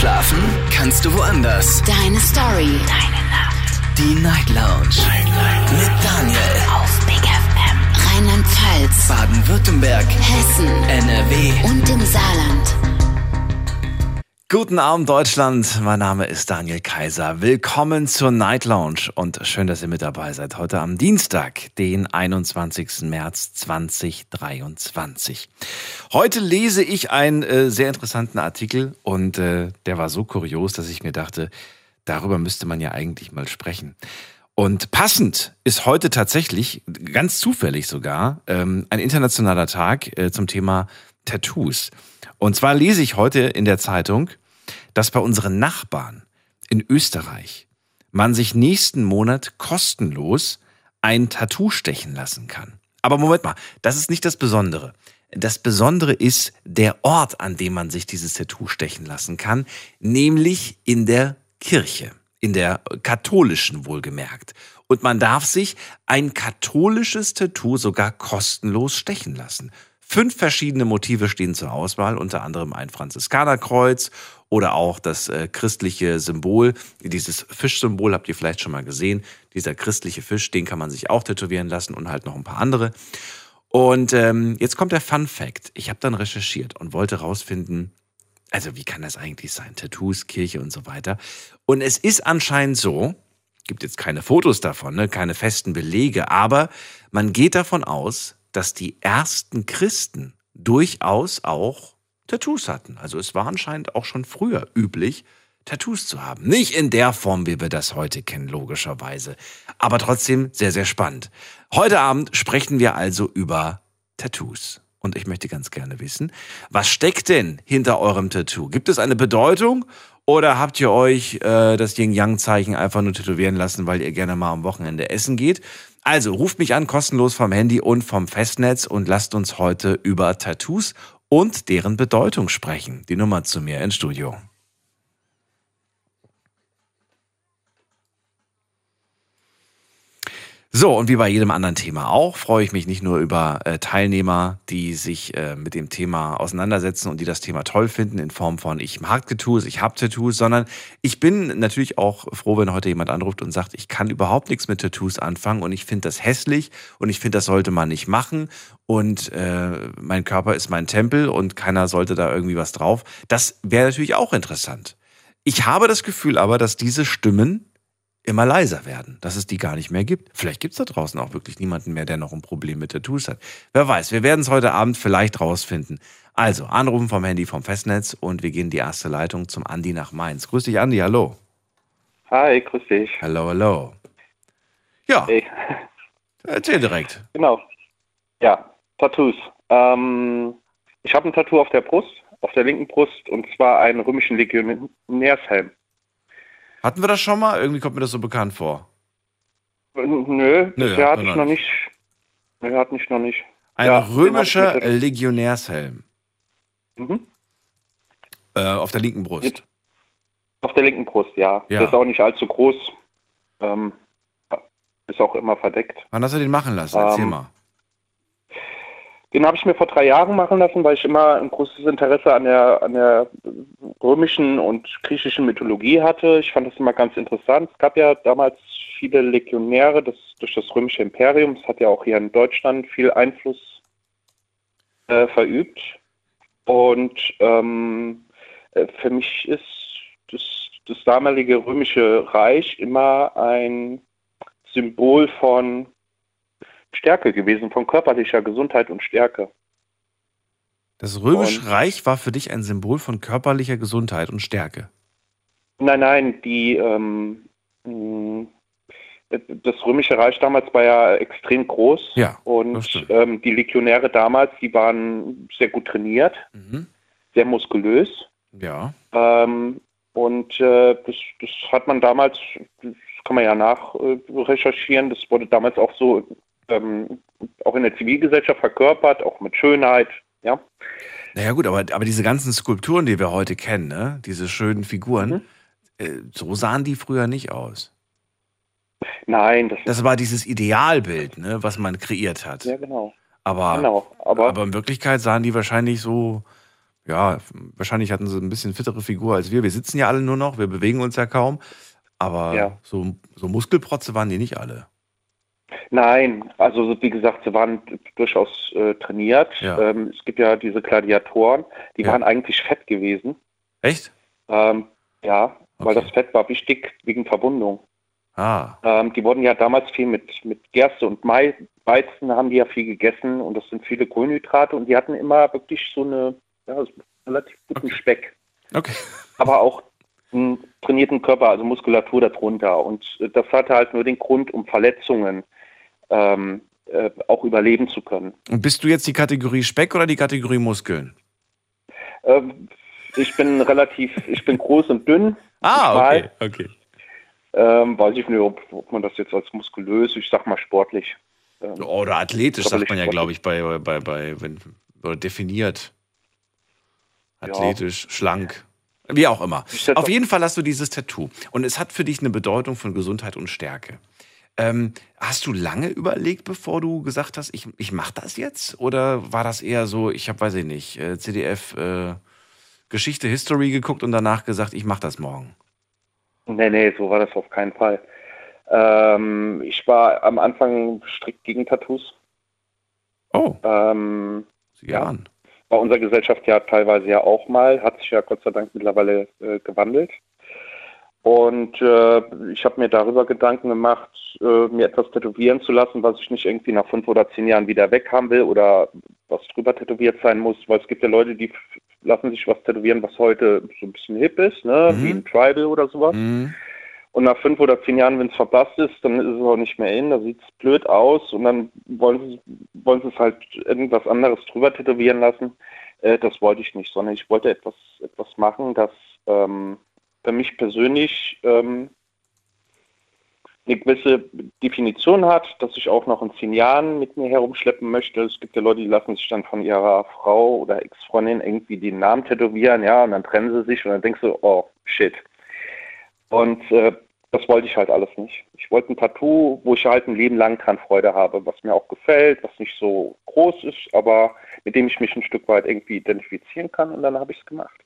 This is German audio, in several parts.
Schlafen kannst du woanders. Deine Story. Deine Nacht. Die Night Lounge. Mit Daniel. Auf Big FM. Rheinland-Pfalz. Baden-Württemberg. Hessen. NRW. Und im Saarland. Guten Abend, Deutschland. Mein Name ist Daniel Kaiser. Willkommen zur Night Lounge und schön, dass ihr mit dabei seid. Heute am Dienstag, den 21. März 2023. Heute lese ich einen sehr interessanten Artikel und der war so kurios, dass ich mir dachte, darüber müsste man ja eigentlich mal sprechen. Und passend ist heute tatsächlich, ganz zufällig sogar, ein internationaler Tag zum Thema Tattoos. Und zwar lese ich heute in der Zeitung, dass bei unseren Nachbarn in Österreich man sich nächsten Monat kostenlos ein Tattoo stechen lassen kann. Aber Moment mal, das ist nicht das Besondere. Das Besondere ist der Ort, an dem man sich dieses Tattoo stechen lassen kann, nämlich in der Kirche, in der katholischen wohlgemerkt. Und man darf sich ein katholisches Tattoo sogar kostenlos stechen lassen. 5 verschiedene Motive stehen zur Auswahl, unter anderem ein Franziskanerkreuz oder auch das christliche Symbol. Dieses Fischsymbol habt ihr vielleicht schon mal gesehen. Dieser christliche Fisch, den kann man sich auch tätowieren lassen und halt noch ein paar andere. Und jetzt kommt der Fun Fact. Ich habe dann recherchiert und wollte rausfinden, also wie kann das eigentlich sein? Tattoos, Kirche und so weiter. Und es ist anscheinend so, gibt jetzt keine Fotos davon, ne, keine festen Belege, aber man geht davon aus, dass die ersten Christen durchaus auch Tattoos hatten. Also es war anscheinend auch schon früher üblich, Tattoos zu haben. Nicht in der Form, wie wir das heute kennen, logischerweise. Aber trotzdem sehr, sehr spannend. Heute Abend sprechen wir also über Tattoos. Und ich möchte ganz gerne wissen, was steckt denn hinter eurem Tattoo? Gibt es eine Bedeutung oder habt ihr euch das Yin-Yang-Zeichen einfach nur tätowieren lassen, weil ihr gerne mal am Wochenende essen geht? Also ruft mich an, kostenlos vom Handy und vom Festnetz und lasst uns heute über Tattoos und deren Bedeutung sprechen. Die Nummer zu mir ins Studio. So, und wie bei jedem anderen Thema auch, freue ich mich nicht nur über Teilnehmer, die sich mit dem Thema auseinandersetzen und die das Thema toll finden in Form von ich mag Tattoos, ich habe Tattoos, sondern ich bin natürlich auch froh, wenn heute jemand anruft und sagt, ich kann überhaupt nichts mit Tattoos anfangen und ich finde das hässlich und ich finde, das sollte man nicht machen und mein Körper ist mein Tempel und keiner sollte da irgendwie was drauf. Das wäre natürlich auch interessant. Ich habe das Gefühl aber, dass diese Stimmen immer leiser werden, dass es die gar nicht mehr gibt. Vielleicht gibt es da draußen auch wirklich niemanden mehr, der noch ein Problem mit Tattoos hat. Wer weiß, wir werden es heute Abend vielleicht rausfinden. Also, anrufen vom Handy vom Festnetz und wir gehen in die erste Leitung zum Andi nach Mainz. Grüß dich, Andi, hallo. Hi, grüß dich. Hallo, hallo. Ja, Hey. Erzähl direkt. Genau. Ja, Tattoos. Ich habe ein Tattoo auf der Brust, auf der linken Brust, und zwar einen römischen Legionärshelm. Hatten wir das schon mal? Irgendwie kommt mir das so bekannt vor. Nö, bisher hatte ich noch nicht. Nö, hatte ich noch nicht. Ein römischer Legionärshelm. Mhm. Auf der linken Brust. Auf der linken Brust, ja. Ja. Das ist auch nicht allzu groß. Ist auch immer verdeckt. Wann hast du den machen lassen? Erzähl mal. Den habe ich mir vor 3 Jahren machen lassen, weil ich immer ein großes Interesse an der römischen und griechischen Mythologie hatte. Ich fand das immer ganz interessant. Es gab ja damals viele Legionäre durch das römische Imperium. Es hat ja auch hier in Deutschland viel Einfluss verübt. Und für mich ist das damalige römische Reich immer ein Symbol von Stärke gewesen, von körperlicher Gesundheit und Stärke. Das Römische Reich war für dich ein Symbol von körperlicher Gesundheit und Stärke? Nein, das Römische Reich damals war ja extrem groß. Ja, und die Legionäre damals, die waren sehr gut trainiert, sehr muskulös. Ja. Und das hat man damals, das kann man ja nachrecherchieren, das wurde damals auch so auch in der Zivilgesellschaft verkörpert, auch mit Schönheit, ja. Naja gut, aber diese ganzen Skulpturen, die wir heute kennen, ne, diese schönen Figuren, so sahen die früher nicht aus. Nein. Das war dieses Idealbild, ne, was man kreiert hat. Ja, genau. Aber in Wirklichkeit sahen die wahrscheinlich so, Ja, wahrscheinlich hatten sie ein bisschen fittere Figur als wir. Wir sitzen ja alle nur noch, wir bewegen uns ja kaum. Aber Ja. so Muskelprotze waren die nicht alle. Nein, also wie gesagt, sie waren durchaus trainiert. Ja. Es gibt ja diese Gladiatoren, die Ja. waren eigentlich fett gewesen. Echt? Ja, weil Okay. das Fett war wichtig wegen Verwundung. Ah, Die wurden ja damals viel mit Gerste und Weizen haben die ja viel gegessen und das sind viele Kohlenhydrate und die hatten immer wirklich so einen relativ guten Speck, okay. aber auch einen trainierten Körper, also Muskulatur darunter und das hatte halt nur den Grund, um Verletzungen auch überleben zu können. Und bist du jetzt die Kategorie Speck oder die Kategorie Muskeln? Ich bin groß und dünn. Ah, okay. Weiß ich nicht, ob man das jetzt als muskulös, ich sag mal sportlich. Oder athletisch sagt man ja, Körperlich glaube ich, oder definiert. Athletisch, schlank, wie auch immer. Auf jeden Fall hast du dieses Tattoo. Und es hat für dich eine Bedeutung von Gesundheit und Stärke. Hast du lange überlegt, bevor du gesagt hast, ich mache das jetzt? Oder war das eher so, ich habe, weiß ich nicht, CDF Geschichte, History geguckt und danach gesagt, ich mache das morgen? Nee, so war das auf keinen Fall. Ich war am Anfang strikt gegen Tattoos. Oh, sieh ja. an. War unsere Gesellschaft ja teilweise ja auch mal, hat sich ja Gott sei Dank mittlerweile gewandelt. Und ich habe mir darüber Gedanken gemacht, mir etwas tätowieren zu lassen, was ich nicht irgendwie nach 5 oder 10 Jahren wieder weghaben will oder was drüber tätowiert sein muss, weil es gibt ja Leute, die lassen sich was tätowieren, was heute so ein bisschen hip ist, ne? Wie ein Tribal oder sowas. Mhm. Und nach 5 oder 10 Jahren, wenn es verblasst ist, dann ist es auch nicht mehr in, da sieht es blöd aus und dann wollen sie es halt irgendwas anderes drüber tätowieren lassen. Das wollte ich nicht, sondern ich wollte etwas machen, das für mich persönlich eine gewisse Definition hat, dass ich auch noch in 10 Jahren mit mir herumschleppen möchte. Es gibt ja Leute, die lassen sich dann von ihrer Frau oder Ex-Freundin irgendwie den Namen tätowieren, ja, und dann trennen sie sich und dann denkst du, oh, shit. Und das wollte ich halt alles nicht. Ich wollte ein Tattoo, wo ich halt ein Leben lang dran Freude habe, was mir auch gefällt, was nicht so groß ist, aber mit dem ich mich ein Stück weit irgendwie identifizieren kann und dann habe ich es gemacht.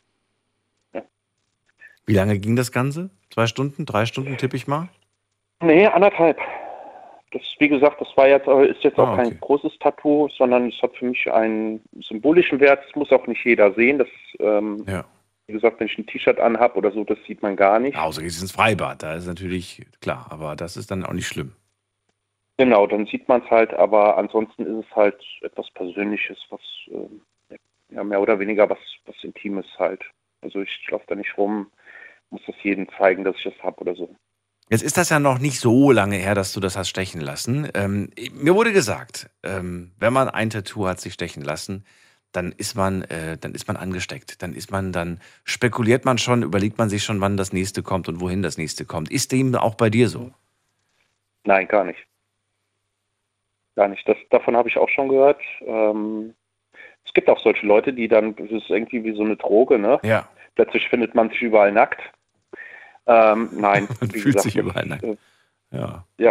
Wie lange ging das Ganze? 2 Stunden, 3 Stunden, tippe ich mal? Nee, 1,5. Das, wie gesagt, ist jetzt auch okay. kein großes Tattoo, sondern es hat für mich einen symbolischen Wert. Das muss auch nicht jeder sehen. Das, Ja. wie gesagt, wenn ich ein T-Shirt anhab oder so, das sieht man gar nicht. Außer gehst ins Freibad, da ist natürlich klar, aber das ist dann auch nicht schlimm. Genau, dann sieht man es halt, aber ansonsten ist es halt etwas Persönliches, was ja mehr oder weniger was Intimes halt. Also ich laufe da nicht rum, muss das jedem zeigen, dass ich das habe oder so. Jetzt ist das ja noch nicht so lange her, dass du das hast stechen lassen. Mir wurde gesagt, wenn man ein Tattoo hat sich stechen lassen, dann ist man angesteckt. Dann spekuliert man schon, überlegt man sich schon, wann das nächste kommt und wohin das nächste kommt. Ist dem auch bei dir so? Nein, gar nicht. Gar nicht. Davon habe ich auch schon gehört. Es gibt auch solche Leute, die dann, das ist irgendwie wie so eine Droge, ne? Ja. Plötzlich findet man sich überall nackt. Nein, Man wie fühlt gesagt, sich überall nackt. Ja. Ja,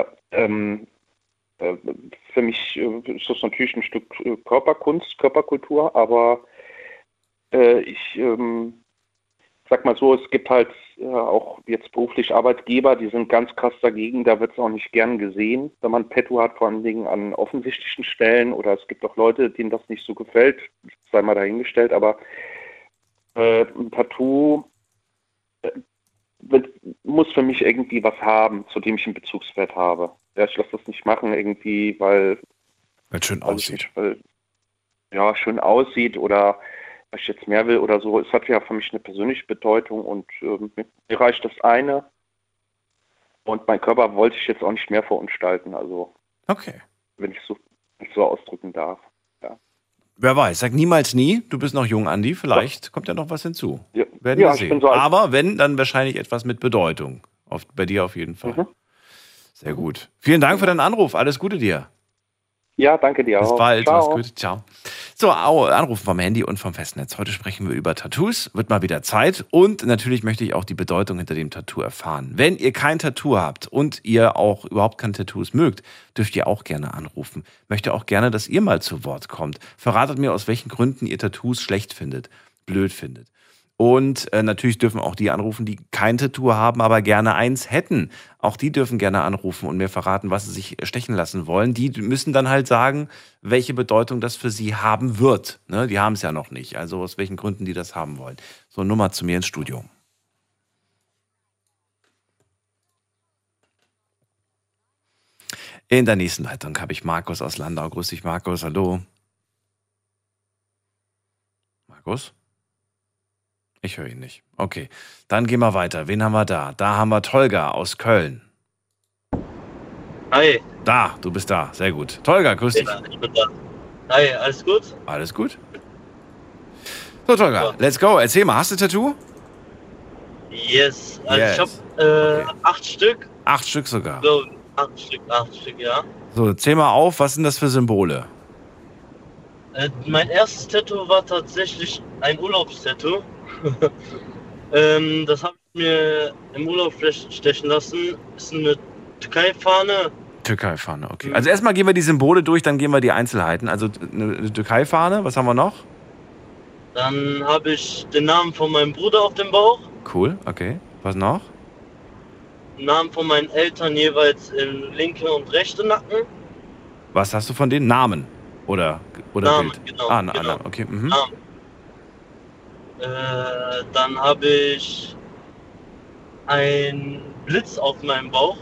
für mich ist das natürlich ein Stück Körperkunst, Körperkultur, aber ich sag mal so, es gibt halt auch jetzt beruflich Arbeitgeber, die sind ganz krass dagegen, da wird es auch nicht gern gesehen, wenn man ein Tattoo hat, vor allen Dingen an offensichtlichen Stellen, oder es gibt auch Leute, denen das nicht so gefällt, sei mal dahingestellt, aber ein Tattoo muss für mich irgendwie was haben, zu dem ich einen Bezugswert habe. Ja, ich lasse das nicht machen irgendwie, weil es schön weiß ich aussieht. nicht, weil ja schön aussieht oder weil ich jetzt mehr will oder so. Es hat ja für mich eine persönliche Bedeutung und mir reicht das eine. Und mein Körper wollte ich jetzt auch nicht mehr verunstalten, also Okay. wenn ich so ausdrücken darf. Ja, Wer weiß, sag niemals nie. Du bist noch jung, Andi. Vielleicht kommt ja noch was hinzu. ja, Werden wir ja ich sehen. bin so alt. Aber wenn, dann wahrscheinlich etwas mit Bedeutung. Bei dir auf jeden Fall. Sehr gut. Vielen Dank für deinen Anruf. Alles Gute dir. Ja, danke dir Bis auch. bald. Ciao. Mach's gut. Ciao. So, Anrufen vom Handy und vom Festnetz. Heute sprechen wir über Tattoos. Wird mal wieder Zeit. Und natürlich möchte ich auch die Bedeutung hinter dem Tattoo erfahren. Wenn ihr kein Tattoo habt und ihr auch überhaupt keine Tattoos mögt, dürft ihr auch gerne anrufen. Möchte auch gerne, dass ihr mal zu Wort kommt. Verratet mir, aus welchen Gründen ihr Tattoos schlecht findet. blöd findet. Und natürlich dürfen auch die anrufen, die kein Tattoo haben, aber gerne eins hätten. Auch die dürfen gerne anrufen und mir verraten, was sie sich stechen lassen wollen. Die müssen dann halt sagen, welche Bedeutung das für sie haben wird. Ne? Die haben es ja noch nicht. Also aus welchen Gründen die das haben wollen. So, Nummer zu mir ins Studio. In der nächsten Leitung habe ich Markus aus Landau. Grüß dich, Markus. Hallo. Markus? Ich höre ihn nicht. Okay, dann gehen wir weiter. Wen haben wir da? Da haben wir Tolga aus Köln. Hi. Da, du bist da. Sehr gut. Tolga, grüß dich. Ja, ich bin da. Hi, alles gut? Alles gut? So, Tolga, Ja. let's go. Erzähl mal, hast du ein Tattoo? Yes. Also Yes. ich habe Okay. 8 Stück. 8 Stück sogar. So, 8 Stück, ja. So, zähl mal auf, was sind das für Symbole? Mein erstes Tattoo war tatsächlich ein Urlaubstattoo. Das habe ich mir im Urlaub stechen lassen. Ist eine Türkei-Fahne. Türkei-Fahne, okay. Also erstmal gehen wir die Symbole durch, dann gehen wir die Einzelheiten. Also eine Türkei-Fahne, was haben wir noch? Dann habe ich den Namen von meinem Bruder auf dem Bauch. Cool, okay. Was noch? Namen von meinen Eltern jeweils im linken und rechten Nacken. Was hast du von denen? Namen? Oder Namen, Bild? genau, Ah, genau. Namen, okay. Mhm. Namen. Dann habe ich einen Blitz auf meinem Bauch.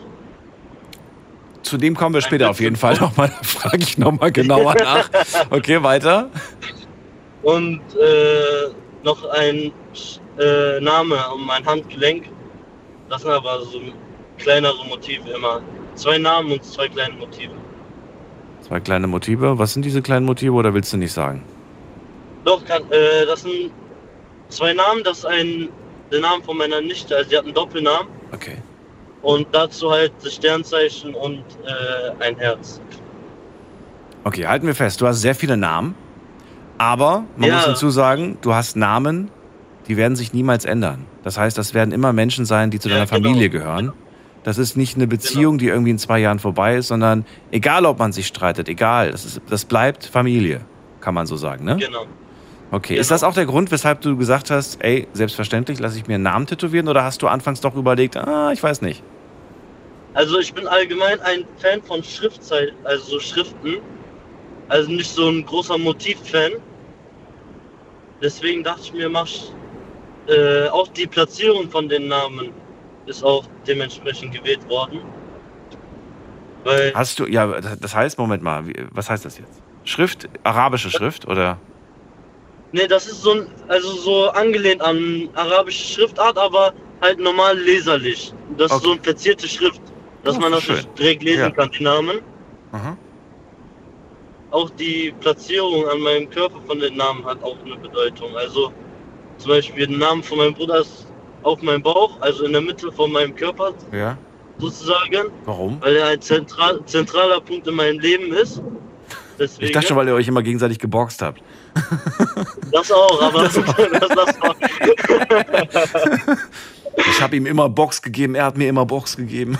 Zu dem kommen wir Ein später auf Blitz jeden im Fall Bauch. nochmal. Da frage ich nochmal genauer nach. Okay, weiter. Und noch ein Name um mein Handgelenk. Das sind aber so kleinere Motive immer. 2 Namen und 2 kleine Motive. 2 kleine Motive. Was sind diese kleinen Motive oder willst du nicht sagen? Doch, das sind 2 Namen. Das ist der Name von meiner Nichte. Also sie hat einen Doppelnamen. Okay. Und dazu halt das Sternzeichen und ein Herz. Okay, halten wir fest. Du hast sehr viele Namen. Aber man Ja. muss dazu sagen, du hast Namen, die werden sich niemals ändern. Das heißt, das werden immer Menschen sein, die zu Ja, deiner genau. Familie gehören. Das ist nicht eine Beziehung, die irgendwie in 2 Jahren vorbei ist, sondern egal, ob man sich streitet, egal, das bleibt Familie, kann man so sagen, ne? Genau. Okay, Genau. ist das auch der Grund, weshalb du gesagt hast, ey, selbstverständlich lasse ich mir einen Namen tätowieren, oder hast du anfangs doch überlegt, ich weiß nicht. Also ich bin allgemein ein Fan von Schriftzeichen, also so Schriften. Also nicht so ein großer Motiv-Fan. Deswegen dachte ich mir, auch die Platzierung von den Namen ist auch dementsprechend gewählt worden. Weil, Hast du, ja, das heißt, Moment mal, was heißt das jetzt? Schrift, arabische Schrift, oder? nee, das ist so angelehnt an arabische Schriftart, aber halt normal leserlich. Das ist so eine verzierte Schrift, dass Oh, man das schön. nicht direkt lesen Ja. kann, die Namen. Aha. Auch die Platzierung an meinem Körper von den Namen hat auch eine Bedeutung. Also zum Beispiel der Name von meinem Bruder ist auf meinem Bauch, also in der Mitte von meinem Körper Ja, sozusagen, warum? weil er ein zentraler Punkt in meinem Leben ist. Deswegen, Ich dachte schon, weil ihr euch immer gegenseitig geboxt habt. das auch, aber das auch. Ich habe ihm immer Box gegeben, er hat mir immer Box gegeben.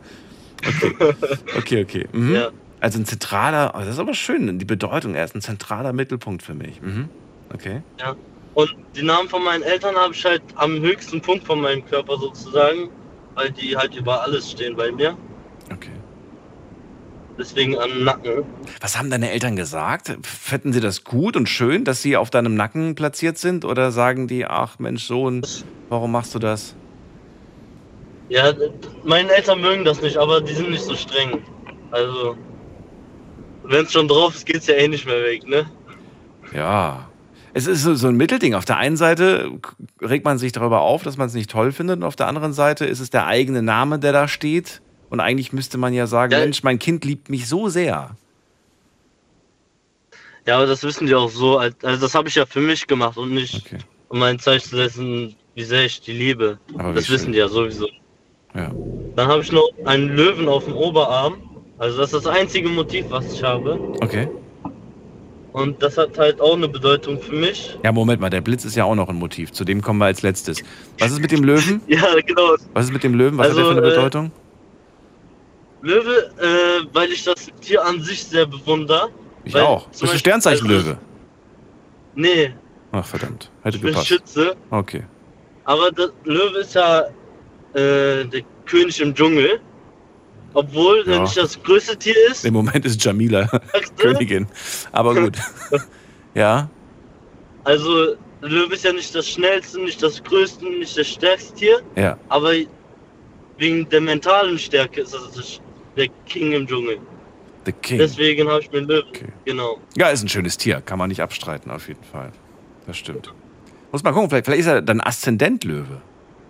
Okay. Mhm. Ja. Also ein zentraler, das ist aber schön, die Bedeutung, er ist ein zentraler Mittelpunkt für mich. Mhm. Okay. Ja. Und die Namen von meinen Eltern habe ich halt am höchsten Punkt von meinem Körper sozusagen, weil die halt über alles stehen bei mir. Okay. Deswegen am Nacken. Was haben deine Eltern gesagt? Fänden sie das gut und schön, dass sie auf deinem Nacken platziert sind? Oder sagen die, ach Mensch, Sohn, warum machst du das? Ja, meine Eltern mögen das nicht, aber die sind nicht so streng. Also, wenn es schon drauf ist, geht's ja eh nicht mehr weg, ne? Ja. Es ist so ein Mittelding. Auf der einen Seite regt man sich darüber auf, dass man es nicht toll findet. Und auf der anderen Seite ist es der eigene Name, der da steht. Und eigentlich müsste man ja sagen, Ja. Mensch, mein Kind liebt mich so sehr. Ja, aber das wissen die auch so. Also das habe ich ja für mich gemacht und nicht, Okay. um mein Zeichen zu setzen, wie sehr ich die liebe. Aber wie Das schön. wissen die ja sowieso. Ja. Dann habe ich noch einen Löwen auf dem Oberarm. Also das ist das einzige Motiv, was ich habe. Okay. Und das hat halt auch eine Bedeutung für mich. Ja, Moment mal, der Blitz ist ja auch noch ein Motiv. Zu dem kommen wir als letztes. Was ist mit dem Löwen? Ja, genau. Was ist mit dem Löwen? Was Also, hat der für eine Bedeutung? Löwe, weil ich das Tier an sich sehr bewundere. Ich weil auch. zum Bist du Beispiel- Sternzeichen also- Löwe? Nee, Ach, verdammt. Hätte Ich bin gepasst. Schütze. Okay. Aber der Löwe ist ja der König im Dschungel. Obwohl er nicht das größte Tier ist. Im Moment ist Jamila Königin. Aber gut. Ja. Also, der Löwe ist ja nicht das schnellste, nicht das größte, nicht das stärkste Tier. Ja. Aber wegen der mentalen Stärke ist das der King im Dschungel. The King. Deswegen habe ich mir einen Löwen. Okay. Genau. Ja, ist ein schönes Tier. Kann man nicht abstreiten, auf jeden Fall. Das stimmt. Muss mal gucken, vielleicht ist er dann Aszendent-Löwe.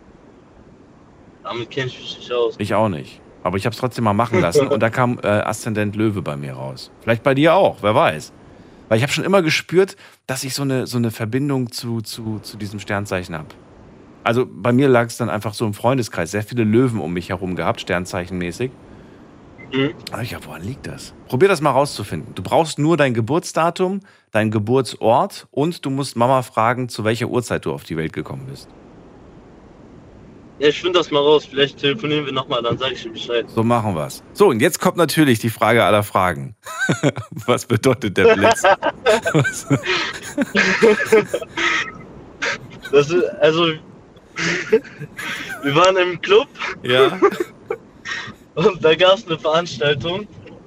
Damit kenne ich mich nicht aus. Ich auch nicht. Aber ich habe es trotzdem mal machen lassen und da kam Aszendent Löwe bei mir raus. Vielleicht bei dir auch, wer weiß. Weil ich habe schon immer gespürt, dass ich so eine Verbindung zu diesem Sternzeichen habe. Also bei mir lag es dann einfach so im Freundeskreis. Sehr viele Löwen um mich herum gehabt, sternzeichenmäßig. Aber ich dachte, woran liegt das? Probier das mal rauszufinden. Du brauchst nur dein Geburtsdatum, dein Geburtsort und du musst Mama fragen, zu welcher Uhrzeit du auf die Welt gekommen bist. Ja, ich finde das mal raus. Vielleicht telefonieren wir nochmal, dann sage ich dir Bescheid. So machen wir's. So, und jetzt kommt natürlich die Frage aller Fragen. Was bedeutet der Blitz? Das ist, also, wir waren im Club. Ja. Und da gab es eine Veranstaltung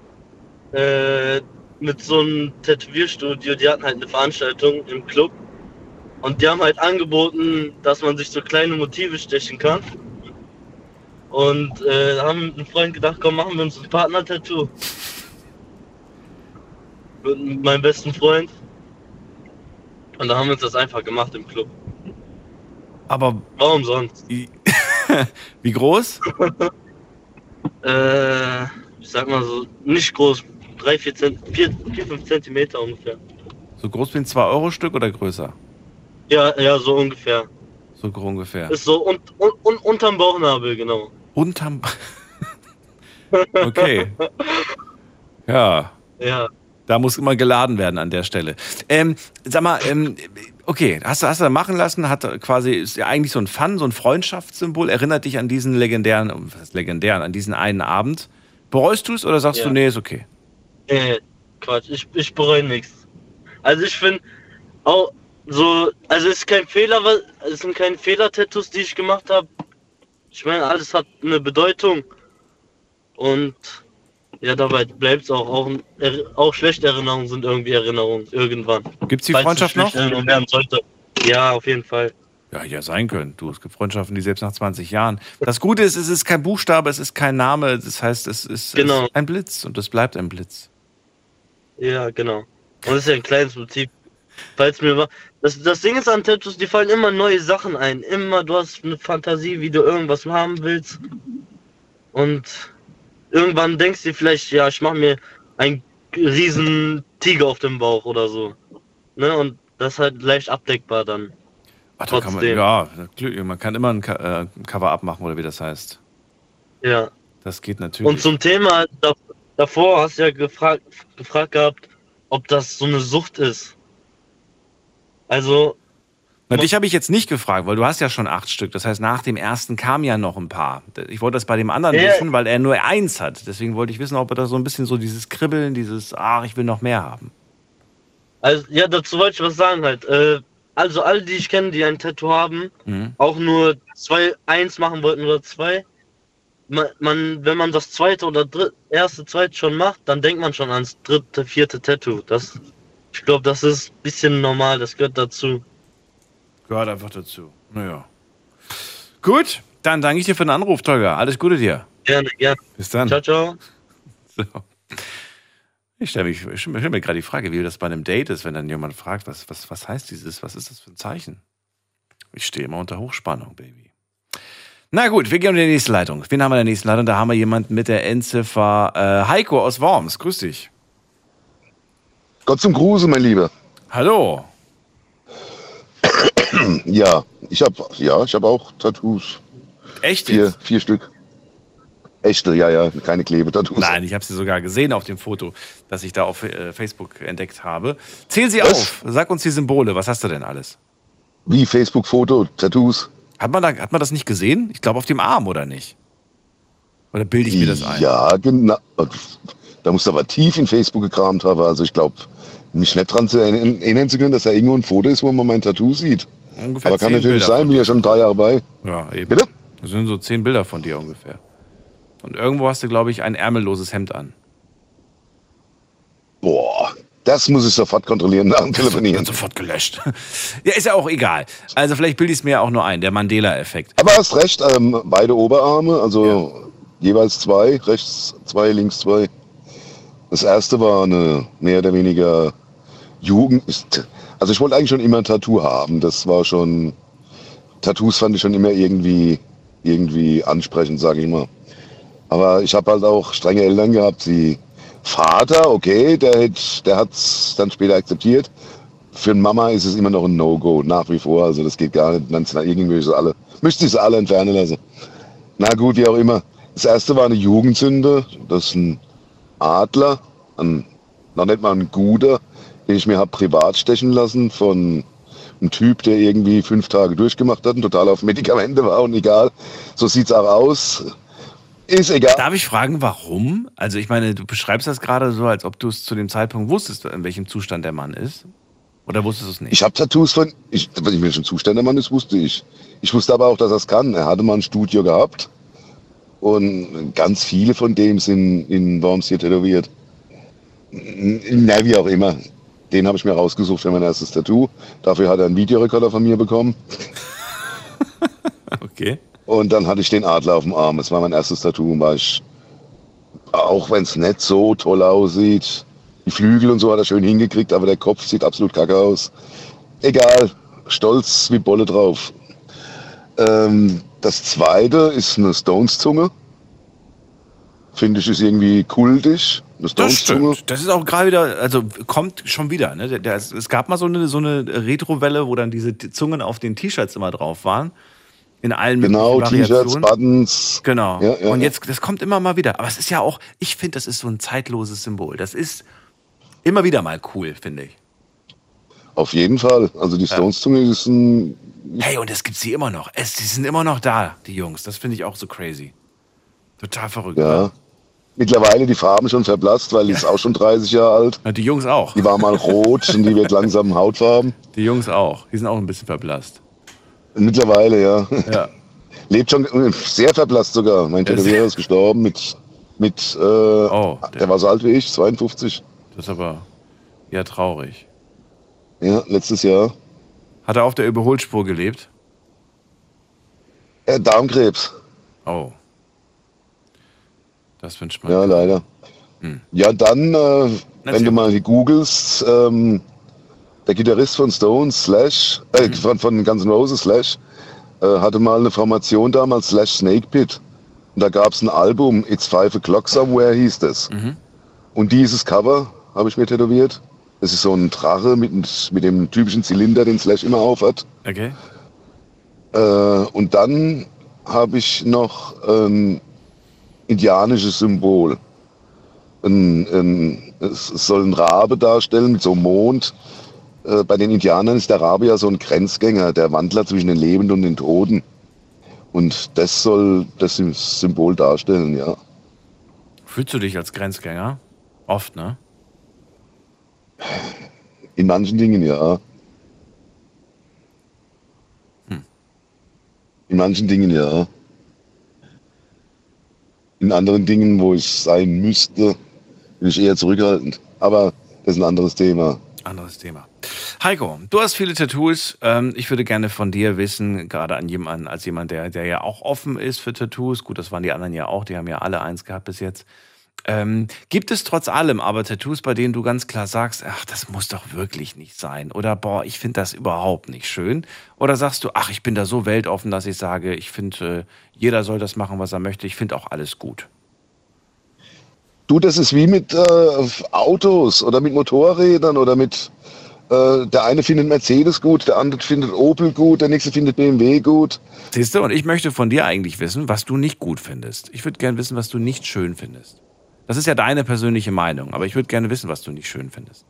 mit so einem Tätowierstudio. Die hatten halt eine Veranstaltung im Club. Und die haben halt angeboten, dass man sich so kleine Motive stechen kann. Und da haben wir mit einem Freund gedacht, komm, machen wir uns ein Partner-Tattoo. Mit meinem besten Freund. Und da haben wir uns das einfach gemacht im Club. Aber Warum sonst? wie groß? Ich sag mal so, nicht groß. 4-5 Zentimeter ungefähr. So groß wie ein 2-Euro-Stück oder größer? Ja, so ungefähr. So ungefähr. Ist so unterm Bauchnabel, genau. Unterm. Okay. Ja. Ja. Da muss immer geladen werden an der Stelle. Sag mal, okay, hast du machen lassen, ist ja eigentlich so ein Fun, so ein Freundschaftssymbol, erinnert dich an diesen an diesen einen Abend. Bereust du es oder sagst du, nee, ist okay? Quatsch, ich bereue nichts. Also ich finde auch so, also es ist kein Fehler, es sind keine Fehler-Tattoos, die ich gemacht habe. Ich meine, alles hat eine Bedeutung. Und ja, dabei bleibt es auch schlechte Erinnerungen sind irgendwie Erinnerungen, irgendwann. Gibt's die Freundschaft noch? Werden sollte. Ja, auf jeden Fall. Ja, sein können. Es gibt Freundschaften, die selbst nach 20 Jahren. Das Gute ist, es ist kein Buchstabe, es ist kein Name, das heißt, es ist ein Blitz und es bleibt ein Blitz. Ja, genau. Und das ist ja ein kleines Motiv. Das Ding ist an Tattoos, die fallen immer neue Sachen ein. Immer, du hast eine Fantasie, wie du irgendwas haben willst. Und irgendwann denkst du vielleicht, ja, ich mache mir einen riesen Tiger auf dem Bauch oder so. Ne? Und das ist halt leicht abdeckbar dann. Ach, da kann man kann immer ein Cover-Up machen, oder wie das heißt. Ja. Das geht natürlich. Und zum Thema, davor hast du ja gefragt gehabt, ob das so eine Sucht ist. Also. Dich habe ich jetzt nicht gefragt, weil du hast ja schon 8 Stück. Das heißt, nach dem ersten kamen ja noch ein paar. Ich wollte das bei dem anderen wissen, weil er nur 1 hat. Deswegen wollte ich wissen, ob er da so ein bisschen so dieses Kribbeln, ich will noch mehr haben. Also, ja, dazu wollte ich was sagen halt. Also alle, die ich kenne, die ein Tattoo haben, auch nur 1 machen wollten oder 2. Wenn man das zweite oder zweite schon macht, dann denkt man schon ans 3., 4. Tattoo. Ich glaube, das ist ein bisschen normal, das gehört dazu. Gehört einfach dazu. Naja. Gut, dann danke ich dir für den Anruf, Tolga. Alles Gute dir. Gerne. Bis dann. Ciao. So. Ich stelle mir gerade die Frage, wie das bei einem Date ist, wenn dann jemand fragt, was heißt dieses, was ist das für ein Zeichen? Ich stehe immer unter Hochspannung, Baby. Na gut, wir gehen in die nächste Leitung. Wen haben wir in der nächsten Leitung? Da haben wir jemanden mit der Endziffer Heiko aus Worms. Grüß dich. Gott zum Gruße, mein Lieber. Hallo. Ja, ich hab auch Tattoos. Echt? 4 Stück. Echte, ja, keine Klebetattoos. Nein, ich habe sie sogar gesehen auf dem Foto, das ich da auf Facebook entdeckt habe. Zähl sie auf, sag uns die Symbole. Was hast du denn alles? Wie Facebook-Foto, Tattoos? Hat man das nicht gesehen? Ich glaube auf dem Arm, oder nicht? Oder bilde ich mir das ein? Ja, genau. Da musst du aber tief in Facebook gekramt haben. Also ich glaube, mich nicht dran zu erinnern zu können, dass da irgendwo ein Foto ist, wo man mein Tattoo sieht. Ungefähr Aber kann 10 natürlich Bilder sein, von bin dir. ja schon 3 Jahre bei. Ja, eben. Bitte? Das sind so 10 Bilder von dir ungefähr. Und irgendwo hast du, glaube ich, ein ärmelloses Hemd an. Boah, das muss ich sofort kontrollieren nach dem Telefonieren. Wird sofort gelöscht. Ja, ist ja auch egal. Also vielleicht bilde ich es mir ja auch nur ein, der Mandela-Effekt. Aber hast recht, beide Oberarme, also jeweils 2, rechts 2, links 2. Das erste war eine mehr oder weniger Jugend. Also ich wollte eigentlich schon immer ein Tattoo haben. Das war schon, Tattoos fand ich schon immer irgendwie ansprechend, sage ich mal. Aber ich habe halt auch strenge Eltern gehabt, die Vater, okay, der hat es dann später akzeptiert. Für Mama ist es immer noch ein No-Go, nach wie vor. Also das geht gar nicht. Dann müsste ich sie alle entfernen lassen. Na gut, wie auch immer. Das erste war eine Jugendsünde. Das ist ein Adler, noch nicht mal ein guter, den ich mir habe privat stechen lassen von einem Typ, der irgendwie 5 Tage durchgemacht hat und total auf Medikamente war und egal. So sieht's auch aus. Ist egal. Darf ich fragen, warum? Also ich meine, du beschreibst das gerade so, als ob du es zu dem Zeitpunkt wusstest, in welchem Zustand der Mann ist. Oder wusstest du es nicht? Ich habe Tattoos in welchem Zustand der Mann ist, wusste ich. Ich wusste aber auch, dass er es kann. Er hatte mal ein Studio gehabt und ganz viele von dem sind in Worms hier tätowiert. Na, wie auch immer. Den habe ich mir rausgesucht für mein erstes Tattoo. Dafür hat er einen Videorekorder von mir bekommen. Okay. Und dann hatte ich den Adler auf dem Arm. Das war mein erstes Tattoo. War ich, auch wenn es nicht so toll aussieht, die Flügel und so hat er schön hingekriegt, aber der Kopf sieht absolut kacke aus. Egal, stolz wie Bolle drauf. Das zweite ist eine Stones-Zunge. Finde ich, ist irgendwie kultig. Eine Das Stones-Zunge. stimmt. Das ist auch gerade wieder, also kommt schon wieder. Ne? Es gab mal so eine Retro-Welle, wo dann diese Zungen auf den T-Shirts immer drauf waren. In allen Genau, möglichen T-Shirts, Variationen. Buttons. Genau. Ja, Und ja. jetzt, das kommt immer mal wieder. Aber es ist ja auch, ich finde, das ist so ein zeitloses Symbol. Das ist immer wieder mal cool, finde ich. Auf jeden Fall. Also die Stones-Zunge ist ein... Hey, und es gibt sie immer noch. Die sind immer noch da, die Jungs. Das finde ich auch so crazy. Total verrückt. Ja. Ne? Mittlerweile die Farben schon verblasst, weil die ist auch schon 30 Jahre alt. Ja, die Jungs auch. Die war mal rot und die wird langsam hautfarben. Die Jungs auch. Die sind auch ein bisschen verblasst. Mittlerweile, ja. Ja. Lebt schon sehr verblasst sogar. Mein Tätowierer ist gestorben der war so alt wie ich, 52. Das ist aber ja traurig. Ja, letztes Jahr. Hat er auf der Überholspur gelebt? Darmkrebs. Oh. Das wünscht man. Ja, leider. Ja, dann, wenn du mal hier googelst, der Gitarrist von Stones, Slash, von Guns N' Roses, Slash, hatte mal eine Formation damals, Slash Snake Pit. Und da gab es ein Album, It's 5 O'Clock Somewhere hieß das. Und dieses Cover habe ich mir tätowiert. Das ist so ein Drache mit dem typischen Zylinder, den Slash immer aufhat. Okay. Und dann habe ich noch ein indianisches Symbol. Es soll ein Rabe darstellen mit so einem Mond. Bei den Indianern ist der Rabe ja so ein Grenzgänger, der Wandler zwischen den Lebenden und den Toten. Und das soll das Symbol darstellen, ja. Fühlst du dich als Grenzgänger? Oft, ne? In manchen Dingen, ja. In manchen Dingen, ja. In anderen Dingen, wo ich sein müsste, bin ich eher zurückhaltend. Aber das ist ein anderes Thema. Anderes Thema. Heiko, du hast viele Tattoos. Ich würde gerne von dir wissen, gerade als jemand, der ja auch offen ist für Tattoos. Gut, das waren die anderen ja auch. Die haben ja alle eins gehabt bis jetzt. Gibt es trotz allem aber Tattoos, bei denen du ganz klar sagst, ach, das muss doch wirklich nicht sein? Oder, boah, ich finde das überhaupt nicht schön? Oder sagst du, ach, ich bin da so weltoffen, dass ich sage, ich finde, jeder soll das machen, was er möchte. Ich finde auch alles gut. Du, das ist wie mit Autos oder mit Motorrädern oder mit, der eine findet Mercedes gut, der andere findet Opel gut, der nächste findet BMW gut. Siehst du, und ich möchte von dir eigentlich wissen, was du nicht gut findest. Ich würde gerne wissen, was du nicht schön findest. Das ist ja deine persönliche Meinung, aber ich würde gerne wissen, was du nicht schön findest.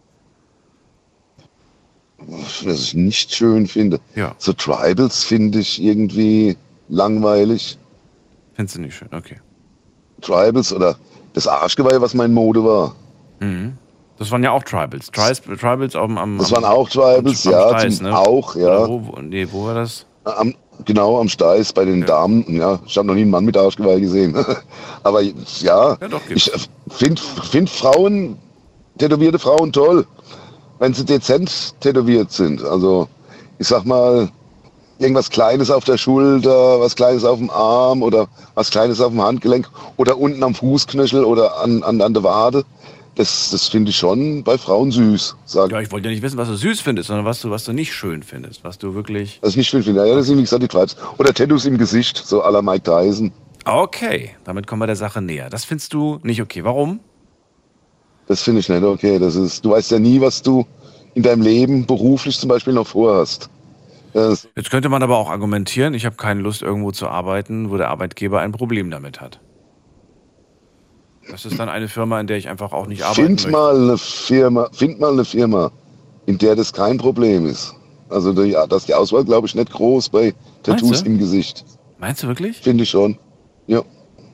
Was ich nicht schön finde. Ja. So Tribals finde ich irgendwie langweilig. Findest du nicht schön, okay. Tribals oder das Arschgeweih, was mein Mode war. Das waren ja auch Tribals. Tribals am Das waren auch Tribals, am ja. Steiß, ne? Auch, ja. Wo war das? Am Steiß bei den Damen. Ja, ich habe noch nie einen Mann mit Arschgeweih gesehen. Aber ja, doch, ich find Frauen, tätowierte Frauen toll, wenn sie dezent tätowiert sind. Also ich sag mal, irgendwas Kleines auf der Schulter, was Kleines auf dem Arm oder was Kleines auf dem Handgelenk oder unten am Fußknöchel oder an der Wade. Das finde ich schon bei Frauen süß. Ja, ich wollte ja nicht wissen, was du süß findest, sondern was du nicht schön findest, was du wirklich... Was ich nicht schön finde, ja, das sind wie gesagt die Tribes. Oder Tattoos im Gesicht, so à la Mike Tyson. Okay, damit kommen wir der Sache näher. Das findest du nicht okay. Warum? Das finde ich nicht okay. Du weißt ja nie, was du in deinem Leben beruflich zum Beispiel noch vorhast. Jetzt könnte man aber auch argumentieren, ich habe keine Lust, irgendwo zu arbeiten, wo der Arbeitgeber ein Problem damit hat. Das ist dann eine Firma, in der ich einfach auch nicht arbeiten möchte. Find mal eine Firma, in der das kein Problem ist. Also da ist die Auswahl, glaube ich, nicht groß bei Tattoos im Gesicht. Meinst du wirklich? Finde ich schon, ja.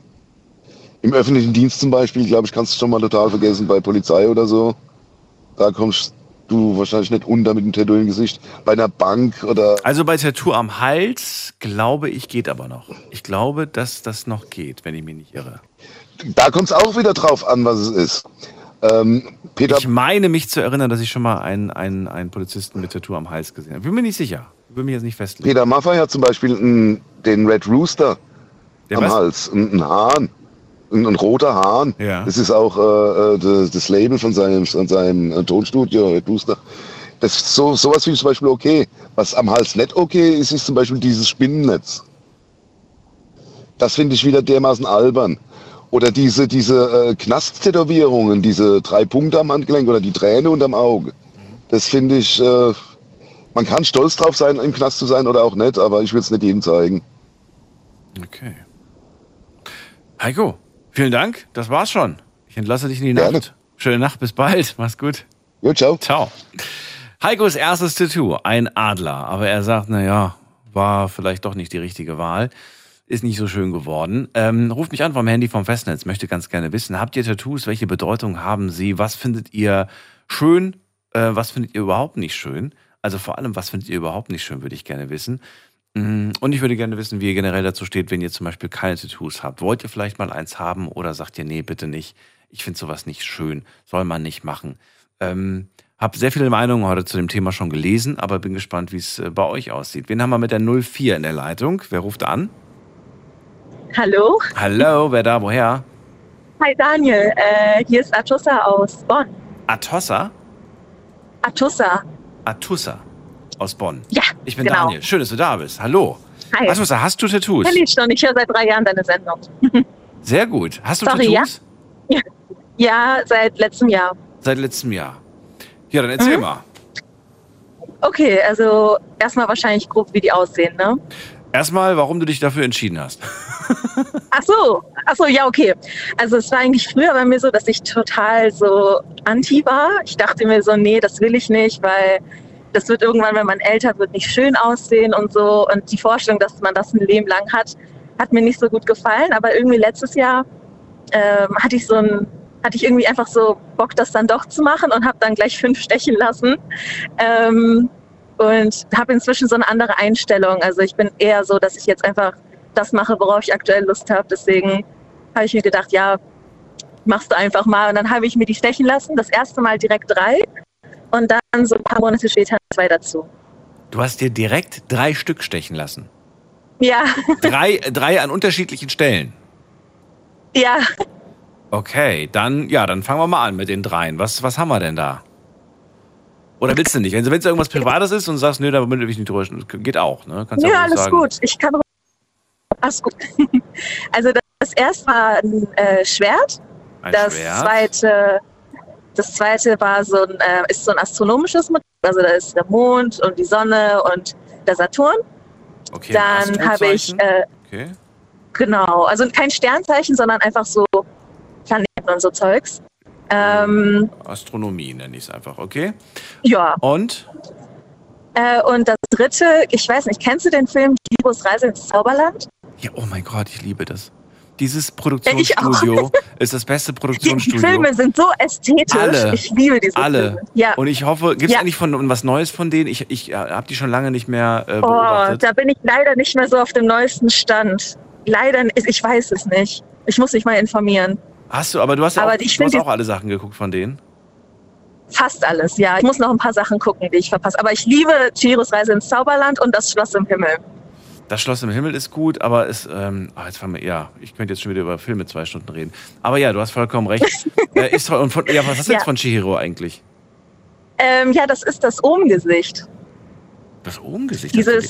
Im öffentlichen Dienst zum Beispiel, glaube ich, kannst du schon mal total vergessen, bei Polizei oder so. Da kommst du wahrscheinlich nicht unter mit dem Tattoo im Gesicht. Bei einer Bank oder... Also bei Tattoo am Hals, glaube ich, geht aber noch. Ich glaube, dass das noch geht, wenn ich mich nicht irre. Da kommt es auch wieder drauf an, was es ist. Peter, ich meine mich zu erinnern, dass ich schon mal einen Polizisten mit Tattoo am Hals gesehen habe. Bin mir nicht sicher. Will mich jetzt nicht festlegen. Peter Maffay hat zum Beispiel den Red Rooster am Hals. Ein Hahn. Ein roter Hahn. Ja. Das ist auch das Label von seinem Tonstudio, Red Rooster. Sowas finde ich zum Beispiel okay. Was am Hals nicht okay ist, ist zum Beispiel dieses Spinnennetz. Das finde ich wieder dermaßen albern. Oder diese Knast-Tätowierungen, diese 3 Punkte am Handgelenk oder die Träne unterm Auge. Das finde ich, man kann stolz drauf sein, im Knast zu sein oder auch nicht, aber ich will es nicht jedem zeigen. Okay. Heiko, vielen Dank, das war's schon. Ich entlasse dich in die Nacht. Gerne. Schöne Nacht, bis bald, mach's gut. Jo, ciao. Ciao. Heikos erstes Tattoo, ein Adler, aber er sagt, war vielleicht doch nicht die richtige Wahl. Ist nicht so schön geworden. Ruft mich an vom Handy vom Festnetz, möchte ganz gerne wissen, habt ihr Tattoos? Welche Bedeutung haben sie? Was findet ihr schön? Was findet ihr überhaupt nicht schön? Also vor allem, was findet ihr überhaupt nicht schön, würde ich gerne wissen. Und ich würde gerne wissen, wie ihr generell dazu steht, wenn ihr zum Beispiel keine Tattoos habt. Wollt ihr vielleicht mal eins haben oder sagt ihr, nee, bitte nicht. Ich finde sowas nicht schön. Soll man nicht machen. Hab sehr viele Meinungen heute zu dem Thema schon gelesen, aber bin gespannt, wie es bei euch aussieht. Wen haben wir mit der 04 in der Leitung? Wer ruft an? Hallo? Hallo, wer da, woher? Hi Daniel, hier ist Atussa aus Bonn. Atossa? Atussa aus Bonn. Ja, ich bin genau. Daniel. Schön, dass du da bist. Hallo. Hi. Atussa, hast du Tattoos? Kenn ich schon, ich höre seit 3 Jahren deine Sendung. Sehr gut. Hast du Sorry, Tattoos? Ja, seit letztem Jahr. Seit letztem Jahr. Ja, dann erzähl mal. Okay, also erstmal wahrscheinlich grob, wie die aussehen, ne? Erstmal, warum du dich dafür entschieden hast. Ach so, ja, okay. Also es war eigentlich früher bei mir so, dass ich total so anti war. Ich dachte mir so, nee, das will ich nicht, weil das wird irgendwann, wenn man älter wird, nicht schön aussehen und so. Und die Vorstellung, dass man das ein Leben lang hat mir nicht so gut gefallen. Aber irgendwie letztes Jahr hatte ich irgendwie einfach so Bock, das dann doch zu machen und habe dann gleich 5 stechen lassen. Und habe inzwischen so eine andere Einstellung. Also ich bin eher so, dass ich jetzt einfach das mache, worauf ich aktuell Lust habe. Deswegen habe ich mir gedacht, ja, machst du einfach mal. Und dann habe ich mir die stechen lassen. Das erste Mal direkt 3 und dann so ein paar Monate später 2 dazu. Du hast dir direkt 3 Stück stechen lassen? Ja. 3 an unterschiedlichen Stellen? Ja. Okay, dann fangen wir mal an mit den 3. Was haben wir denn da? Oder willst du nicht? Wenn es irgendwas Privates ist und du sagst, nö, da will ich nicht drüber, geht auch, ne? Kannst ja, auch alles sagen. gut. Ich kann. Alles gut. Also das erste war ein Schwert. Das zweite war ist so ein astronomisches Modell. Also da ist der Mond und die Sonne und der Saturn. Okay. Dann habe ich okay. Genau, also kein Sternzeichen, sondern einfach so Planeten und so Zeugs. Astronomie nenne ich es einfach, okay? Ja. Und das dritte, ich weiß nicht, kennst du den Film Chihiros Reise ins Zauberland? Ja, oh mein Gott, ich liebe das. Dieses Produktionsstudio ist das beste Produktionsstudio. Die Filme sind so ästhetisch. Alle. Ich liebe diese Filme. Ja. Und ich hoffe, gibt es eigentlich was Neues von denen? Ich habe die schon lange nicht mehr beobachtet. Da bin ich leider nicht mehr so auf dem neuesten Stand. Leider, ich weiß es nicht. Ich muss mich mal informieren. Hast du, aber du hast auch alle Sachen geguckt von denen? Fast alles, ja. Ich muss noch ein paar Sachen gucken, die ich verpasse. Aber ich liebe Chihiros Reise ins Zauberland und das Schloss im Himmel. Das Schloss im Himmel ist gut, aber ich könnte jetzt schon wieder über Filme 2 Stunden reden. Aber ja, du hast vollkommen recht. Ist toll. Und was hast du jetzt von Chihiro eigentlich? Das ist das Ohmgesicht. Das Ohmgesicht? Dieses,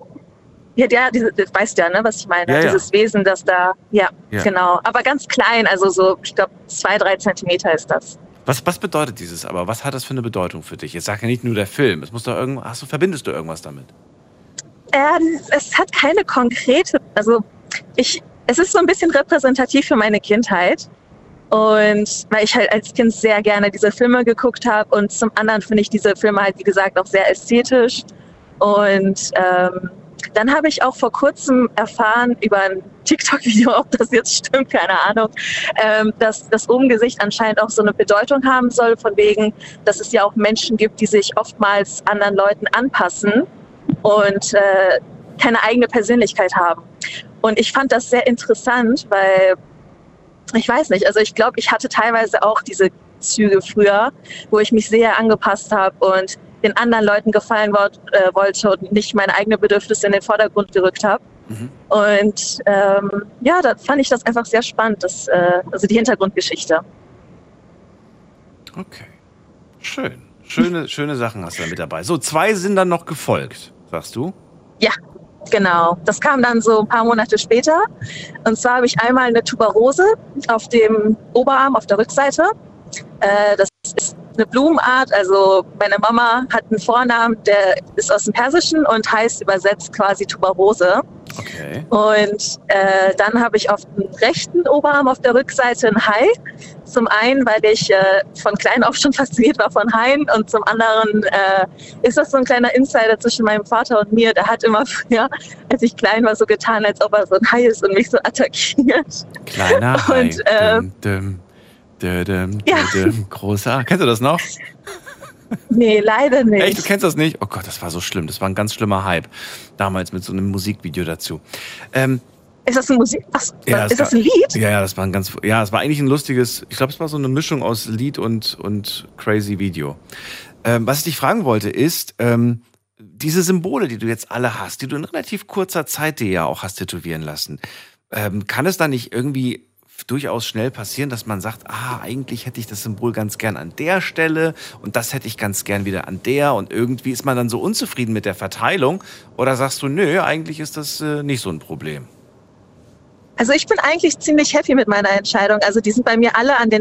du weißt ja, ne, was ich meine. Ja, dieses Wesen, das da, genau. Aber ganz klein, also so, ich glaube, 2-3 Zentimeter ist das. Was bedeutet dieses aber? Was hat das für eine Bedeutung für dich? Jetzt sag ja nicht nur der Film. Es muss doch verbindest du irgendwas damit? Es hat keine konkrete, es ist so ein bisschen repräsentativ für meine Kindheit. Und weil ich halt als Kind sehr gerne diese Filme geguckt habe und zum anderen finde ich diese Filme halt, wie gesagt, auch sehr ästhetisch. Und dann habe ich auch vor kurzem erfahren über ein TikTok-Video, ob das jetzt stimmt, keine Ahnung, dass das Ohmgesicht anscheinend auch so eine Bedeutung haben soll, von wegen, dass es ja auch Menschen gibt, die sich oftmals anderen Leuten anpassen und keine eigene Persönlichkeit haben. Und ich fand das sehr interessant, weil, ich weiß nicht, also ich glaube, ich hatte teilweise auch diese Züge früher, wo ich mich sehr angepasst habe und den anderen Leuten gefallen wollte und nicht meine eigenen Bedürfnisse in den Vordergrund gerückt habe. Mhm. Und da fand ich das einfach sehr spannend, also die Hintergrundgeschichte. Okay, schön. Schöne Sachen hast du da mit dabei. So, 2 sind dann noch gefolgt, sagst du? Ja, genau. Das kam dann so ein paar Monate später. Und zwar habe ich einmal eine Tuberose auf dem Oberarm, auf der Rückseite. Das ist eine Blumenart, also meine Mama hat einen Vornamen, der ist aus dem Persischen und heißt übersetzt quasi Tuberose. Okay. Und dann habe ich auf dem rechten Oberarm auf der Rückseite ein Hai. Zum einen, weil ich von klein auf schon fasziniert war von Haien und zum anderen ist das so ein kleiner Insider zwischen meinem Vater und mir. Der hat immer früher, als ich klein war, so getan, als ob er so ein Hai ist und mich so attackiert. Kleiner Hai. Großer. Kennst du das noch? Nee, leider nicht. Echt? Du kennst das nicht? Oh Gott, das war so schlimm. Das war ein ganz schlimmer Hype. Damals mit so einem Musikvideo dazu. Ist das ein ist das ein Lied? Ja, das war es war eigentlich ein lustiges, ich glaube, es war so eine Mischung aus Lied und crazy Video. Was ich dich fragen wollte ist, diese Symbole, die du jetzt alle hast, die du in relativ kurzer Zeit dir ja auch hast tätowieren lassen, kann es da nicht irgendwie durchaus schnell passieren, dass man sagt, eigentlich hätte ich das Symbol ganz gern an der Stelle und das hätte ich ganz gern wieder an der und irgendwie ist man dann so unzufrieden mit der Verteilung oder sagst du, nö, eigentlich ist das nicht so ein Problem? Also ich bin eigentlich ziemlich happy mit meiner Entscheidung. Also die sind bei mir alle an den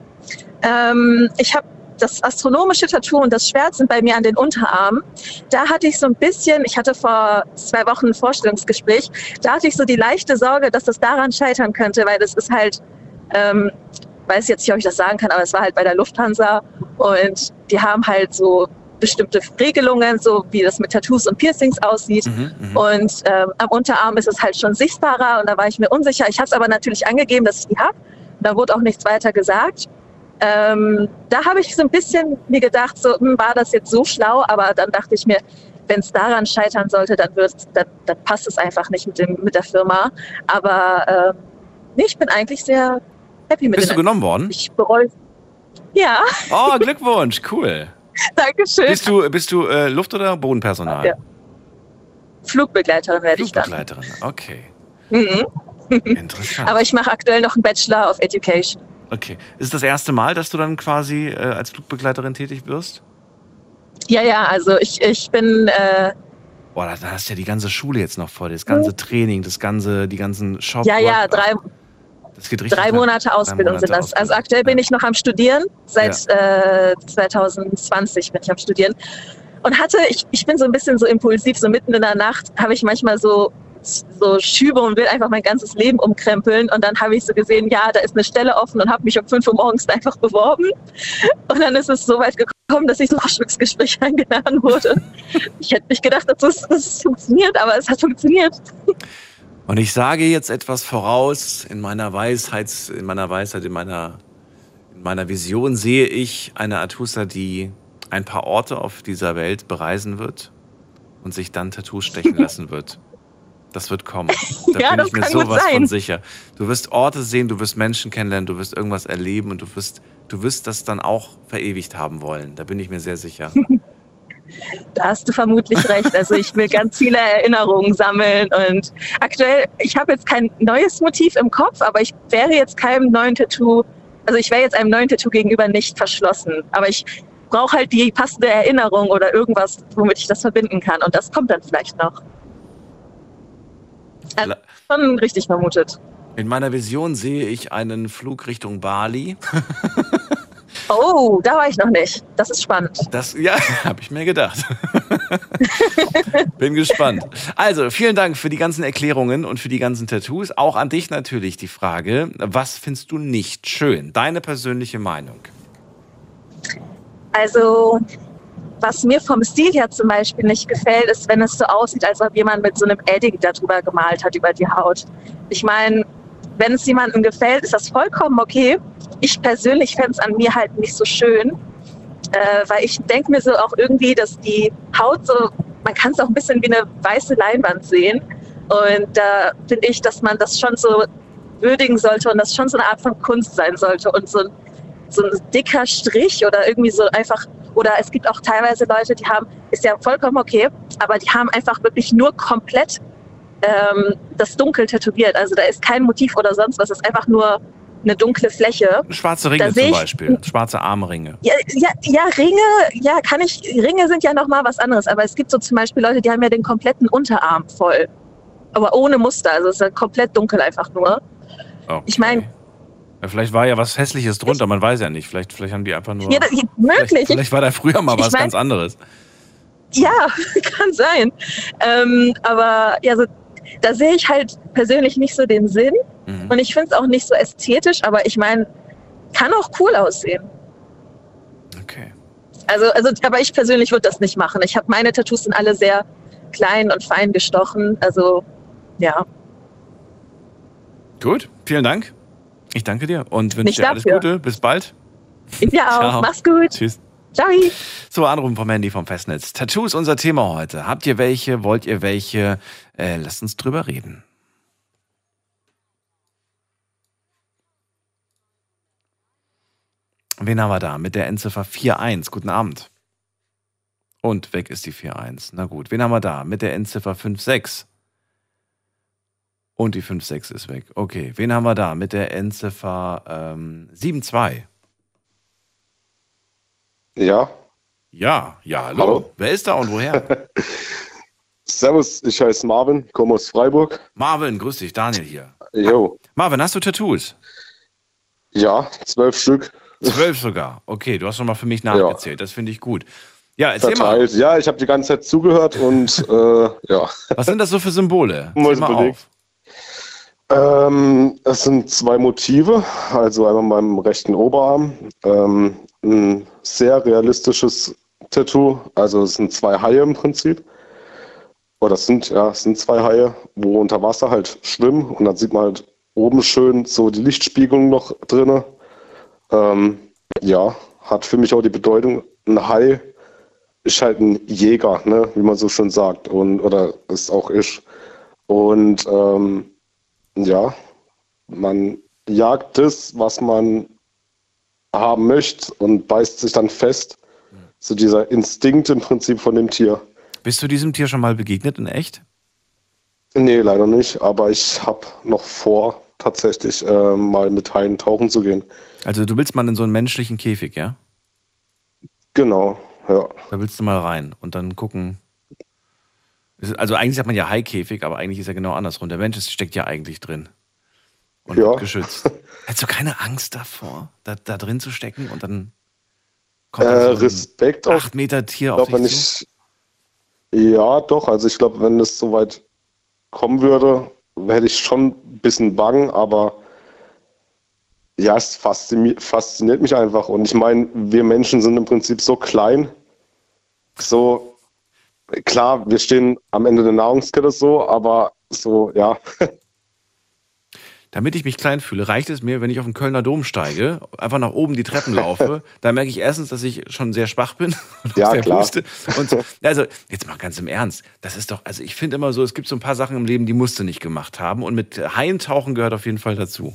Armen. Ich habe das astronomische Tattoo und das Schwert sind bei mir an den Unterarmen. Da hatte ich so ein bisschen, ich hatte vor 2 Wochen ein Vorstellungsgespräch, da hatte ich so die leichte Sorge, dass das daran scheitern könnte, weil das ist halt, weiß jetzt nicht, ob ich das sagen kann, aber es war halt bei der Lufthansa und die haben halt so bestimmte Regelungen, so wie das mit Tattoos und Piercings aussieht. Und am Unterarm ist es halt schon sichtbarer und da war ich mir unsicher. Ich habe es aber natürlich angegeben, dass ich die habe. Da wurde auch nichts weiter gesagt. Da habe ich so ein bisschen mir gedacht, so war das jetzt so schlau, aber dann dachte ich mir, wenn es daran scheitern sollte, dann passt es einfach nicht mit der Firma. Aber ich bin eigentlich sehr happy mit Bist du genommen worden? Ich bereue. Ja. Oh, Glückwunsch, cool. Dankeschön. Bist du Luft- oder Bodenpersonal? Ja. Flugbegleiterin werde ich dann. Flugbegleiterin, okay. Mhm. Interessant. Aber ich mache aktuell noch einen Bachelor of Education. Okay. Ist es das erste Mal, dass du dann quasi als Flugbegleiterin tätig wirst? Ja, also ich bin... Boah, da hast du ja die ganze Schule jetzt noch vor dir, das ganze Training, die ganzen Shops. Ja, das geht richtig 3 Monate Ausbildung sind das. Also aktuell bin ich noch am Studieren, seit 2020 bin ich am Studieren. Und ich bin so ein bisschen so impulsiv, so mitten in der Nacht habe ich manchmal so Schübe und will einfach mein ganzes Leben umkrempeln. Und dann habe ich so gesehen, ja, da ist eine Stelle offen und habe mich um 5 Uhr morgens einfach beworben. Und dann ist es so weit gekommen, dass ich zum Vorstellungsgespräch eingeladen wurde. Ich hätte nicht gedacht, dass es funktioniert, aber es hat funktioniert. Und ich sage jetzt etwas voraus, in meiner Vision sehe ich eine Atusa, die ein paar Orte auf dieser Welt bereisen wird und sich dann Tattoos stechen lassen wird. Das wird kommen. Da Ja, bin das ich mir kann gut sowas sein. von sicher. Du wirst Orte sehen, du wirst Menschen kennenlernen, du wirst irgendwas erleben und du wirst das dann auch verewigt haben wollen. Da bin ich mir sehr sicher. Da hast du vermutlich recht. Also ich will ganz viele Erinnerungen sammeln und aktuell, ich habe jetzt kein neues Motiv im Kopf, aber ich wäre jetzt einem neuen Tattoo gegenüber nicht verschlossen. Aber ich brauche halt die passende Erinnerung oder irgendwas, womit ich das verbinden kann. Und das kommt dann vielleicht noch. Also, schon richtig vermutet. In meiner Vision sehe ich einen Flug Richtung Bali. Oh, da war ich noch nicht. Das ist spannend. Ja, habe ich mir gedacht. Bin gespannt. Also, vielen Dank für die ganzen Erklärungen und für die ganzen Tattoos. Auch an dich natürlich die Frage, was findest du nicht schön? Deine persönliche Meinung. Also, was mir vom Stil her zum Beispiel nicht gefällt, ist, wenn es so aussieht, als ob jemand mit so einem Edding darüber gemalt hat, über die Haut. Ich meine, wenn es jemandem gefällt, ist das vollkommen okay. Ich persönlich fände es an mir halt nicht so schön, weil ich denke mir so auch irgendwie, dass die Haut so, man kann es auch ein bisschen wie eine weiße Leinwand sehen. Und da finde ich, dass man das schon so würdigen sollte und das schon so eine Art von Kunst sein sollte. Und so ein dicker Strich oder irgendwie so einfach, oder es gibt auch teilweise Leute, die haben, ist ja vollkommen okay, aber die haben einfach wirklich nur komplett das Dunkel tätowiert. Also da ist kein Motiv oder sonst was, es ist einfach nur eine dunkle Fläche. Schwarze Ringe zum Beispiel, schwarze Armringe. Ja, Ringe, ja, Ringe sind ja nochmal was anderes, aber es gibt so zum Beispiel Leute, die haben ja den kompletten Unterarm voll, aber ohne Muster, also es ist ja komplett dunkel einfach nur. Okay. Ich meine, ja, vielleicht war ja was Hässliches drunter, man weiß ja nicht. Vielleicht haben die einfach nur... Ja, möglich. Vielleicht war da früher mal was ganz anderes. Ja, kann sein. Aber ja, so, da sehe ich halt persönlich nicht so den Sinn. Und ich finde es auch nicht so ästhetisch, aber ich meine, kann auch cool aussehen. Okay. Also, aber ich persönlich würde das nicht machen. Meine Tattoos sind alle sehr klein und fein gestochen. Also, ja. Gut, vielen Dank. Ich danke dir und wünsche dir alles Gute. Bis bald. Ja auch. Ciao. Mach's gut. Tschüss. Ciao. So, Anrufen vom Handy vom Festnetz. Tattoos, unser Thema heute. Habt ihr welche? Wollt ihr welche? Lasst uns drüber reden. Wen haben wir da? Mit der Endziffer 41. Guten Abend. Und weg ist die 41. Na gut. Wen haben wir da? Mit der Endziffer 56. Und die 5,6 ist weg. Okay, wen haben wir da mit der Endziffer 7,2? Ja. Ja, hallo. Wer ist da und woher? Servus, ich heiße Marvin, komme aus Freiburg. Marvin, grüß dich, Daniel hier. Jo. Marvin, hast du Tattoos? Ja, 12 Stück. 12 sogar. Okay, du hast schon mal für mich nachgezählt, das finde ich gut. Ja, erzähl verteilt. Mal. Ja, ich habe die ganze Zeit zugehört und ja. Was sind das so für Symbole? Mal auf. Es sind 2 Motive, also einmal beim rechten Oberarm, ein sehr realistisches Tattoo, also es sind 2 Haie im Prinzip, oder es sind 2 Haie, wo unter Wasser halt schwimmen und dann sieht man halt oben schön so die Lichtspiegelung noch drinne. Ja, hat für mich auch die Bedeutung, ein Hai ist halt ein Jäger, ne, wie man so schön sagt, oder es auch ist. Und ja, man jagt das, was man haben möchte und beißt sich dann fest. So dieser Instinkt im Prinzip von dem Tier. Bist du diesem Tier schon mal begegnet in echt? Nee, leider nicht, aber ich habe noch vor, tatsächlich mal mit Haien tauchen zu gehen. Also du willst mal in so einen menschlichen Käfig, ja? Genau, ja. Da willst du mal rein und dann gucken. Also eigentlich sagt man ja Haikäfig, aber eigentlich ist ja genau andersrum. Der Mensch steckt ja eigentlich drin und wird geschützt. Hättest du keine Angst davor, da drin zu stecken und dann kommt so ein Respekt 8 Meter Tier auf dich zu? Ja, doch. Also ich glaube, wenn es so weit kommen würde, hätte ich schon ein bisschen Bang, aber ja, es fasziniert mich einfach. Und ich meine, wir Menschen sind im Prinzip so klein, klar, wir stehen am Ende der Nahrungskette so, aber so, ja, Damit ich mich klein fühle, reicht es mir, wenn ich auf den Kölner Dom steige, einfach nach oben die Treppen laufe. Da merke ich erstens, dass ich schon sehr schwach bin. Und Ja, sehr klar. puste. Und also, jetzt mal ganz im Ernst. Das ist doch, also ich finde immer so, es gibt so ein paar Sachen im Leben, die musst du nicht gemacht haben. Und mit Haientauchen gehört auf jeden Fall dazu.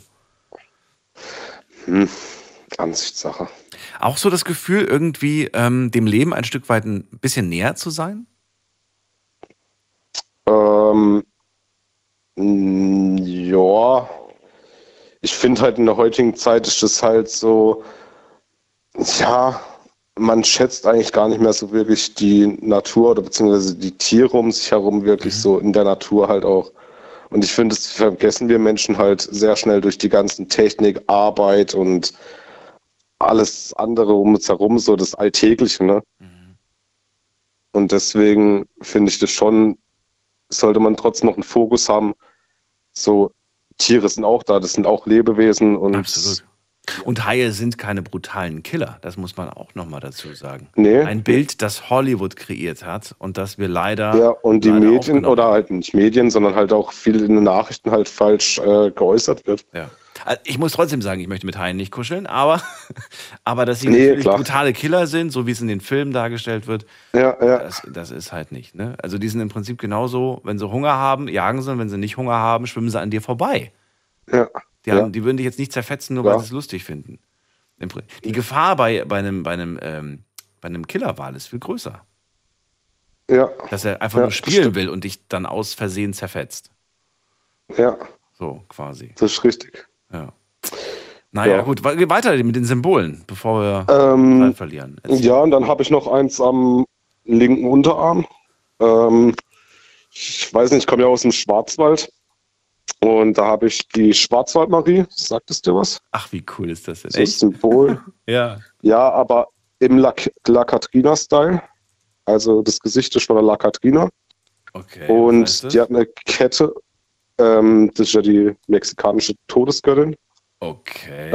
Ansichtssache. Auch so das Gefühl, irgendwie dem Leben ein Stück weit ein bisschen näher zu sein? Ja, ich finde halt in der heutigen Zeit ist das halt so, ja, man schätzt eigentlich gar nicht mehr so wirklich die Natur oder beziehungsweise die Tiere um sich herum wirklich so in der Natur halt auch. Und ich finde, das vergessen wir Menschen halt sehr schnell durch die ganzen Technik, Arbeit und alles andere um uns herum, so das Alltägliche, ne? Und deswegen finde ich das schon, sollte man trotzdem noch einen Fokus haben. So, Tiere sind auch da, das sind auch Lebewesen und Absolut. Und Haie sind keine brutalen Killer, das muss man auch nochmal dazu sagen. nee, Ein Bild, das Hollywood kreiert hat und das wir leider. ja, und die leider Medien aufgenommen oder haben. halt nicht Medien, sondern halt auch viel in den Nachrichten halt falsch geäußert wird. Ja. Also ich muss trotzdem sagen, ich möchte mit Haien nicht kuscheln, aber dass sie Nee, natürlich klar. brutale Killer sind, so wie es in den Filmen dargestellt wird, Ja, ja, das ist halt nicht. Ne? Also die sind im Prinzip genauso, wenn sie Hunger haben, jagen sie, und wenn sie nicht Hunger haben, schwimmen sie an dir vorbei. ja. Die würden dich jetzt nicht zerfetzen, nur weil Ja. sie es lustig finden. Die Gefahr bei einem Killerwal ist viel größer. Ja, Dass er einfach Ja, nur das spielen stimmt. will und dich dann aus Versehen zerfetzt. ja, So quasi. das ist richtig. Ja. Naja, Ja. gut, weiter mit den Symbolen, bevor wir Zeit verlieren. Erzähl. Ja, und dann habe ich noch eins am linken Unterarm. Ich weiß nicht, ich komme ja aus dem Schwarzwald. Und da habe ich die Schwarzwaldmarie. Sagt es dir was? Ach, wie cool ist das denn? So ein Echt? Symbol. Ja. Ja, aber im La Katrina-Style. Also das Gesicht ist von der La Katrina. Okay. Und was heißt das? die hat eine Kette. Das ist ja die mexikanische Todesgöttin. Okay.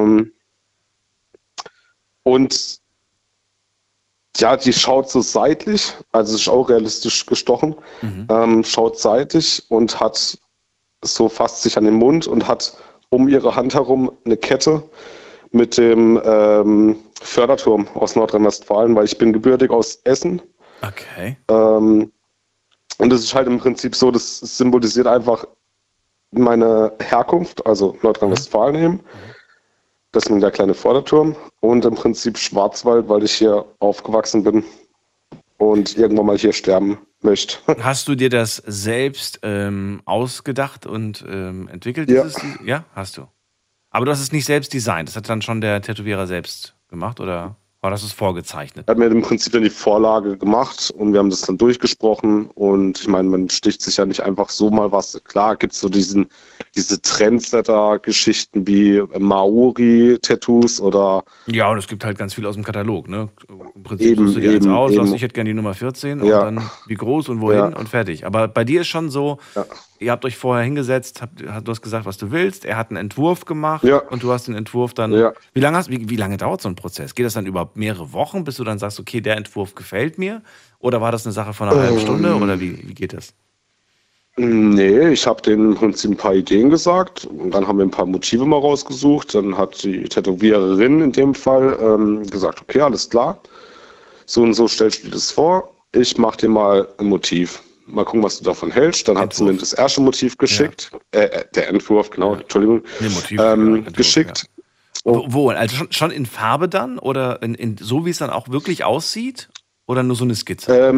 Und ja, die schaut so seitlich, also ist auch realistisch gestochen, schaut seitlich und hat so fasst sich an den Mund und hat um ihre Hand herum eine Kette mit dem Förderturm aus Nordrhein-Westfalen, weil ich bin gebürtig aus Essen. Okay. Und das ist halt im Prinzip so, das symbolisiert einfach meine Herkunft, also Nordrhein-Westfalen eben. Deswegen der kleine Vorderturm und im Prinzip Schwarzwald, weil ich hier aufgewachsen bin und irgendwann mal hier sterben möchte. Hast du dir das selbst ausgedacht und entwickelt? Ja. Ja, hast du. Aber du hast es nicht selbst designt. Das hat dann schon der Tätowierer selbst gemacht oder war das vorgezeichnet? Er hat mir im Prinzip dann die Vorlage gemacht und wir haben das dann durchgesprochen und ich meine, man sticht sich ja nicht einfach so mal was. Klar gibt es so diese Trendsetter-Geschichten wie Maori-Tattoos oder Ja, und es gibt halt ganz viel aus dem Katalog. Ne? Im Prinzip suchst du dir eins eben, aus, eben. sagst, ich hätte gerne die Nummer 14 und Ja. dann wie groß und wohin Ja. und fertig. Aber bei dir ist schon so, ihr habt euch vorher hingesetzt, du hast gesagt, was du willst, er hat einen Entwurf gemacht Ja. und du hast den Entwurf dann. Ja. Wie lange dauert so ein Prozess? Geht das dann über mehrere Wochen, bis du dann sagst, okay, der Entwurf gefällt mir? Oder war das eine Sache von einer halben Stunde? Oder wie geht das? Nee, ich habe denen im Prinzip ein paar Ideen gesagt und dann haben wir ein paar Motive mal rausgesucht. Dann hat die Tätowiererin in dem Fall gesagt, okay, alles klar, so und so stellst du dir das vor, ich mache dir mal ein Motiv. Mal gucken, was du davon hältst. Dann hat sie mir das erste Motiv geschickt, der Entwurf, genau, Entschuldigung, Nee, Motiv, Entwurf, geschickt. Wo? Also schon in Farbe dann? Oder in so, wie es dann auch wirklich aussieht? Oder nur so eine Skizze?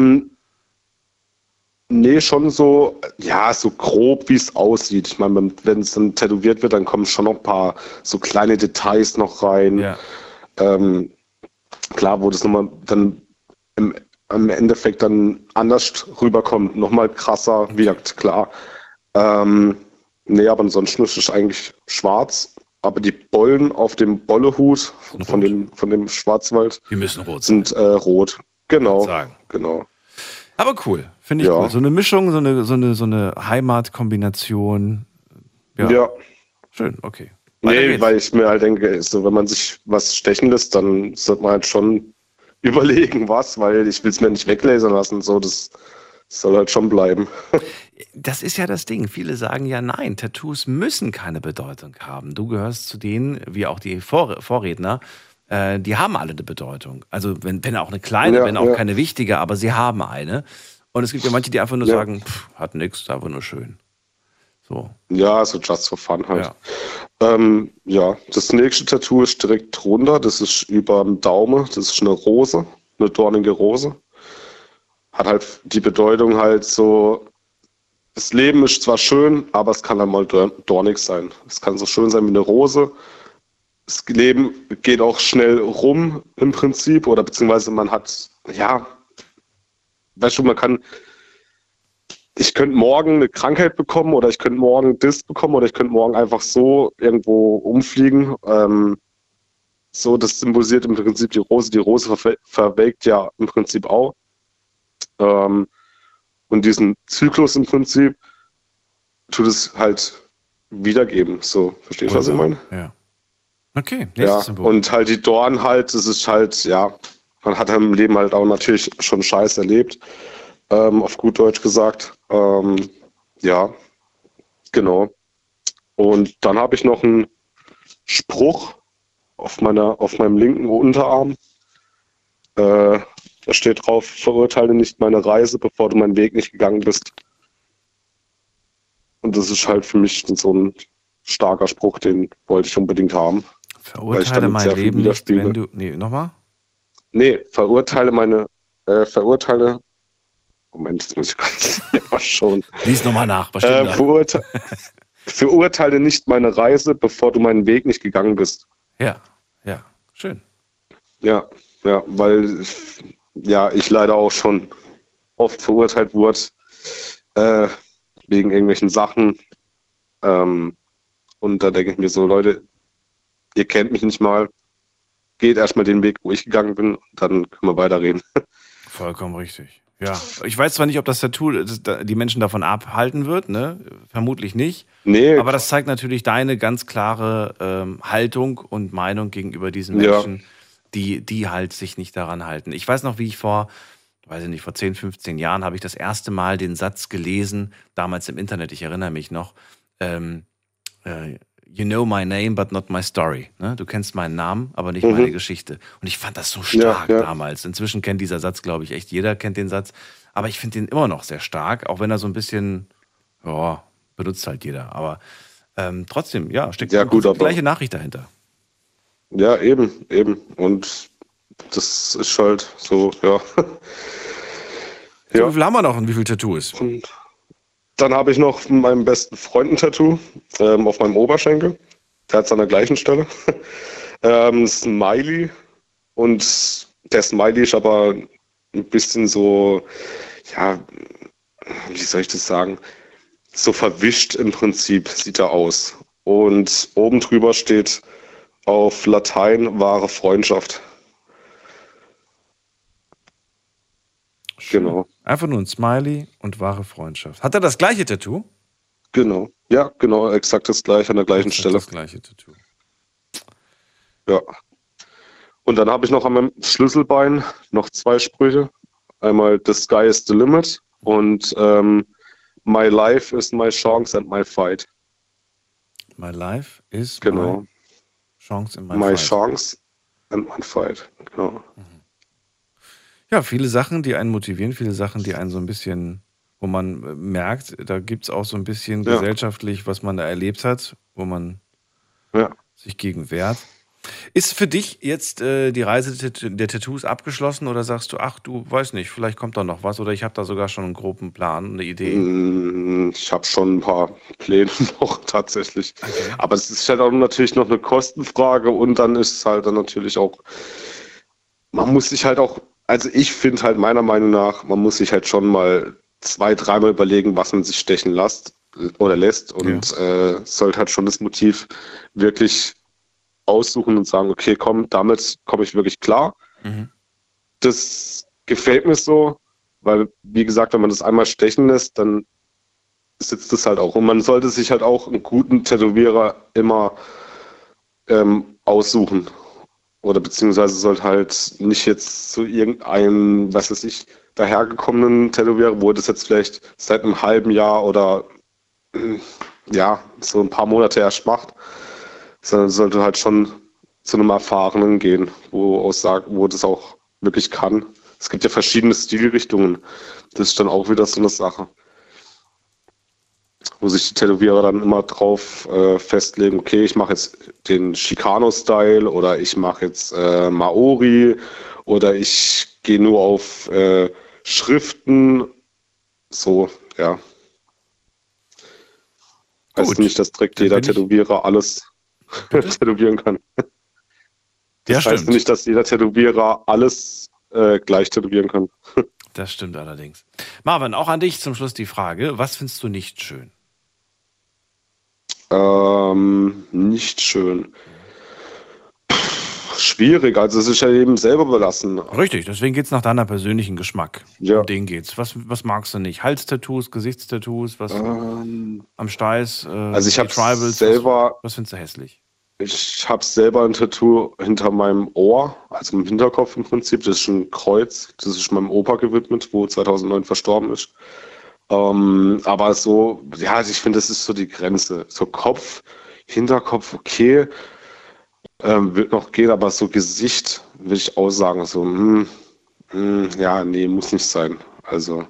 Nee, schon so, ja, so grob, wie es aussieht. Ich meine, wenn es dann tätowiert wird, dann kommen schon noch ein paar so kleine Details noch rein. Ja. Klar, wo das nochmal dann im Endeffekt dann anders rüberkommt, nochmal krasser wirkt, klar. Nee, aber ansonsten ist es eigentlich schwarz. Aber die Bollen auf dem Bollehut von dem Schwarzwald Die müssen rot sein. sind rot. Genau, Sagen. genau. Aber cool, finde ich Ja. cool. So eine Mischung, so eine Heimatkombination. Ja. Schön, okay. Weiter Nee, geht's. weil ich mir halt denke, so, wenn man sich was stechen lässt, dann sollte man halt schon überlegen, was, weil ich will es mir nicht weglasern lassen. So, das soll halt schon bleiben. Das ist ja das Ding. Viele sagen ja, nein, Tattoos müssen keine Bedeutung haben. Du gehörst zu denen, wie auch die Vorredner, die haben alle eine Bedeutung. Also wenn auch eine kleine, wenn auch keine wichtige, aber sie haben eine. Und es gibt ja manche, die einfach nur sagen, hat nichts, einfach nur schön. So. Ja, so just for fun halt. Ja. Das nächste Tattoo ist direkt drunter. Das ist über dem Daumen. Das ist eine Rose, eine dornige Rose. Hat halt die Bedeutung halt so, das Leben ist zwar schön, aber es kann dann mal dornig sein. Es kann so schön sein wie eine Rose. Das Leben geht auch schnell rum im Prinzip, oder beziehungsweise man hat, ja, weißt du, ich könnte morgen eine Krankheit bekommen oder ich könnte morgen das bekommen oder ich könnte morgen einfach so irgendwo umfliegen. So, das symbolisiert im Prinzip die Rose. Die Rose verwelkt ja im Prinzip auch. Und diesen Zyklus im Prinzip tut es halt wiedergeben. So, verstehst du, was ich meine? Ja. Okay, ja, Symbol. und halt die Dornen halt, das ist halt, ja, man hat im Leben halt auch natürlich schon Scheiß erlebt, auf gut Deutsch gesagt. Ja, genau. Und dann habe ich noch einen Spruch auf meinem linken Unterarm. Da steht drauf: Verurteile nicht meine Reise, bevor du meinen Weg nicht gegangen bist. Und das ist halt für mich so ein starker Spruch, den wollte ich unbedingt haben. Verurteile mein Leben nicht, wenn du... Nee, nochmal? Nee, verurteile... Moment, das muss ich ganz selber schon. Lies nochmal nach. Verurteile nicht meine Reise, bevor du meinen Weg nicht gegangen bist. Ja, schön. Ja, weil ich leider auch schon oft verurteilt wurde wegen irgendwelchen Sachen. Und da denke ich mir so, Leute, ihr kennt mich nicht mal, geht erstmal den Weg, wo ich gegangen bin, dann können wir weiterreden. Vollkommen richtig. Ja, ich weiß zwar nicht, ob das Tattoo die Menschen davon abhalten wird, ne? Vermutlich nicht. Nee. Aber das zeigt natürlich deine ganz klare Haltung und Meinung gegenüber diesen Menschen, die halt sich nicht daran halten. Ich weiß noch, wie ich vor 10, 15 Jahren habe ich das erste Mal den Satz gelesen, damals im Internet, ich erinnere mich noch, you know my name, but not my story. Ne? Du kennst meinen Namen, aber nicht meine Geschichte. Und ich fand das so stark damals. Inzwischen kennt dieser Satz, glaube ich, echt jeder kennt den Satz. Aber ich finde den immer noch sehr stark, auch wenn er so ein bisschen, benutzt halt jeder. Aber trotzdem, steckt die gleiche Nachricht dahinter. Ja, eben. Und das ist halt so, ja. So, wie viel haben wir noch und wie viel Tattoos? Und dann habe ich noch meinen besten Freund ein Tattoo auf meinem Oberschenkel. Der hat es an der gleichen Stelle. Smiley. Und der Smiley ist aber ein bisschen so, wie soll ich das sagen? So verwischt im Prinzip sieht er aus. Und oben drüber steht auf Latein wahre Freundschaft. Schön. Genau. Einfach nur ein Smiley und wahre Freundschaft. Hat er das gleiche Tattoo? Genau. Ja, genau, exakt das gleiche an der gleichen Stelle. Das gleiche Tattoo. Ja. Und dann habe ich noch an meinem Schlüsselbein noch 2 Sprüche. Einmal The sky is the limit und My life is my chance and my fight. My life is genau. my chance and my chance and my fight. Genau. Ja, viele Sachen, die einen motivieren, viele Sachen, die einen so ein bisschen, wo man merkt, da gibt es auch so ein bisschen gesellschaftlich, was man da erlebt hat, wo man sich gegen wehrt. Ist für dich jetzt die Reise der Tattoos abgeschlossen oder sagst du, ach du, weiß nicht, vielleicht kommt da noch was oder ich habe da sogar schon einen groben Plan, eine Idee? Ich habe schon ein paar Pläne noch tatsächlich. Okay. Aber es ist halt auch natürlich noch eine Kostenfrage und dann ist es halt dann natürlich auch, man muss sich halt auch, also ich finde halt meiner Meinung nach, man muss sich halt schon mal 2-3 Mal überlegen, was man sich stechen lässt und sollte halt schon das Motiv wirklich aussuchen und sagen, okay, komm, damit komme ich wirklich klar. Mhm. Das gefällt mir so, weil, wie gesagt, wenn man das einmal stechen lässt, dann sitzt es halt auch. Und man sollte sich halt auch einen guten Tätowierer immer aussuchen. oder beziehungsweise sollte halt nicht jetzt zu irgendeinem, was weiß ich, dahergekommenen Tätowierer, wo das jetzt vielleicht seit einem halben Jahr oder ja, so ein paar Monate erst macht, sondern sollte halt schon zu einem Erfahrenen gehen, wo das auch wirklich kann. Es gibt ja verschiedene Stilrichtungen. Das ist dann auch wieder so eine Sache, wo sich die Tätowierer dann immer drauf festlegen, okay, ich mache jetzt den Chicano-Style oder ich mache jetzt Maori oder ich gehe nur auf Schriften. So, ja. Heißt Gut. nicht, dass direkt jeder Tätowierer alles tätowieren kann. Das Ja, heißt stimmt. nicht, dass jeder Tätowierer alles gleich tätowieren kann. Das stimmt allerdings. Marvin, auch an dich zum Schluss die Frage, was findest du nicht schön? Nicht schön. Schwierig, also es ist ja eben selber überlassen. Richtig, deswegen geht's nach deiner persönlichen Geschmack. Ja. Um den geht's. Was magst du nicht? Halstattoos, Gesichtstattoos, was am Steiß, Also ich die habe Tribals, selber, was findest du hässlich? ich habe selber ein Tattoo hinter meinem Ohr, also im Hinterkopf im Prinzip. Das ist ein Kreuz, das ist meinem Opa gewidmet, wo 2009 verstorben ist. Aber so, ja, also ich finde, das ist so die Grenze. So Kopf, Hinterkopf, okay, wird noch gehen, aber so Gesicht würde ich auch sagen, so, ja, nee, muss nicht sein. Also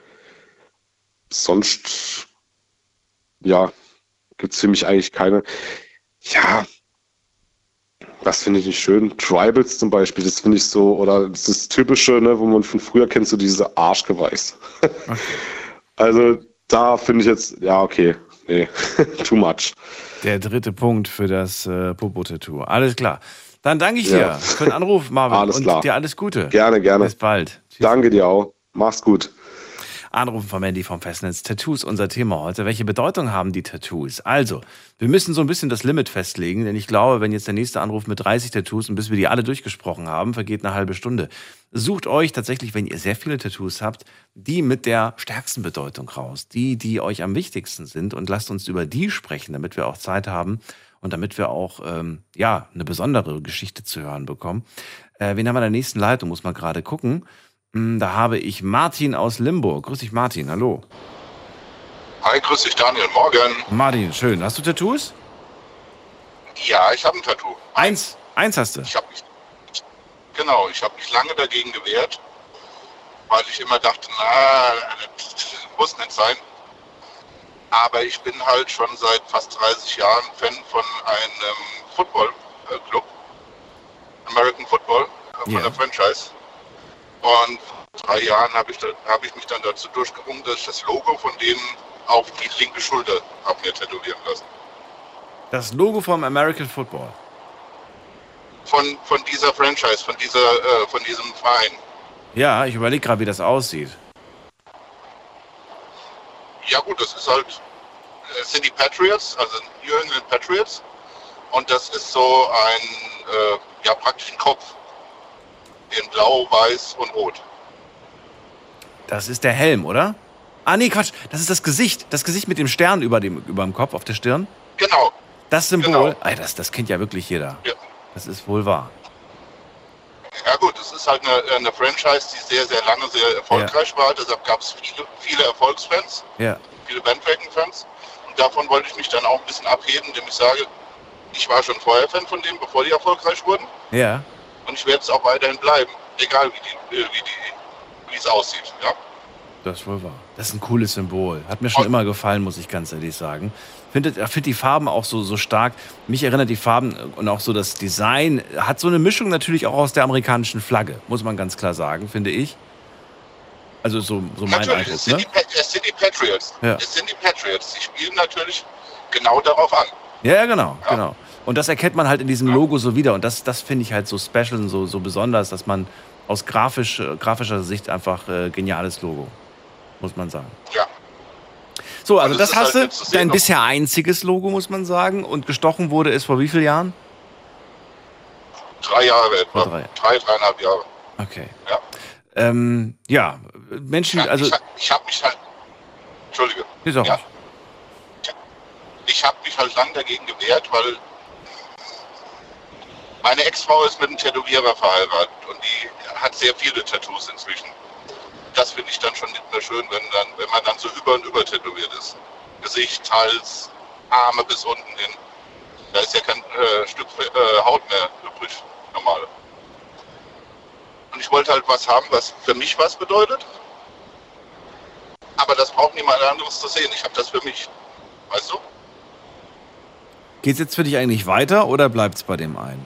sonst, ja, gibt es für mich eigentlich keine. Ja, das finde ich nicht schön. Tribals zum Beispiel, das finde ich so, oder das ist das Typische, ne, wo man von früher kennt, so diese Arschgeweiß. Okay. Also da finde ich jetzt, ja, okay, nee, too much. Der dritte Punkt für das Popo-Tattoo. Alles klar. Dann danke ich dir Ja. für den Anruf, Marvin. Alles und klar. dir alles Gute. Gerne, gerne. Bis bald. Tschüss. Danke dir auch. Mach's gut. Anrufen von Mandy vom Festnetz. Tattoos, unser Thema heute. Welche Bedeutung haben die Tattoos? Also, wir müssen so ein bisschen das Limit festlegen, denn ich glaube, wenn jetzt der nächste Anruf mit 30 Tattoos und bis wir die alle durchgesprochen haben, vergeht eine halbe Stunde. Sucht euch tatsächlich, wenn ihr sehr viele Tattoos habt, die mit der stärksten Bedeutung raus. Die euch am wichtigsten sind und lasst uns über die sprechen, damit wir auch Zeit haben und damit wir auch eine besondere Geschichte zu hören bekommen. Wen haben wir in der nächsten Leitung? Muss man gerade gucken. Da habe ich Martin aus Limburg. Grüß dich, Martin. Hallo. Hi, grüß dich, Daniel. Morgen. Martin, schön. Hast du Tattoos? Ja, ich habe ein Tattoo. Eins hast du. Ich habe mich lange dagegen gewehrt, weil ich immer dachte, das muss nicht sein. Aber ich bin halt schon seit fast 30 Jahren Fan von einem Football-Club, American Football, von der Franchise. Und vor 3 Jahren habe ich mich dann dazu durchgerungen, dass ich das Logo von denen auf die linke Schulter habe mir tätowieren lassen. Das Logo vom American Football. Von dieser Franchise, von diesem Verein. Ja, ich überlege gerade, wie das aussieht. Ja gut, das ist halt, es sind die Patriots, also New England Patriots. Und das ist so ein, praktisch ein Kopf. In Blau, Weiß und Rot. Das ist der Helm, oder? Ah, nee, Quatsch. Das ist das Gesicht. Das Gesicht mit dem Stern über dem Kopf auf der Stirn. Genau. Das Symbol. Genau. Das kennt ja wirklich jeder. Ja. Das ist wohl wahr. Ja gut, es ist halt eine Franchise, die sehr, sehr lange sehr erfolgreich war. Deshalb gab es viele Erfolgsfans, viele Bandwagon-Fans. Und davon wollte ich mich dann auch ein bisschen abheben, indem ich sage, ich war schon vorher Fan von denen, bevor die erfolgreich wurden. Ja. Und ich werde es auch weiterhin bleiben, egal wie es aussieht. Ja. Das ist wohl wahr. Das ist ein cooles Symbol. Hat mir schon immer gefallen, muss ich ganz ehrlich sagen. Finde die Farben auch so stark. Mich erinnert die Farben und auch so das Design. Hat so eine Mischung natürlich auch aus der amerikanischen Flagge, muss man ganz klar sagen, finde ich. Also so mein Natürlich, Eindruck, ne? es sind die Patriots. Ja. Es sind die Patriots. Die spielen natürlich genau darauf an. Ja, genau. Und das erkennt man halt in diesem Logo so wieder. Und das finde ich halt so special und so besonders, dass man aus grafischer Sicht einfach geniales Logo, muss man sagen. Ja. So, also das ist hast halt du, zu dein sehen, bisher einziges Logo, muss man sagen. Und gestochen wurde es vor wie vielen Jahren? 3 Jahre etwa. Vor 3. 3,5 Jahre. Okay. Ja. Menschen, Ja, also... Ich habe mich halt... Entschuldige. Ist auch Ja. nicht. Ich habe mich halt lang dagegen gewehrt, weil Meine Ex-Frau ist mit einem Tätowierer verheiratet und die hat sehr viele Tattoos inzwischen. Das finde ich dann schon nicht mehr schön, wenn man dann so über und über tätowiert ist. Gesicht, Hals, Arme bis unten hin. Da ist ja kein Stück Haut mehr übrig, normal. Und ich wollte halt was haben, was für mich was bedeutet. Aber das braucht niemand anderes zu sehen. Ich habe das für mich. Weißt du? Geht's jetzt für dich eigentlich weiter oder bleibt's bei dem einen?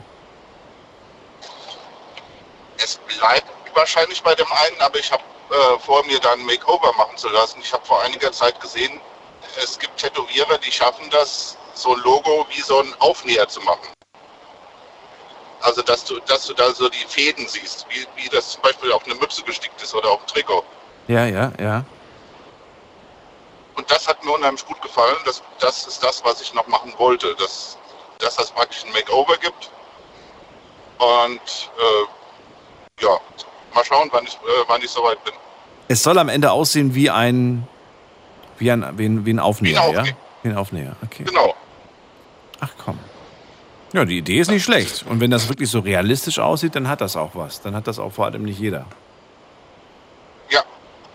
Es bleibt wahrscheinlich bei dem einen, aber ich habe vor, mir da ein Makeover machen zu lassen. Ich habe vor einiger Zeit gesehen, es gibt Tätowierer, die schaffen das, so ein Logo wie so ein Aufnäher zu machen. Also, dass du da so die Fäden siehst, wie das zum Beispiel auf eine Mütze gestickt ist oder auf ein Trikot. Ja. Und das hat mir unheimlich gut gefallen. Das ist das, was ich noch machen wollte. Dass das praktisch ein Makeover gibt. Und ja, mal schauen, wann ich soweit bin. Es soll am Ende aussehen wie ein Aufnäher, ja? Wie ein Aufnäher, okay. Genau. Ach komm. Ja, die Idee ist nicht schlecht. Und wenn das wirklich so realistisch aussieht, dann hat das auch was. Dann hat das auch vor allem nicht jeder. Ja.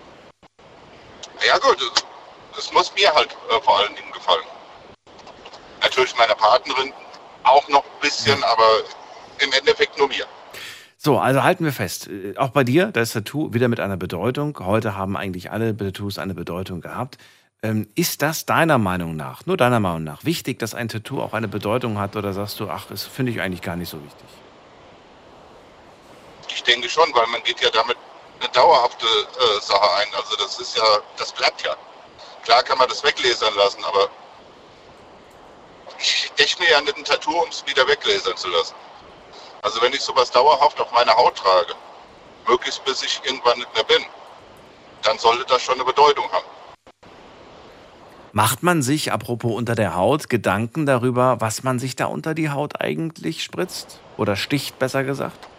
Ja gut, das muss mir halt vor allen Dingen gefallen. Natürlich meiner Partnerin auch noch ein bisschen, aber im Endeffekt nur mir. So, also halten wir fest. Auch bei dir, da ist Tattoo wieder mit einer Bedeutung. Heute haben eigentlich alle Tattoos eine Bedeutung gehabt. Ist das deiner Meinung nach, nur deiner Meinung nach, wichtig, dass ein Tattoo auch eine Bedeutung hat? Oder sagst du, ach, das finde ich eigentlich gar nicht so wichtig? Ich denke schon, weil man geht ja damit eine dauerhafte Sache ein. Also das bleibt ja. Klar kann man das weglasern lassen, aber ich steche mir ja nicht ein Tattoo, um es wieder weglasern zu lassen. Also wenn ich sowas dauerhaft auf meiner Haut trage, möglichst bis ich irgendwann nicht mehr bin, dann sollte das schon eine Bedeutung haben. Macht man sich, apropos unter der Haut, Gedanken darüber, was man sich da unter die Haut eigentlich spritzt? Oder sticht, besser gesagt?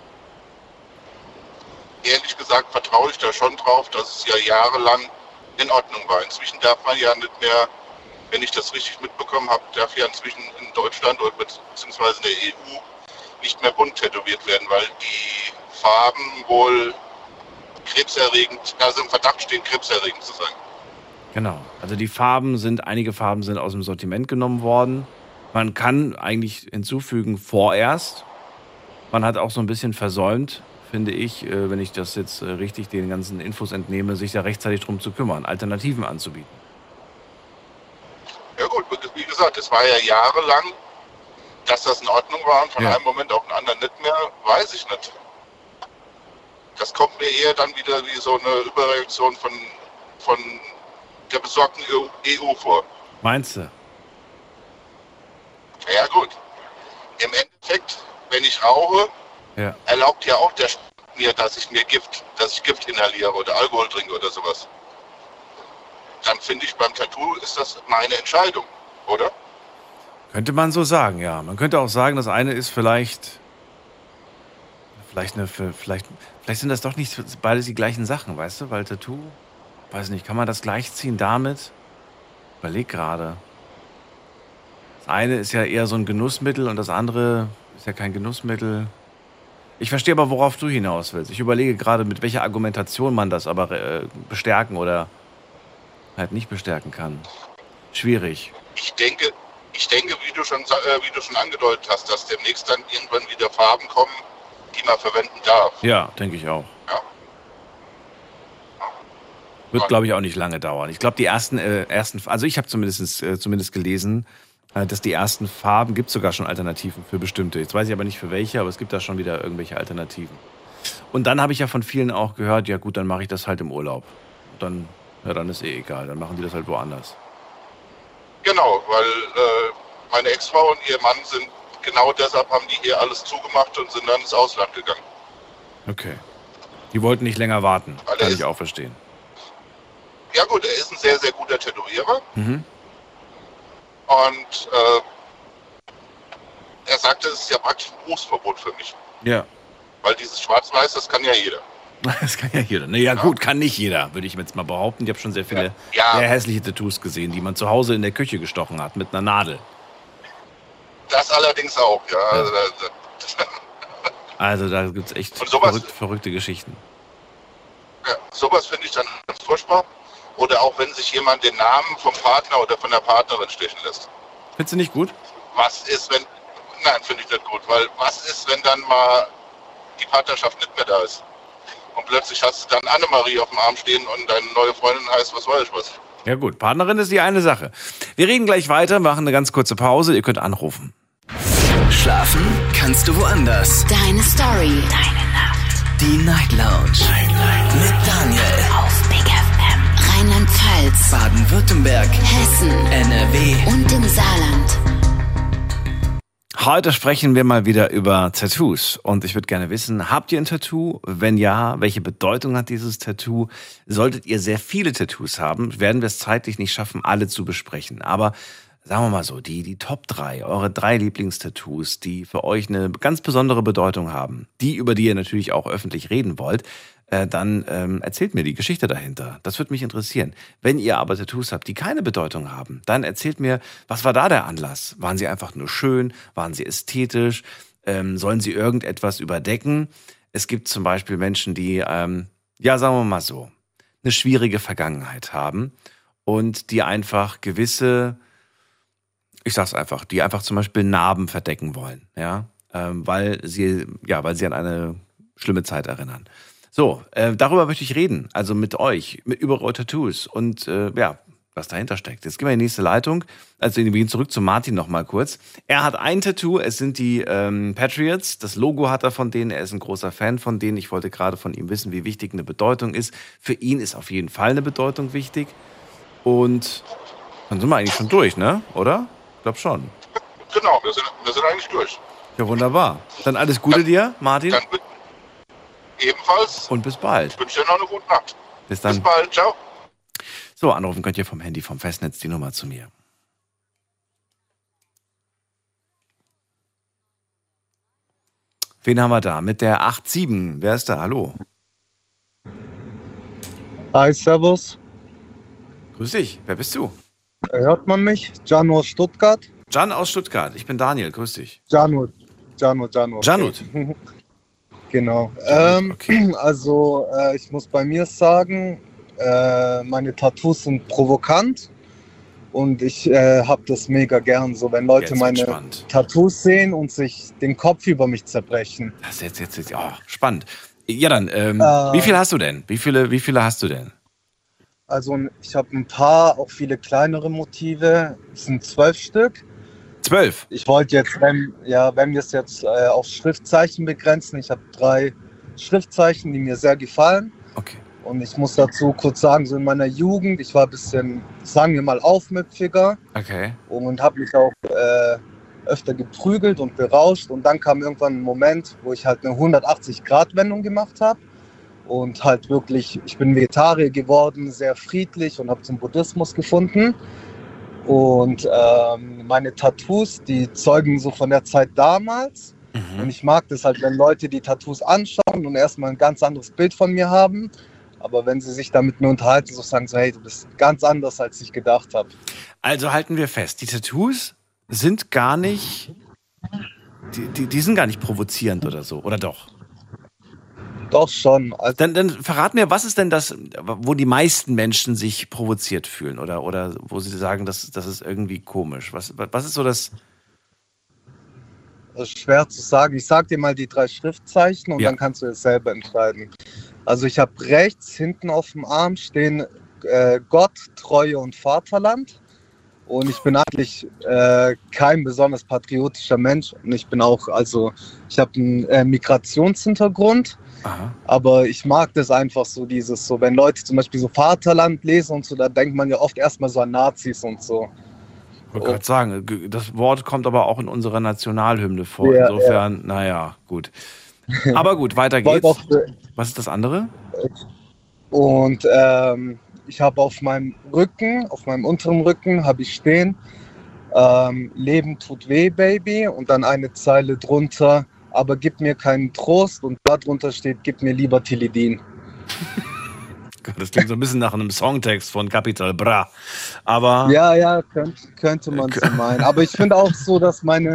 Ehrlich gesagt vertraue ich da schon drauf, dass es ja jahrelang in Ordnung war. Inzwischen darf man ja nicht mehr, wenn ich das richtig mitbekommen habe, darf ja inzwischen in Deutschland oder beziehungsweise in der EU nicht mehr bunt tätowiert werden, weil die Farben wohl krebserregend, also im Verdacht stehen, krebserregend zu sein. Genau, also einige Farben sind aus dem Sortiment genommen worden. Man kann eigentlich hinzufügen, vorerst. Man hat auch so ein bisschen versäumt, finde ich, wenn ich das jetzt richtig den ganzen Infos entnehme, sich da rechtzeitig drum zu kümmern, Alternativen anzubieten. Ja gut, wie gesagt, es war ja jahrelang, dass das in Ordnung war und von einem Moment auf den anderen nicht mehr, weiß ich nicht. Das kommt mir eher dann wieder wie so eine Überreaktion von der besorgten EU vor. Meinst du? Ja gut. Im Endeffekt, wenn ich rauche, erlaubt ja auch der Staat mir, dass ich Gift inhaliere oder Alkohol trinke oder sowas. Dann finde ich, beim Tattoo ist das meine Entscheidung, oder? Könnte man so sagen, ja. Man könnte auch sagen, das eine ist vielleicht sind das doch nicht beides die gleichen Sachen, weißt du? Weil Tattoo, weiß nicht, kann man das gleichziehen damit? Überleg gerade. Das eine ist ja eher so ein Genussmittel und das andere ist ja kein Genussmittel. Ich verstehe aber, worauf du hinaus willst. Ich überlege gerade, mit welcher Argumentation man das aber bestärken oder halt nicht bestärken kann. Schwierig. Ich denke, wie du schon angedeutet hast, dass demnächst dann irgendwann wieder Farben kommen, die man verwenden darf. Ja, denke ich auch. Ja. Wird, glaube ich, auch nicht lange dauern. Ich glaube, die ersten, also ich habe zumindest gelesen, dass die ersten Farben, gibt es sogar schon Alternativen für bestimmte. Jetzt weiß ich aber nicht für welche, aber es gibt da schon wieder irgendwelche Alternativen. Und dann habe ich ja von vielen auch gehört, ja gut, dann mache ich das halt im Urlaub. Dann ist eh egal, dann machen die das halt woanders. Genau, weil meine Ex-Frau und ihr Mann sind, genau deshalb haben die hier alles zugemacht und sind dann ins Ausland gegangen. Okay. Die wollten nicht länger warten, kann ich auch verstehen. Ja gut, er ist ein sehr, sehr guter Tätowierer. Mhm. Und er sagte, es ist ja praktisch ein Berufsverbot für mich. Ja. Weil dieses Schwarz-Weiß, das kann ja jeder. Das kann ja jeder. Naja, gut, kann nicht jeder, würde ich jetzt mal behaupten. Ich habe schon sehr viele sehr hässliche Tattoos gesehen, die man zu Hause in der Küche gestochen hat mit einer Nadel. Das allerdings auch, ja. Also da gibt es echt Und sowas- verrückte Geschichten. Ja, sowas finde ich dann ganz furchtbar. Oder auch wenn sich jemand den Namen vom Partner oder von der Partnerin stechen lässt. Findest du nicht gut? Was ist, wenn... Nein, finde ich nicht gut. Weil was ist, wenn dann mal die Partnerschaft nicht mehr da ist? Und plötzlich hast du dann Annemarie auf dem Arm stehen und deine neue Freundin heißt was weiß ich was. Ja gut, Partnerin ist die eine Sache. Wir reden gleich weiter, machen eine ganz kurze Pause. Ihr könnt anrufen. Schlafen kannst du woanders. Deine Story. Deine Nacht. Die Night Lounge. Mit Daniel. Auf Big FM. Rheinland-Pfalz. Baden-Württemberg. Hessen. NRW. Und im Saarland. Heute sprechen wir mal wieder über Tattoos. Und ich würde gerne wissen, habt ihr ein Tattoo? Wenn ja, welche Bedeutung hat dieses Tattoo? Solltet ihr sehr viele Tattoos haben, werden wir es zeitlich nicht schaffen, alle zu besprechen. Aber sagen wir mal so, die Top 3, eure 3 Lieblingstattoos, die für euch eine ganz besondere Bedeutung haben, über die ihr natürlich auch öffentlich reden wollt, dann erzählt mir die Geschichte dahinter. Das würde mich interessieren. Wenn ihr aber Tattoos habt, die keine Bedeutung haben, dann erzählt mir, was war da der Anlass? Waren sie einfach nur schön? Waren sie ästhetisch? Sollen sie irgendetwas überdecken? Es gibt zum Beispiel Menschen, die, sagen wir mal so, eine schwierige Vergangenheit haben und die einfach gewisse, ich sag's einfach, die einfach zum Beispiel Narben verdecken wollen, ja, weil sie an eine schlimme Zeit erinnern. So, darüber möchte ich reden, also mit euch, über eure Tattoos und was dahinter steckt. Jetzt gehen wir in die nächste Leitung. Also wir gehen zurück zu Martin noch mal kurz. Er hat ein Tattoo, es sind die Patriots. Das Logo hat er von denen, er ist ein großer Fan von denen. Ich wollte gerade von ihm wissen, wie wichtig eine Bedeutung ist. Für ihn ist auf jeden Fall eine Bedeutung wichtig. Und dann sind wir eigentlich schon durch, ne? Oder? Ich glaube schon. Genau, wir sind eigentlich durch. Ja, wunderbar. Dann alles Gute dir, Martin. Dann ebenfalls. Und bis bald. Ich wünsche dir noch eine gute Nacht. Bis dann. Bis bald. Ciao. So, anrufen könnt ihr vom Handy, vom Festnetz die Nummer zu mir. Wen haben wir da? Mit der 87. Wer ist da? Hallo. Hi, servus. Grüß dich. Wer bist du? Hört man mich? Can aus Stuttgart. Can aus Stuttgart. Ich bin Daniel. Grüß dich. Janut. Janut. Genau. Okay. Also, ich muss bei mir sagen, meine Tattoos sind provokant und ich habe das mega gern, so wenn Leute Jetzt meine wird's spannend. Tattoos sehen und sich den Kopf über mich zerbrechen. Das ist jetzt spannend. Ja, dann, wie viel hast du denn? Wie viele hast du denn? Also, ich habe ein paar, auch viele kleinere Motive. Es sind 12 Stück. 12? Ich wollte jetzt, wenn wir es jetzt auf Schriftzeichen begrenzen, ich habe 3 Schriftzeichen, die mir sehr gefallen. Okay. Und ich muss dazu kurz sagen, so in meiner Jugend, ich war ein bisschen, sagen wir mal, aufmüpfiger. Okay. Und habe mich auch öfter geprügelt und berauscht. Und dann kam irgendwann ein Moment, wo ich halt eine 180-Grad-Wendung gemacht habe. Und halt wirklich, ich bin Vegetarier geworden, sehr friedlich und habe zum Buddhismus gefunden. Und meine Tattoos, die zeugen so von der Zeit damals. Und ich mag das halt, wenn Leute die Tattoos anschauen und erstmal ein ganz anderes Bild von mir haben. Aber wenn sie sich da mit mir unterhalten, so sagen so, hey, du bist ganz anders, als ich gedacht habe. Also halten wir fest, die Tattoos sind gar nicht, die sind gar nicht provozierend oder so, oder doch? Doch schon. Also Dann verrat mir, was ist denn das, wo die meisten Menschen sich provoziert fühlen oder wo sie sagen, das ist irgendwie komisch? Was ist so das? Das ist schwer zu sagen. Ich sag dir mal die 3 Schriftzeichen und Ja. dann kannst du es selber entscheiden. Also ich habe rechts hinten auf dem Arm stehen Gott, Treue und Vaterland. Und ich bin eigentlich kein besonders patriotischer Mensch. Und ich bin auch, ich habe einen Migrationshintergrund. Aha. Aber ich mag das einfach so, wenn Leute zum Beispiel so Vaterland lesen und so, da denkt man ja oft erstmal so an Nazis und so. Ich wollte gerade sagen, das Wort kommt aber auch in unserer Nationalhymne vor. Ja, Insofern, naja, gut. Aber gut, weiter geht's. Was ist das andere? Und ich habe auf meinem Rücken, auf meinem unteren Rücken, habe ich stehen, Leben tut weh, Baby. Und dann eine Zeile drunter, aber gib mir keinen Trost. Und da drunter steht, gib mir lieber Tilidin. Das klingt so ein bisschen nach einem Songtext von Capital Bra. Aber Ja, könnte man so meinen. Aber ich finde auch so, dass meine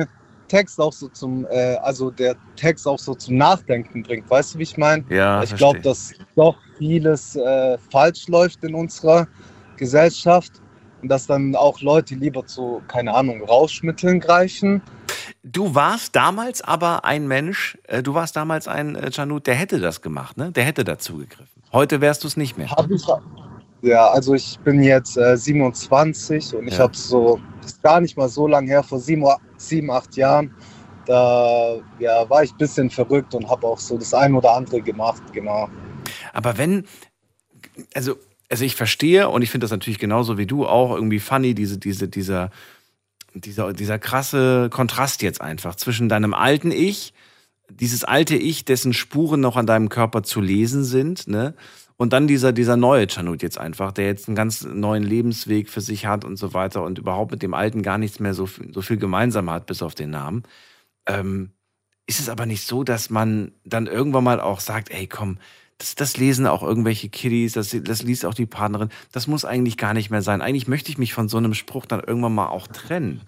Text auch so zum Nachdenken bringt. Weißt du, wie ich meine? Ja, ich glaube, dass doch vieles falsch läuft in unserer Gesellschaft und dass dann auch Leute lieber zu, keine Ahnung, Rauschmitteln greifen. Du warst damals aber ein Mensch, Djanut, der hätte das gemacht, ne? Der hätte dazu gegriffen. Heute wärst du es nicht mehr. Ja, also ich bin jetzt 27 und ich habe so, das ist gar nicht mal so lange her, vor 7, 8 Jahren, da war ich ein bisschen verrückt und habe auch so das ein oder andere gemacht, genau. Aber also ich verstehe und ich finde das natürlich genauso wie du auch irgendwie funny, dieser krasse Kontrast jetzt einfach zwischen deinem alten Ich, dieses alte Ich, dessen Spuren noch an deinem Körper zu lesen sind, ne? Und dann dieser neue Djanut jetzt einfach, der jetzt einen ganz neuen Lebensweg für sich hat und so weiter und überhaupt mit dem Alten gar nichts mehr so viel gemeinsam hat, bis auf den Namen. Ist es aber nicht so, dass man dann irgendwann mal auch sagt, ey komm, das lesen auch irgendwelche Kiddies, das liest auch die Partnerin, das muss eigentlich gar nicht mehr sein. Eigentlich möchte ich mich von so einem Spruch dann irgendwann mal auch trennen.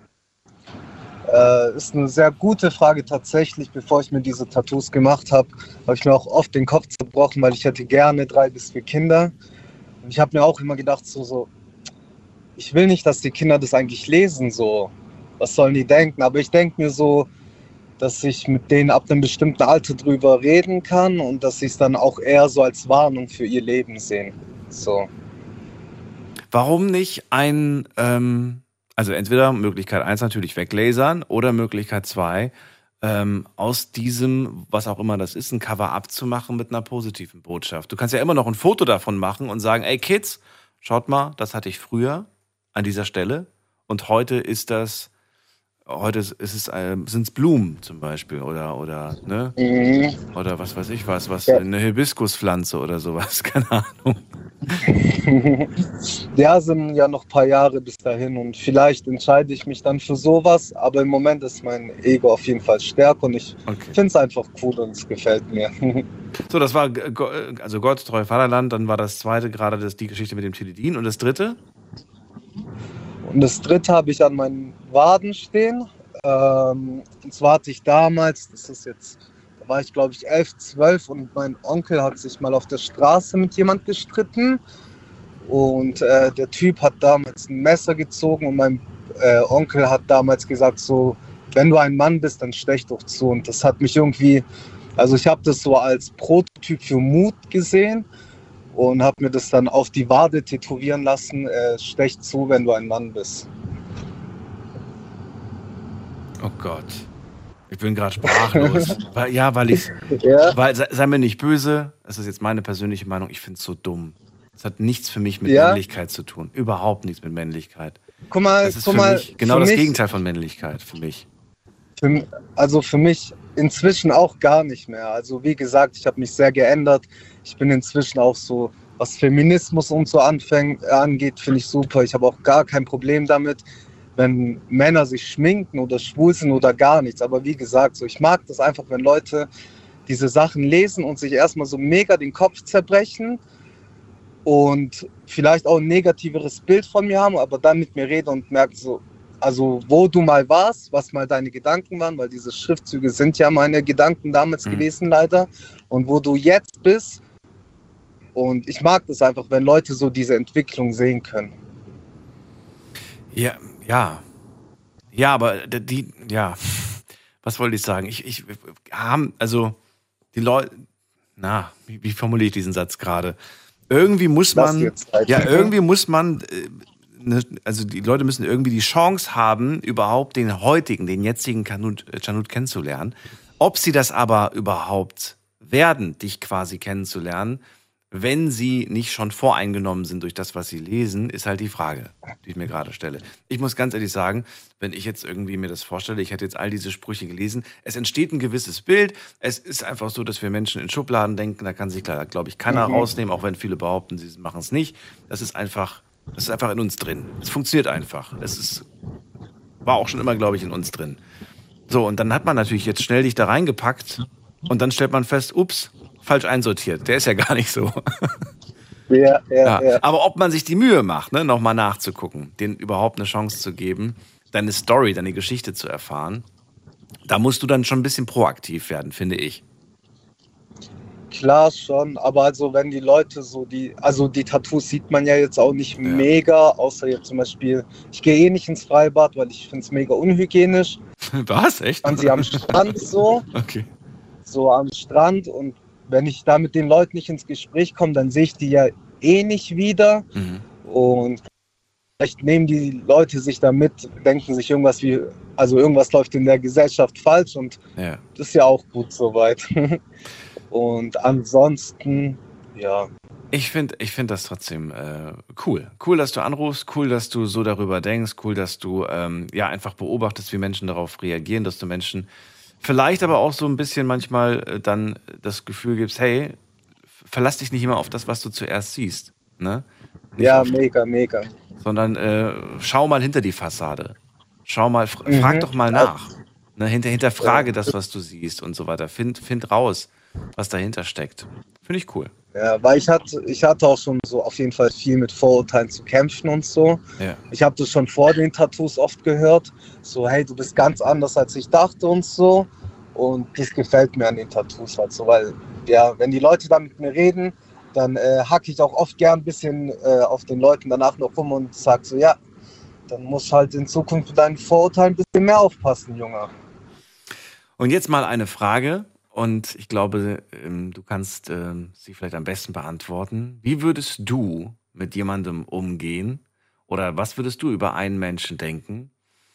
Ist eine sehr gute Frage tatsächlich. Bevor ich mir diese Tattoos gemacht habe, habe ich mir auch oft den Kopf zerbrochen, weil ich hätte gerne 3 bis 4 Kinder. Und ich habe mir auch immer gedacht, so, ich will nicht, dass die Kinder das eigentlich lesen, so. Was sollen die denken? Aber ich denke mir so, dass ich mit denen ab einem bestimmten Alter drüber reden kann und dass sie es dann auch eher so als Warnung für ihr Leben sehen. So. Warum nicht also entweder Möglichkeit 1 natürlich weglasern oder Möglichkeit 2 aus diesem, was auch immer das ist, ein Cover-up zu machen mit einer positiven Botschaft. Du kannst ja immer noch ein Foto davon machen und sagen, ey Kids, schaut mal, das hatte ich früher an dieser Stelle und heute sind es Blumen zum Beispiel oder ne? Oder was weiß ich was, eine Hibiskuspflanze oder sowas, keine Ahnung. Ja, sind ja noch ein paar Jahre bis dahin und vielleicht entscheide ich mich dann für sowas, aber im Moment ist mein Ego auf jeden Fall stärker und ich finde es einfach cool und es gefällt mir. So, das war also Gott, treu Vaterland, dann war das zweite gerade die Geschichte mit dem Teledin und das dritte? Und das dritte habe ich an meinen Waden stehen. Und zwar hatte ich damals, da war ich glaube ich 11, 12 und mein Onkel hat sich mal auf der Straße mit jemand gestritten. Und der Typ hat damals ein Messer gezogen und mein Onkel hat damals gesagt so, wenn du ein Mann bist, dann stech doch zu. Und das hat mich irgendwie, also ich habe das so als Prototyp für Mut gesehen. Und habe mir das dann auf die Wade tätowieren lassen, stech zu, wenn du ein Mann bist. Oh Gott, ich bin gerade sprachlos. Sei mir nicht böse, das ist jetzt meine persönliche Meinung, ich finde es so dumm. Es hat nichts für mich mit Männlichkeit zu tun, überhaupt nichts mit Männlichkeit. Guck mal, das ist für mich genau das Gegenteil von Männlichkeit, für mich. Also für mich inzwischen auch gar nicht mehr. Also wie gesagt, ich habe mich sehr geändert. Ich bin inzwischen auch so, was Feminismus und so angeht, finde ich super. Ich habe auch gar kein Problem damit, wenn Männer sich schminken oder schwul sind oder gar nichts. Aber wie gesagt, so, ich mag das einfach, wenn Leute diese Sachen lesen und sich erstmal so mega den Kopf zerbrechen und vielleicht auch ein negativeres Bild von mir haben, aber dann mit mir reden und merken so, also wo du mal warst, was mal deine Gedanken waren, weil diese Schriftzüge sind ja meine Gedanken damals gewesen leider, und wo du jetzt bist. Und ich mag das einfach, wenn Leute so diese Entwicklung sehen können. Ja, aber was wollte ich sagen? Die Leute, wie formuliere ich diesen Satz gerade? Irgendwie muss man, also die Leute müssen irgendwie die Chance haben, überhaupt den jetzigen Djanut kennenzulernen. Ob sie das aber überhaupt werden, dich quasi kennenzulernen, wenn sie nicht schon voreingenommen sind durch das, was sie lesen, ist halt die Frage, die ich mir gerade stelle. Ich muss ganz ehrlich sagen, wenn ich jetzt irgendwie mir das vorstelle, ich hätte jetzt all diese Sprüche gelesen, es entsteht ein gewisses Bild. Es ist einfach so, dass wir Menschen in Schubladen denken, da kann sich, glaube ich, keiner rausnehmen, auch wenn viele behaupten, sie machen es nicht. Das ist einfach in uns drin. Es funktioniert einfach. War auch schon immer, glaube ich, in uns drin. So, und dann hat man natürlich jetzt schnell dich da reingepackt und dann stellt man fest, ups, falsch einsortiert. Der ist ja gar nicht so. Ja. Aber ob man sich die Mühe macht, ne, nochmal nachzugucken, denen überhaupt eine Chance zu geben, deine Story, deine Geschichte zu erfahren, Da musst du dann schon ein bisschen proaktiv werden, finde ich. Klar schon, aber also wenn die Leute die Tattoos sieht man ja jetzt auch nicht mega, außer jetzt zum Beispiel, ich gehe eh nicht ins Freibad, weil ich finde es mega unhygienisch. Was? Echt? Man sie am Strand so. Okay. So am Strand, und wenn ich da mit den Leuten nicht ins Gespräch komme, dann sehe ich die ja eh nicht wieder. Und vielleicht nehmen die Leute sich da mit, denken sich irgendwas läuft in der Gesellschaft falsch, und das ist ja auch gut soweit. Und ansonsten, ja. Ich find das trotzdem cool. Cool, dass du anrufst, cool, dass du so darüber denkst, cool, dass du einfach beobachtest, wie Menschen darauf reagieren, dass du Menschen vielleicht aber auch so ein bisschen manchmal dann das Gefühl gibst, hey, verlass dich nicht immer auf das, was du zuerst siehst. Ne? Ja, mega. Sondern schau mal hinter die Fassade. Schau mal, frag doch mal nach. Ne? Hinterfrage das, was du siehst und so weiter. Find raus, was dahinter steckt. Finde ich cool. Ja, weil ich hatte auch schon so auf jeden Fall viel mit Vorurteilen zu kämpfen und so. Ja. Ich habe das schon vor den Tattoos oft gehört. So, hey, du bist ganz anders, als ich dachte und so. Und das gefällt mir an den Tattoos halt so, weil, ja, wenn die Leute da mit mir reden, dann hacke ich auch oft gern ein bisschen auf den Leuten danach noch rum und sag so, ja, dann musst du halt in Zukunft mit deinen Vorurteilen ein bisschen mehr aufpassen, Junge. Und jetzt mal eine Frage. Und ich glaube, du kannst sie vielleicht am besten beantworten. Wie würdest du mit jemandem umgehen? Oder was würdest du über einen Menschen denken?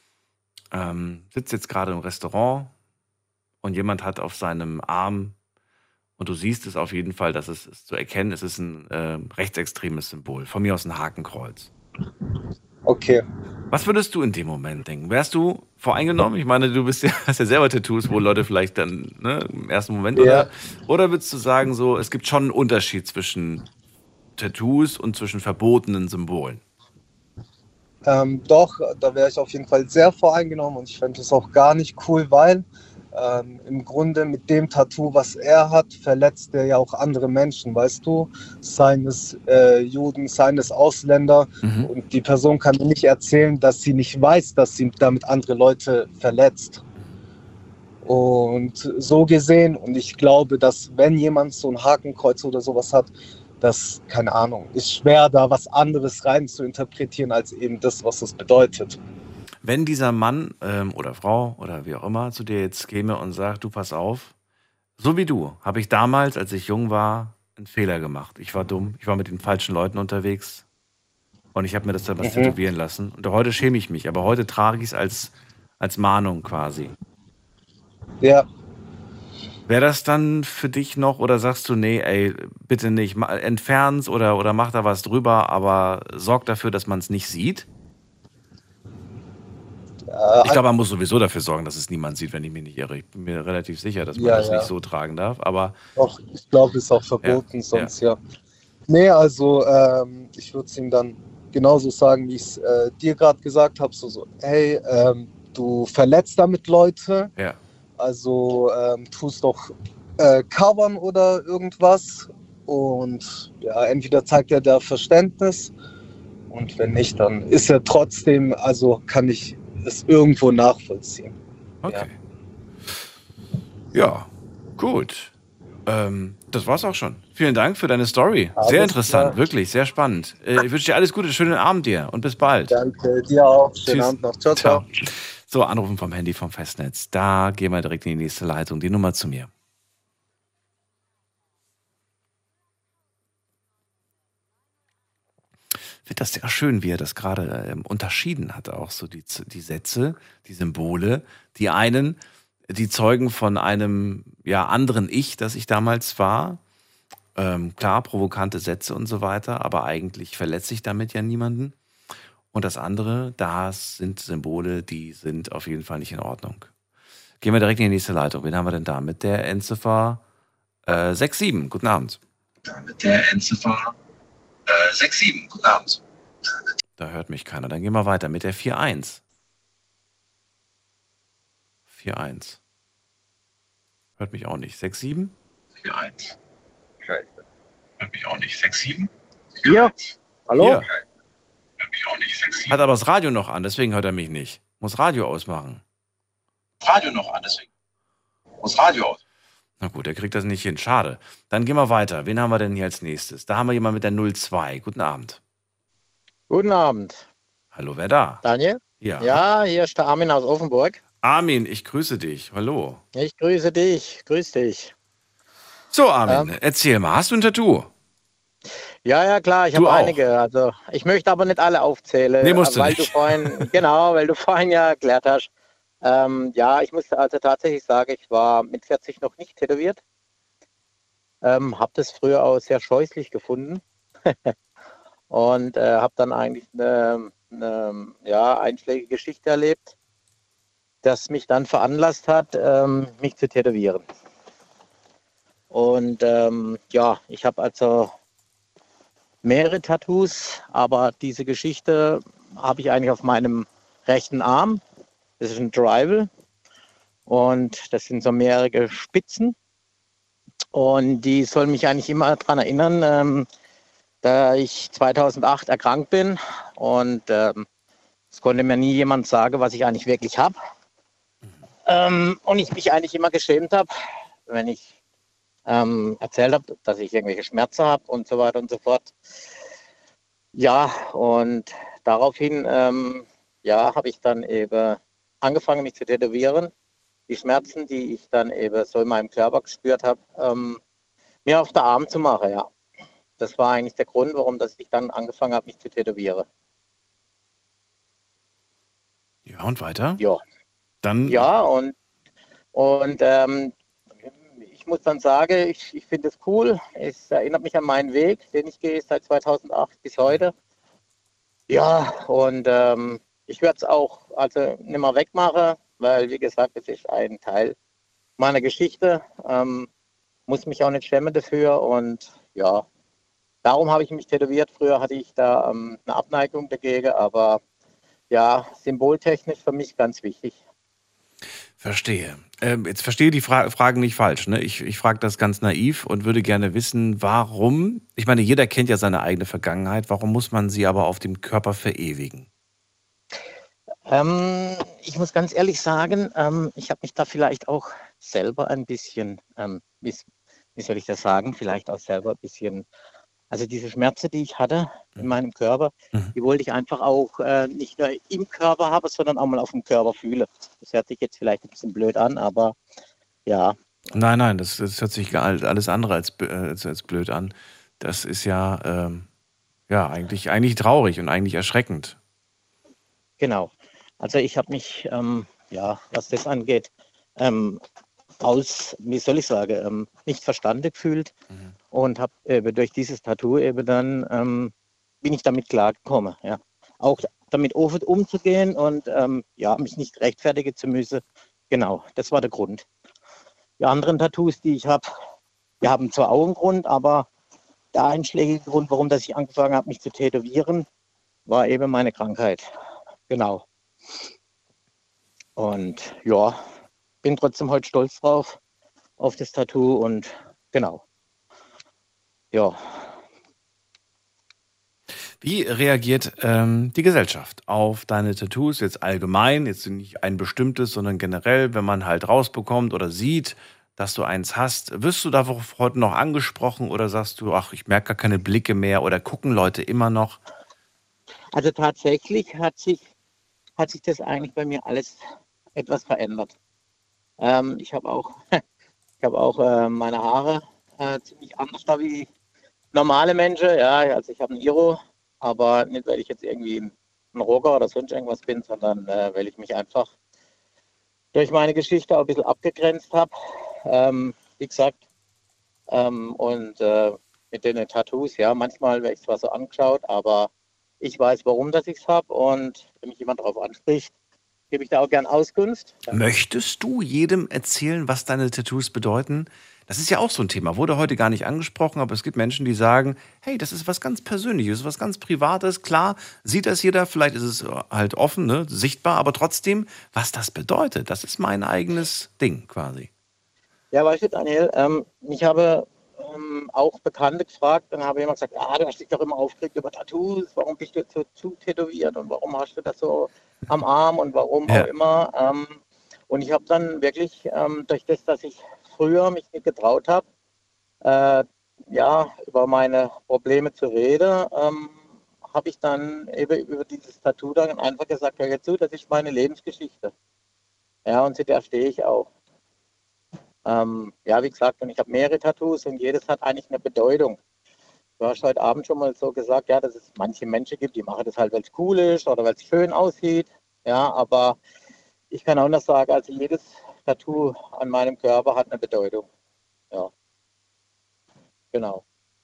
Sitzt jetzt gerade im Restaurant und jemand hat auf seinem Arm, und du siehst es auf jeden Fall, dass es zu erkennen, es ist ein rechtsextremes Symbol. Von mir aus ein Hakenkreuz. Okay. Was würdest du in dem Moment denken? Wärst du voreingenommen? Ich meine, hast ja selber Tattoos, wo Leute vielleicht dann im ersten Moment oder würdest du sagen, so, es gibt schon einen Unterschied zwischen Tattoos und zwischen verbotenen Symbolen? Doch, da wäre ich auf jeden Fall sehr voreingenommen, und ich fände das auch gar nicht cool, weil im Grunde mit dem Tattoo, was er hat, verletzt er ja auch andere Menschen, weißt du? Seien es Juden, seien es Ausländer. Und die Person kann mir nicht erzählen, dass sie nicht weiß, dass sie damit andere Leute verletzt. Und so gesehen, und ich glaube, dass wenn jemand so ein Hakenkreuz oder sowas hat, das, keine Ahnung, ist schwer, da was anderes rein zu interpretieren, als eben das, was es bedeutet. Wenn dieser Mann oder Frau oder wie auch immer zu dir jetzt käme und sagt, du pass auf, so wie du, habe ich damals, als ich jung war, einen Fehler gemacht. Ich war dumm, ich war mit den falschen Leuten unterwegs und ich habe mir das dann was tätowieren lassen. Und heute schäme ich mich, aber heute trage ich es als Mahnung quasi. Ja. Wäre das dann für dich noch, oder sagst du, nee, ey, bitte nicht, entfern's oder mach da was drüber, aber sorg dafür, dass man es nicht sieht? Ich glaube, man muss sowieso dafür sorgen, dass es niemand sieht, wenn ich mich nicht irre. Ich bin mir relativ sicher, dass man das nicht so tragen darf. Aber doch, ich glaube, es ist auch verboten, sonst ja. Nee, also ich würde es ihm dann genauso sagen, wie ich es dir gerade gesagt habe. So, hey, du verletzt damit Leute. Ja. Also tust doch covern oder irgendwas. Und ja, entweder zeigt er da Verständnis, und wenn nicht, dann ist er trotzdem, also kann ich es irgendwo nachvollziehen. Okay. Ja, gut. Das war's auch schon. Vielen Dank für deine Story. Sehr interessant, wirklich, sehr spannend. Ich wünsche dir alles Gute, schönen Abend dir und bis bald. Danke, dir auch. Schönen Abend noch. Ciao, ciao. So, Anrufen vom Handy vom Festnetz. Da gehen wir direkt in die nächste Leitung. Die Nummer zu mir. Ich finde das sehr schön, wie er das gerade unterschieden hat, auch so die Sätze, die Symbole. Die einen, die zeugen von einem anderen Ich, das ich damals war. Klar, provokante Sätze und so weiter, aber eigentlich verletze ich damit ja niemanden. Und das andere, das sind Symbole, die sind auf jeden Fall nicht in Ordnung. Gehen wir direkt in die nächste Leitung. Wen haben wir denn da? Mit der Endziffer 67. Guten Abend. Mit der Endziffer 67. Guten Abend. Da hört mich keiner. Dann gehen wir weiter mit der 41. 41. Hört mich auch nicht. 67? 41. Hört mich auch nicht. 67? Ja. Hallo? Hier. Hört mich auch nicht. 67. Hat aber das Radio noch an, deswegen hört er mich nicht. Muss Radio ausmachen. Radio noch an, deswegen muss Radio aus. Na gut, er kriegt das nicht hin. Schade. Dann gehen wir weiter. Wen haben wir denn hier als nächstes? Da haben wir jemanden mit der 02. Guten Abend. Guten Abend. Hallo, wer da? Daniel? Ja. Ja, hier ist der Armin aus Offenburg. Armin, ich grüße dich. Hallo. Ich grüße dich. Grüß dich. So, Armin, erzähl mal. Hast du ein Tattoo? Ja, klar, ich Du habe auch? einige. Also ich möchte aber nicht alle aufzählen, Nee, musst du weil nicht. du vorhin, weil du vorhin ja erklärt hast. Ja, ich muss also tatsächlich sagen, ich war mit 40 noch nicht tätowiert. Habe das früher auch sehr scheußlich gefunden. Und habe dann eigentlich eine einschlägige Geschichte erlebt, das mich dann veranlasst hat, mich zu tätowieren. Und ich habe also mehrere Tattoos, aber diese Geschichte habe ich eigentlich auf meinem rechten Arm. Das ist ein Drival und das sind so mehrere Spitzen. Und die sollen mich eigentlich immer daran erinnern, da ich 2008 erkrankt bin und es konnte mir nie jemand sagen, was ich eigentlich wirklich habe. Und ich mich eigentlich immer geschämt habe, wenn ich erzählt habe, dass ich irgendwelche Schmerzen habe und so weiter und so fort. Ja, und daraufhin habe ich dann eben angefangen, mich zu tätowieren. Die Schmerzen, die ich dann eben so in meinem Körper gespürt habe, mir auf den Arm zu machen, ja. Das war eigentlich der Grund, warum dass ich dann angefangen habe, mich zu tätowieren. Ja, und weiter? Ja. Dann. Ja, und ich muss dann sagen, ich finde es cool. Es erinnert mich an meinen Weg, den ich gehe seit 2008 bis heute. Ja, und ich werde es auch also nicht mehr wegmachen, weil, wie gesagt, es ist ein Teil meiner Geschichte. Muss mich auch nicht schämen dafür. Und ja, darum habe ich mich tätowiert. Früher hatte ich da eine Abneigung dagegen, aber ja, symboltechnisch für mich ganz wichtig. Verstehe. Jetzt verstehe die Fragen nicht falsch. Ne? Ich frage das ganz naiv und würde gerne wissen, warum, ich meine, jeder kennt ja seine eigene Vergangenheit, warum muss man sie aber auf dem Körper verewigen? Ich muss ganz ehrlich sagen, ich habe mich da vielleicht auch selber ein bisschen, wie soll ich das sagen, vielleicht auch selber ein bisschen, also diese Schmerzen, die ich hatte in meinem Körper, die wollte ich einfach auch nicht nur im Körper haben, sondern auch mal auf dem Körper fühlen. Das hört sich jetzt vielleicht ein bisschen blöd an, aber ja. Nein, das hört sich alles andere als blöd an. Das ist ja, eigentlich traurig und eigentlich erschreckend. Genau. Also ich habe mich, was das angeht, wie soll ich sagen, nicht verstanden gefühlt und habe durch dieses Tattoo eben dann, bin ich damit klargekommen. Ja. Auch damit offen umzugehen und mich nicht rechtfertigen zu müssen. Genau, das war der Grund. Die anderen Tattoos, die ich habe, die haben zwar auch einen Grund, aber der einschlägige Grund, warum dass ich angefangen habe, mich zu tätowieren, war eben meine Krankheit. Genau. Und ja, bin trotzdem heute stolz drauf, auf das Tattoo und genau. Ja. Wie reagiert die Gesellschaft auf deine Tattoos jetzt allgemein, jetzt nicht ein bestimmtes, sondern generell, wenn man halt rausbekommt oder sieht, dass du eins hast? Wirst du darauf heute noch angesprochen oder sagst du, ach, ich merke gar keine Blicke mehr oder gucken Leute immer noch? Also tatsächlich hat sich das eigentlich bei mir alles etwas verändert. Ich habe auch, meine Haare ziemlich anders da wie normale Menschen. Ja, also ich habe einen Iro, aber nicht, weil ich jetzt irgendwie ein Rocker oder sonst irgendwas bin, sondern weil ich mich einfach durch meine Geschichte auch ein bisschen abgegrenzt habe. Wie gesagt, mit den Tattoos, ja, manchmal werde ich zwar so angeschaut, aber ich weiß, warum dass ich es habe und wenn mich jemand darauf anspricht, gebe ich da auch gern Auskunft. Möchtest du jedem erzählen, was deine Tattoos bedeuten? Das ist ja auch so ein Thema, wurde heute gar nicht angesprochen, aber es gibt Menschen, die sagen, hey, das ist was ganz Persönliches, was ganz Privates. Klar, sieht das jeder, vielleicht ist es halt offen, ne, sichtbar, aber trotzdem, was das bedeutet, das ist mein eigenes Ding quasi. Ja, weißt du, Daniel, ich habe auch Bekannte gefragt, dann habe ich immer gesagt, du hast dich doch immer aufgeregt über Tattoos, warum bist du jetzt so zu tätowiert und warum hast du das so am Arm und warum auch immer. Und ich habe dann wirklich, durch das, dass ich früher mich nicht getraut habe, über meine Probleme zu reden, habe ich dann eben über dieses Tattoo dann einfach gesagt, hör jetzt zu, das ist meine Lebensgeschichte. Ja, und zu der stehe ich auch. Wie gesagt, und ich habe mehrere Tattoos und jedes hat eigentlich eine Bedeutung. Du hast heute Abend schon mal so gesagt, ja, dass es manche Menschen gibt, die machen das halt, weil es cool ist oder weil es schön aussieht. Ja, aber ich kann auch noch sagen, also jedes Tattoo an meinem Körper hat eine Bedeutung. Ja. Genau.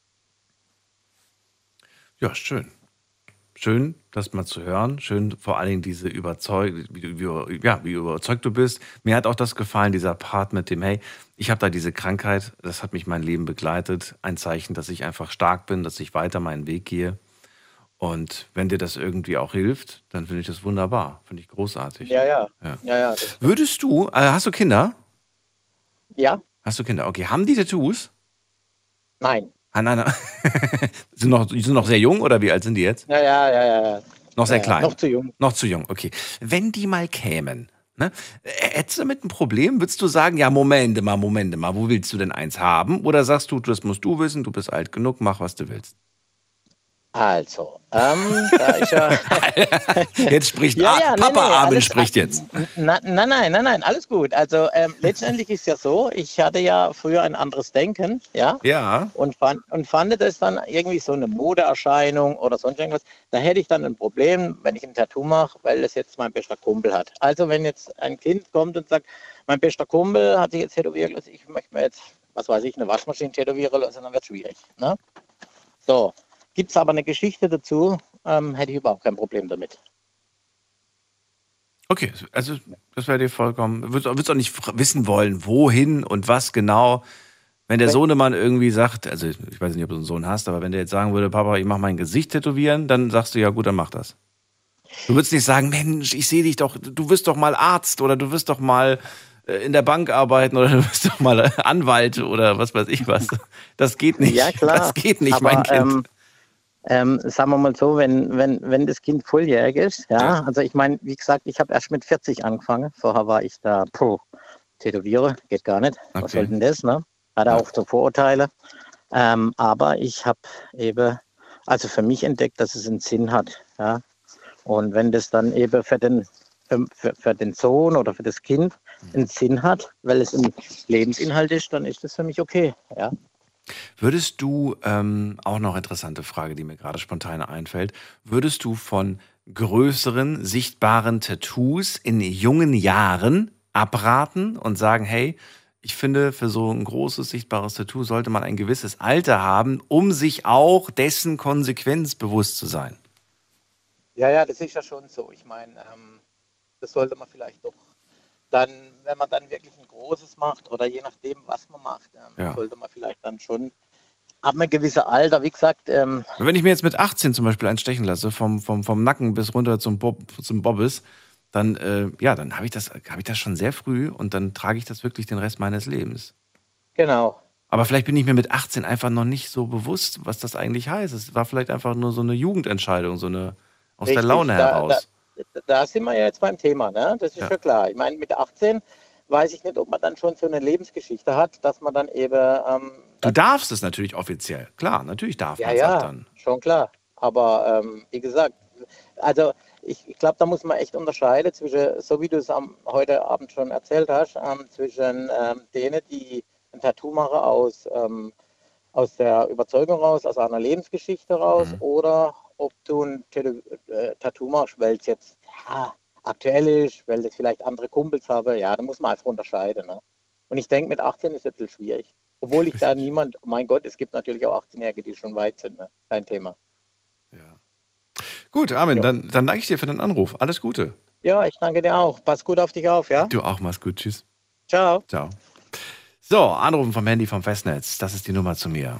Ja, schön. Schön, das mal zu hören. Schön vor allen Dingen diese wie überzeugt du bist. Mir hat auch das gefallen, dieser Part mit dem, hey, ich habe da diese Krankheit, das hat mich mein Leben begleitet. Ein Zeichen, dass ich einfach stark bin, dass ich weiter meinen Weg gehe. Und wenn dir das irgendwie auch hilft, dann finde ich das wunderbar. Finde ich großartig. Ja. Würdest du, hast du Kinder? Ja. Hast du Kinder? Okay. Haben die Tattoos? Nein. Nein. Die sind noch sehr jung oder wie alt sind die jetzt? Ja. Noch sehr klein? Noch zu jung. Noch zu jung, okay. Wenn die mal kämen, ne, hättest du damit ein Problem? Würdest du sagen, ja, Momente mal, wo willst du denn eins haben? Oder sagst du, das musst du wissen, du bist alt genug, mach, was du willst? Also, da ist ja... Jetzt spricht Papa Armin spricht jetzt. Nein, alles gut. Also letztendlich ist ja so, ich hatte ja früher ein anderes Denken, ja? Ja. Und fand das dann irgendwie so eine Modeerscheinung oder sonst irgendwas. Da hätte ich dann ein Problem, wenn ich ein Tattoo mache, weil das jetzt mein bester Kumpel hat. Also wenn jetzt ein Kind kommt und sagt, mein bester Kumpel hat sich jetzt tätowiert lassen, ich möchte mir jetzt, was weiß ich, eine Waschmaschine tätowieren lassen, dann wird es schwierig. Ne? So. Gibt es aber eine Geschichte dazu, hätte ich überhaupt kein Problem damit. Okay, also das wäre dir vollkommen... Würdest auch nicht wissen wollen, wohin und was genau. Wenn der Sohnemann irgendwie sagt, also ich weiß nicht, ob du einen Sohn hast, aber wenn der jetzt sagen würde, Papa, ich mache mein Gesicht tätowieren, dann sagst du, ja gut, dann mach das. Du würdest nicht sagen, Mensch, ich sehe dich doch, du wirst doch mal Arzt oder du wirst doch mal in der Bank arbeiten oder du wirst doch mal Anwalt oder was weiß ich was. Das geht nicht. Ja, klar. Das geht nicht, aber, mein Kind. Sagen wir mal so, wenn das Kind volljährig ist, ja, also ich meine, wie gesagt, ich habe erst mit 40 angefangen, vorher war ich da, tätowiere, geht gar nicht, was soll denn das, ne? Hatte auch so Vorurteile, aber ich habe eben, also für mich entdeckt, dass es einen Sinn hat, ja, und wenn das dann eben für den Sohn oder für das Kind einen Sinn hat, weil es ein Lebensinhalt ist, dann ist das für mich okay, ja. Würdest du, auch noch interessante Frage, die mir gerade spontan einfällt, würdest du von größeren, sichtbaren Tattoos in jungen Jahren abraten und sagen, hey, ich finde, für so ein großes, sichtbares Tattoo sollte man ein gewisses Alter haben, um sich auch dessen Konsequenz bewusst zu sein? Ja, das ist ja schon so. Ich meine, das sollte man vielleicht doch dann, wenn man dann wirklich ein großes macht oder je nachdem, was man macht, sollte man vielleicht dann schon ab einem gewissen Alter, wie gesagt. Wenn ich mir jetzt mit 18 zum Beispiel einen stechen lasse, vom Nacken bis runter zum Bobbes, dann habe ich das schon sehr früh und dann trage ich das wirklich den Rest meines Lebens. Genau. Aber vielleicht bin ich mir mit 18 einfach noch nicht so bewusst, was das eigentlich heißt. Es war vielleicht einfach nur so eine Jugendentscheidung, so eine aus der Laune heraus. Da sind wir ja jetzt beim Thema, ne? Das ist ja klar. Ich meine, mit 18 weiß ich nicht, ob man dann schon so eine Lebensgeschichte hat, dass man dann eben... du darfst es natürlich offiziell. Klar, natürlich darf man es auch dann. Schon klar. Aber wie gesagt, also ich glaube, da muss man echt unterscheiden zwischen, so wie du es heute Abend schon erzählt hast, zwischen denen, die ein Tattoo machen aus der Überzeugung raus, aus einer Lebensgeschichte raus, oder ob du ein Tattoo machst, weil es jetzt aktuell ist, weil das vielleicht andere Kumpels haben, da muss man einfach unterscheiden. Ne? Und ich denke, mit 18 ist es ein bisschen schwierig. Obwohl ich da mein Gott, es gibt natürlich auch 18-Jährige, die schon weit sind, ne? Kein Thema. Ja. Gut, Armin, dann danke ich dir für den Anruf. Alles Gute. Ja, ich danke dir auch. Pass gut auf dich auf, ja? Du auch, mach's gut. Tschüss. Ciao. Ciao. So, anrufen vom Handy vom Festnetz. Das ist die Nummer zu mir.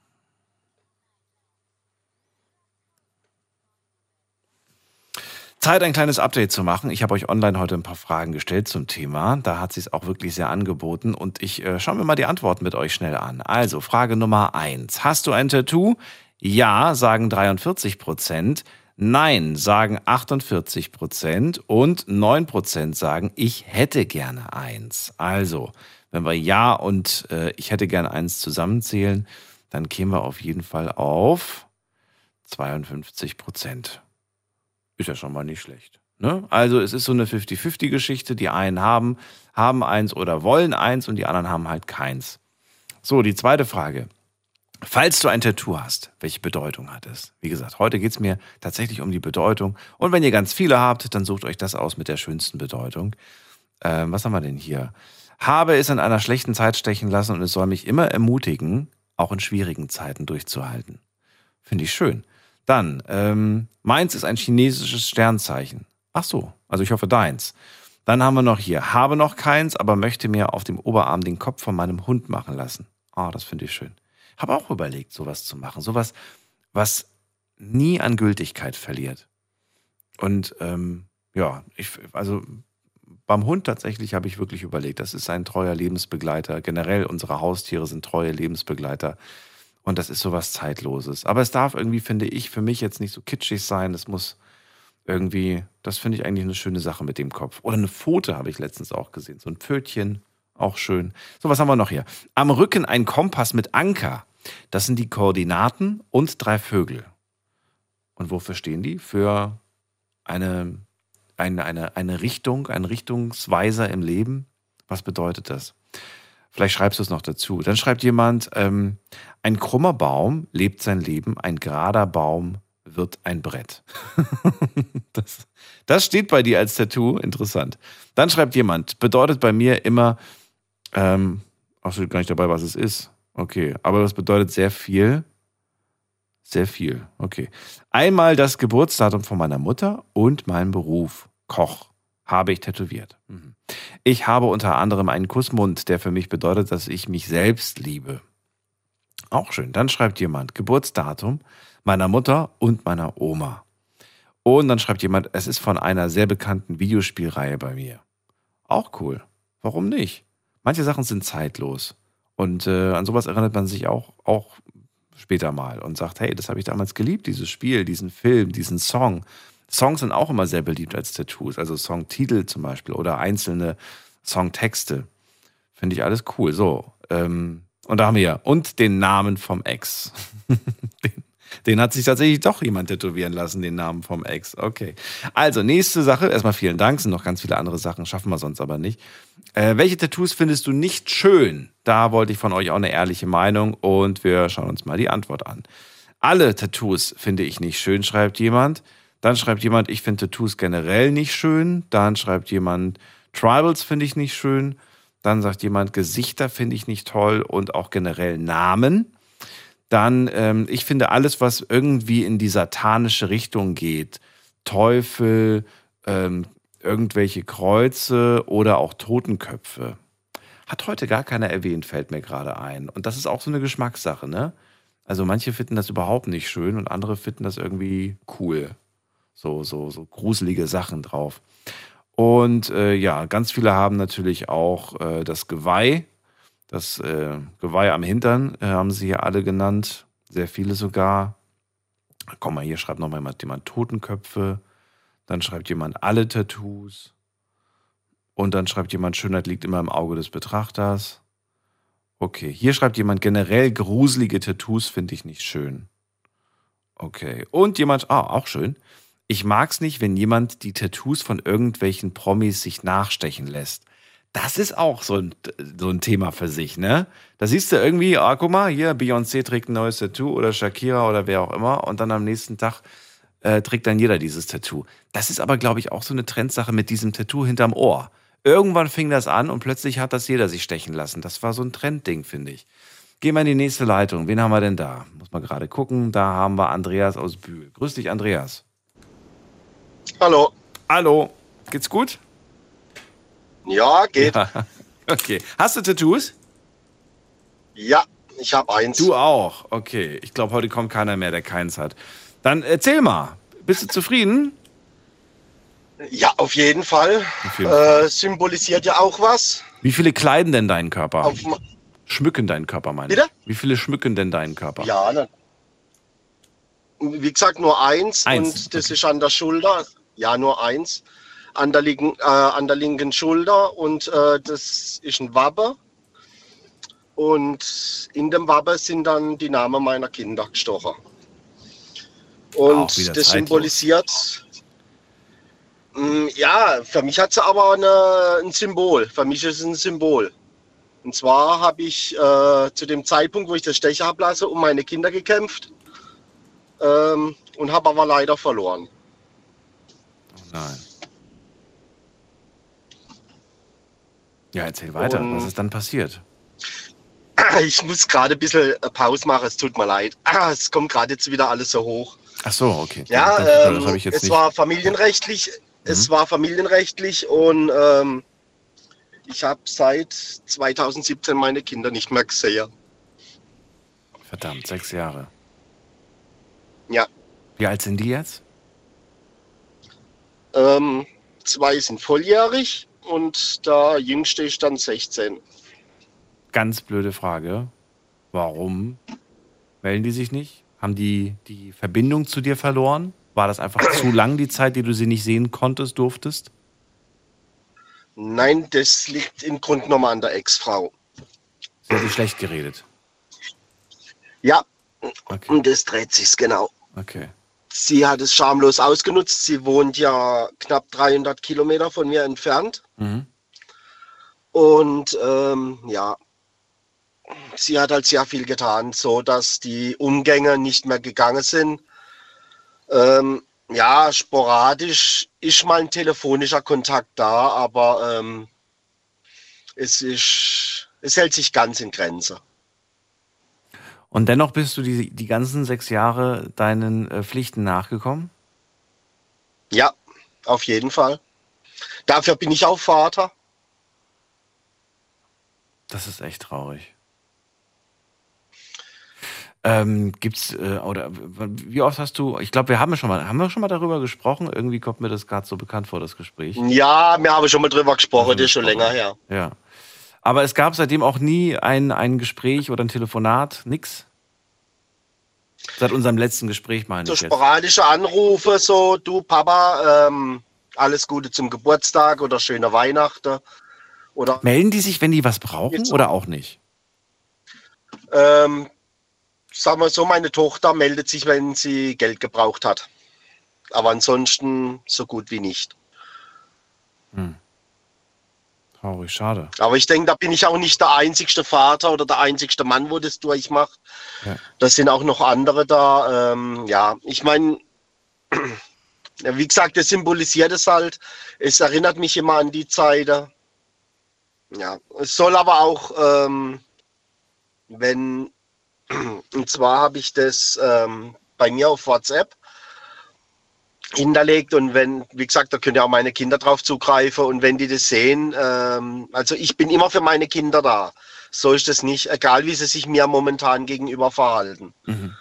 Zeit, ein kleines Update zu machen. Ich habe euch online heute ein paar Fragen gestellt zum Thema. Da hat sie es auch wirklich sehr angeboten. Und ich schaue mir mal die Antworten mit euch schnell an. Also, Frage Nummer 1. Hast du ein Tattoo? Ja, sagen 43%. Nein sagen 48% und 9% sagen, ich hätte gerne eins. Also, wenn wir Ja und ich hätte gerne eins zusammenzählen, dann kämen wir auf jeden Fall auf 52%. Ist ja schon mal nicht schlecht. Ne? Also es ist so eine 50-50-Geschichte. Die einen haben eins oder wollen eins und die anderen haben halt keins. So, die zweite Frage. Falls du ein Tattoo hast, welche Bedeutung hat es? Wie gesagt, heute geht es mir tatsächlich um die Bedeutung. Und wenn ihr ganz viele habt, dann sucht euch das aus mit der schönsten Bedeutung. Was haben wir denn hier? Habe es in einer schlechten Zeit stechen lassen und es soll mich immer ermutigen, auch in schwierigen Zeiten durchzuhalten. Finde ich schön. Dann, meins ist ein chinesisches Sternzeichen. Ach so, also ich hoffe deins. Dann haben wir noch hier, habe noch keins, aber möchte mir auf dem Oberarm den Kopf von meinem Hund machen lassen. Ah, das finde ich schön. Habe auch überlegt, sowas zu machen. Sowas, was nie an Gültigkeit verliert. Und also beim Hund tatsächlich habe ich wirklich überlegt, das ist ein treuer Lebensbegleiter. Generell unsere Haustiere sind treue Lebensbegleiter. Und das ist sowas Zeitloses. Aber es darf irgendwie, finde ich, für mich jetzt nicht so kitschig sein. Es muss irgendwie, das finde ich eigentlich eine schöne Sache mit dem Kopf. Oder eine Pfote habe ich letztens auch gesehen. So ein Pfötchen, auch schön. So, was haben wir noch hier? Am Rücken ein Kompass mit Anker. Das sind die Koordinaten und 3 Vögel. Und wofür stehen die? Für eine Richtung, ein Richtungsweiser im Leben. Was bedeutet das? Vielleicht schreibst du es noch dazu. Dann schreibt jemand, ein krummer Baum lebt sein Leben, ein gerader Baum wird ein Brett. Das steht bei dir als Tattoo, interessant. Dann schreibt jemand, bedeutet bei mir immer, steht gar nicht dabei, was es ist. Okay, aber das bedeutet sehr viel. Sehr viel, okay. Einmal das Geburtsdatum von meiner Mutter und meinen Beruf, Koch, habe ich tätowiert. Ich habe unter anderem einen Kussmund, der für mich bedeutet, dass ich mich selbst liebe. Auch schön. Dann schreibt jemand Geburtsdatum meiner Mutter und meiner Oma. Und dann schreibt jemand, es ist von einer sehr bekannten Videospielreihe bei mir. Auch cool. Warum nicht? Manche Sachen sind zeitlos. Und an sowas erinnert man sich auch später mal und sagt, hey, das habe ich damals geliebt, dieses Spiel, diesen Film, diesen Song. Songs sind auch immer sehr beliebt als Tattoos, also Songtitel zum Beispiel oder einzelne Songtexte. Finde ich alles cool. So, und da haben wir ja, und den Namen vom Ex. Den hat sich tatsächlich doch jemand tätowieren lassen, den Namen vom Ex. Okay. Also, nächste Sache. Erstmal vielen Dank. Es sind noch ganz viele andere Sachen, schaffen wir sonst aber nicht. Welche Tattoos findest du nicht schön? Da wollte ich von euch auch eine ehrliche Meinung und wir schauen uns mal die Antwort an. Alle Tattoos finde ich nicht schön, schreibt jemand. Dann schreibt jemand, ich finde Tattoos generell nicht schön. Dann schreibt jemand, Tribals finde ich nicht schön. Dann sagt jemand, Gesichter finde ich nicht toll und auch generell Namen. Dann, ich finde alles, was irgendwie in die satanische Richtung geht, Teufel, irgendwelche Kreuze oder auch Totenköpfe. Hat heute gar keiner erwähnt, fällt mir gerade ein. Und das ist auch so eine Geschmackssache, ne? Also manche finden das überhaupt nicht schön und andere finden das irgendwie cool. So gruselige Sachen drauf. Und ganz viele haben natürlich auch das Geweih. Das Geweih am Hintern haben sie hier alle genannt. Sehr viele sogar. Komm mal, hier schreibt noch mal jemand Totenköpfe. Dann schreibt jemand alle Tattoos. Und dann schreibt jemand, Schönheit liegt immer im Auge des Betrachters. Okay, hier schreibt jemand, generell gruselige Tattoos finde ich nicht schön. Okay, und jemand, auch schön. Ich mag's nicht, wenn jemand die Tattoos von irgendwelchen Promis sich nachstechen lässt. Das ist auch so ein Thema für sich, ne? Da siehst du irgendwie, guck mal, hier, Beyoncé trägt ein neues Tattoo oder Shakira oder wer auch immer und dann am nächsten Tag trägt dann jeder dieses Tattoo. Das ist aber, glaube ich, auch so eine Trendsache mit diesem Tattoo hinterm Ohr. Irgendwann fing das an und plötzlich hat das jeder sich stechen lassen. Das war so ein Trendding, finde ich. Gehen wir in die nächste Leitung. Wen haben wir denn da? Muss man gerade gucken. Da haben wir Andreas aus Bühl. Grüß dich, Andreas. Hallo. Hallo. Geht's gut? Ja, geht. Ja. Okay. Hast du Tattoos? Ja, ich habe eins. Du auch? Okay. Ich glaube, heute kommt keiner mehr, der keins hat. Dann erzähl mal. Bist du zufrieden? Ja, auf jeden Fall. Symbolisiert ja auch was. Wie viele kleiden denn deinen Körper? Schmücken deinen Körper, meine ich. Bitte? Wie viele schmücken denn deinen Körper? Ja, wie gesagt, nur eins. Eins, Und das ist an der Schulter. Ja, nur eins. An der linken Schulter. Und das ist ein Wappe. Und in dem Wappe sind dann die Namen meiner Kinder gestochen. Und das symbolisiert, ja, für mich hat es aber ein Symbol. Für mich ist es ein Symbol. Und zwar habe ich zu dem Zeitpunkt, wo ich das Stecher habe lassen, um meine Kinder gekämpft und habe aber leider verloren. Oh nein. Ja, erzähl weiter. Was ist dann passiert? Ich muss gerade ein bisschen Pause machen, es tut mir leid. Es kommt gerade jetzt wieder alles so hoch. Ach so, okay. Ja, das habe ich jetzt es nicht. war familienrechtlich. Es war familienrechtlich und ich habe seit 2017 meine Kinder nicht mehr gesehen. Verdammt, 6 Jahre. Ja. Wie alt sind die jetzt? 2 sind volljährig und der jüngste ist dann 16. Ganz blöde Frage. Warum melden die sich nicht? Haben die Verbindung zu dir verloren? War das einfach zu lang, die Zeit, die du sie nicht sehen konntest, durftest? Nein, das liegt im Grunde genommen an der Ex-Frau. Sie hat dich schlecht geredet? Ja, okay. Und das dreht sich's genau. Okay. Sie hat es schamlos ausgenutzt. Sie wohnt ja knapp 300 Kilometer von mir entfernt. Mhm. Und ja, sie hat halt sehr viel getan, so dass die Umgänge nicht mehr gegangen sind. Ja, sporadisch ist mal ein telefonischer Kontakt da, aber es hält sich ganz in Grenze. Und dennoch bist du die ganzen 6 Jahre deinen Pflichten nachgekommen? Ja, auf jeden Fall. Dafür bin ich auch Vater. Das ist echt traurig. Gibt's oder wie oft hast du? Ich glaube, haben wir schon mal darüber gesprochen. Irgendwie kommt mir das gerade so bekannt vor, das Gespräch. Ja, wir haben schon mal drüber gesprochen, das ist schon länger her. Ja, aber es gab seitdem auch nie ein Gespräch oder ein Telefonat, nix. Seit unserem letzten Gespräch meine So ich jetzt. sporadische Anrufe, so du Papa, alles Gute zum Geburtstag oder schöne Weihnachten. Oder Melden die sich, wenn die was brauchen oder auch nicht? Sagen wir so, meine Tochter meldet sich, wenn sie Geld gebraucht hat. Aber ansonsten so gut wie nicht. Traurig, schade. Aber ich denke, da bin ich auch nicht der einzigste Vater oder der einzigste Mann, wo das durchmacht. Ja. Das sind auch noch andere da. Ja, ich meine, wie gesagt, das symbolisiert es halt. Es erinnert mich immer an die Zeit. Ja, es soll aber auch, und zwar habe ich das bei mir auf WhatsApp hinterlegt und wie gesagt, da können ja auch meine Kinder drauf zugreifen und wenn die das sehen, also ich bin immer für meine Kinder da. So ist das nicht, egal wie sie sich mir momentan gegenüber verhalten. Mhm.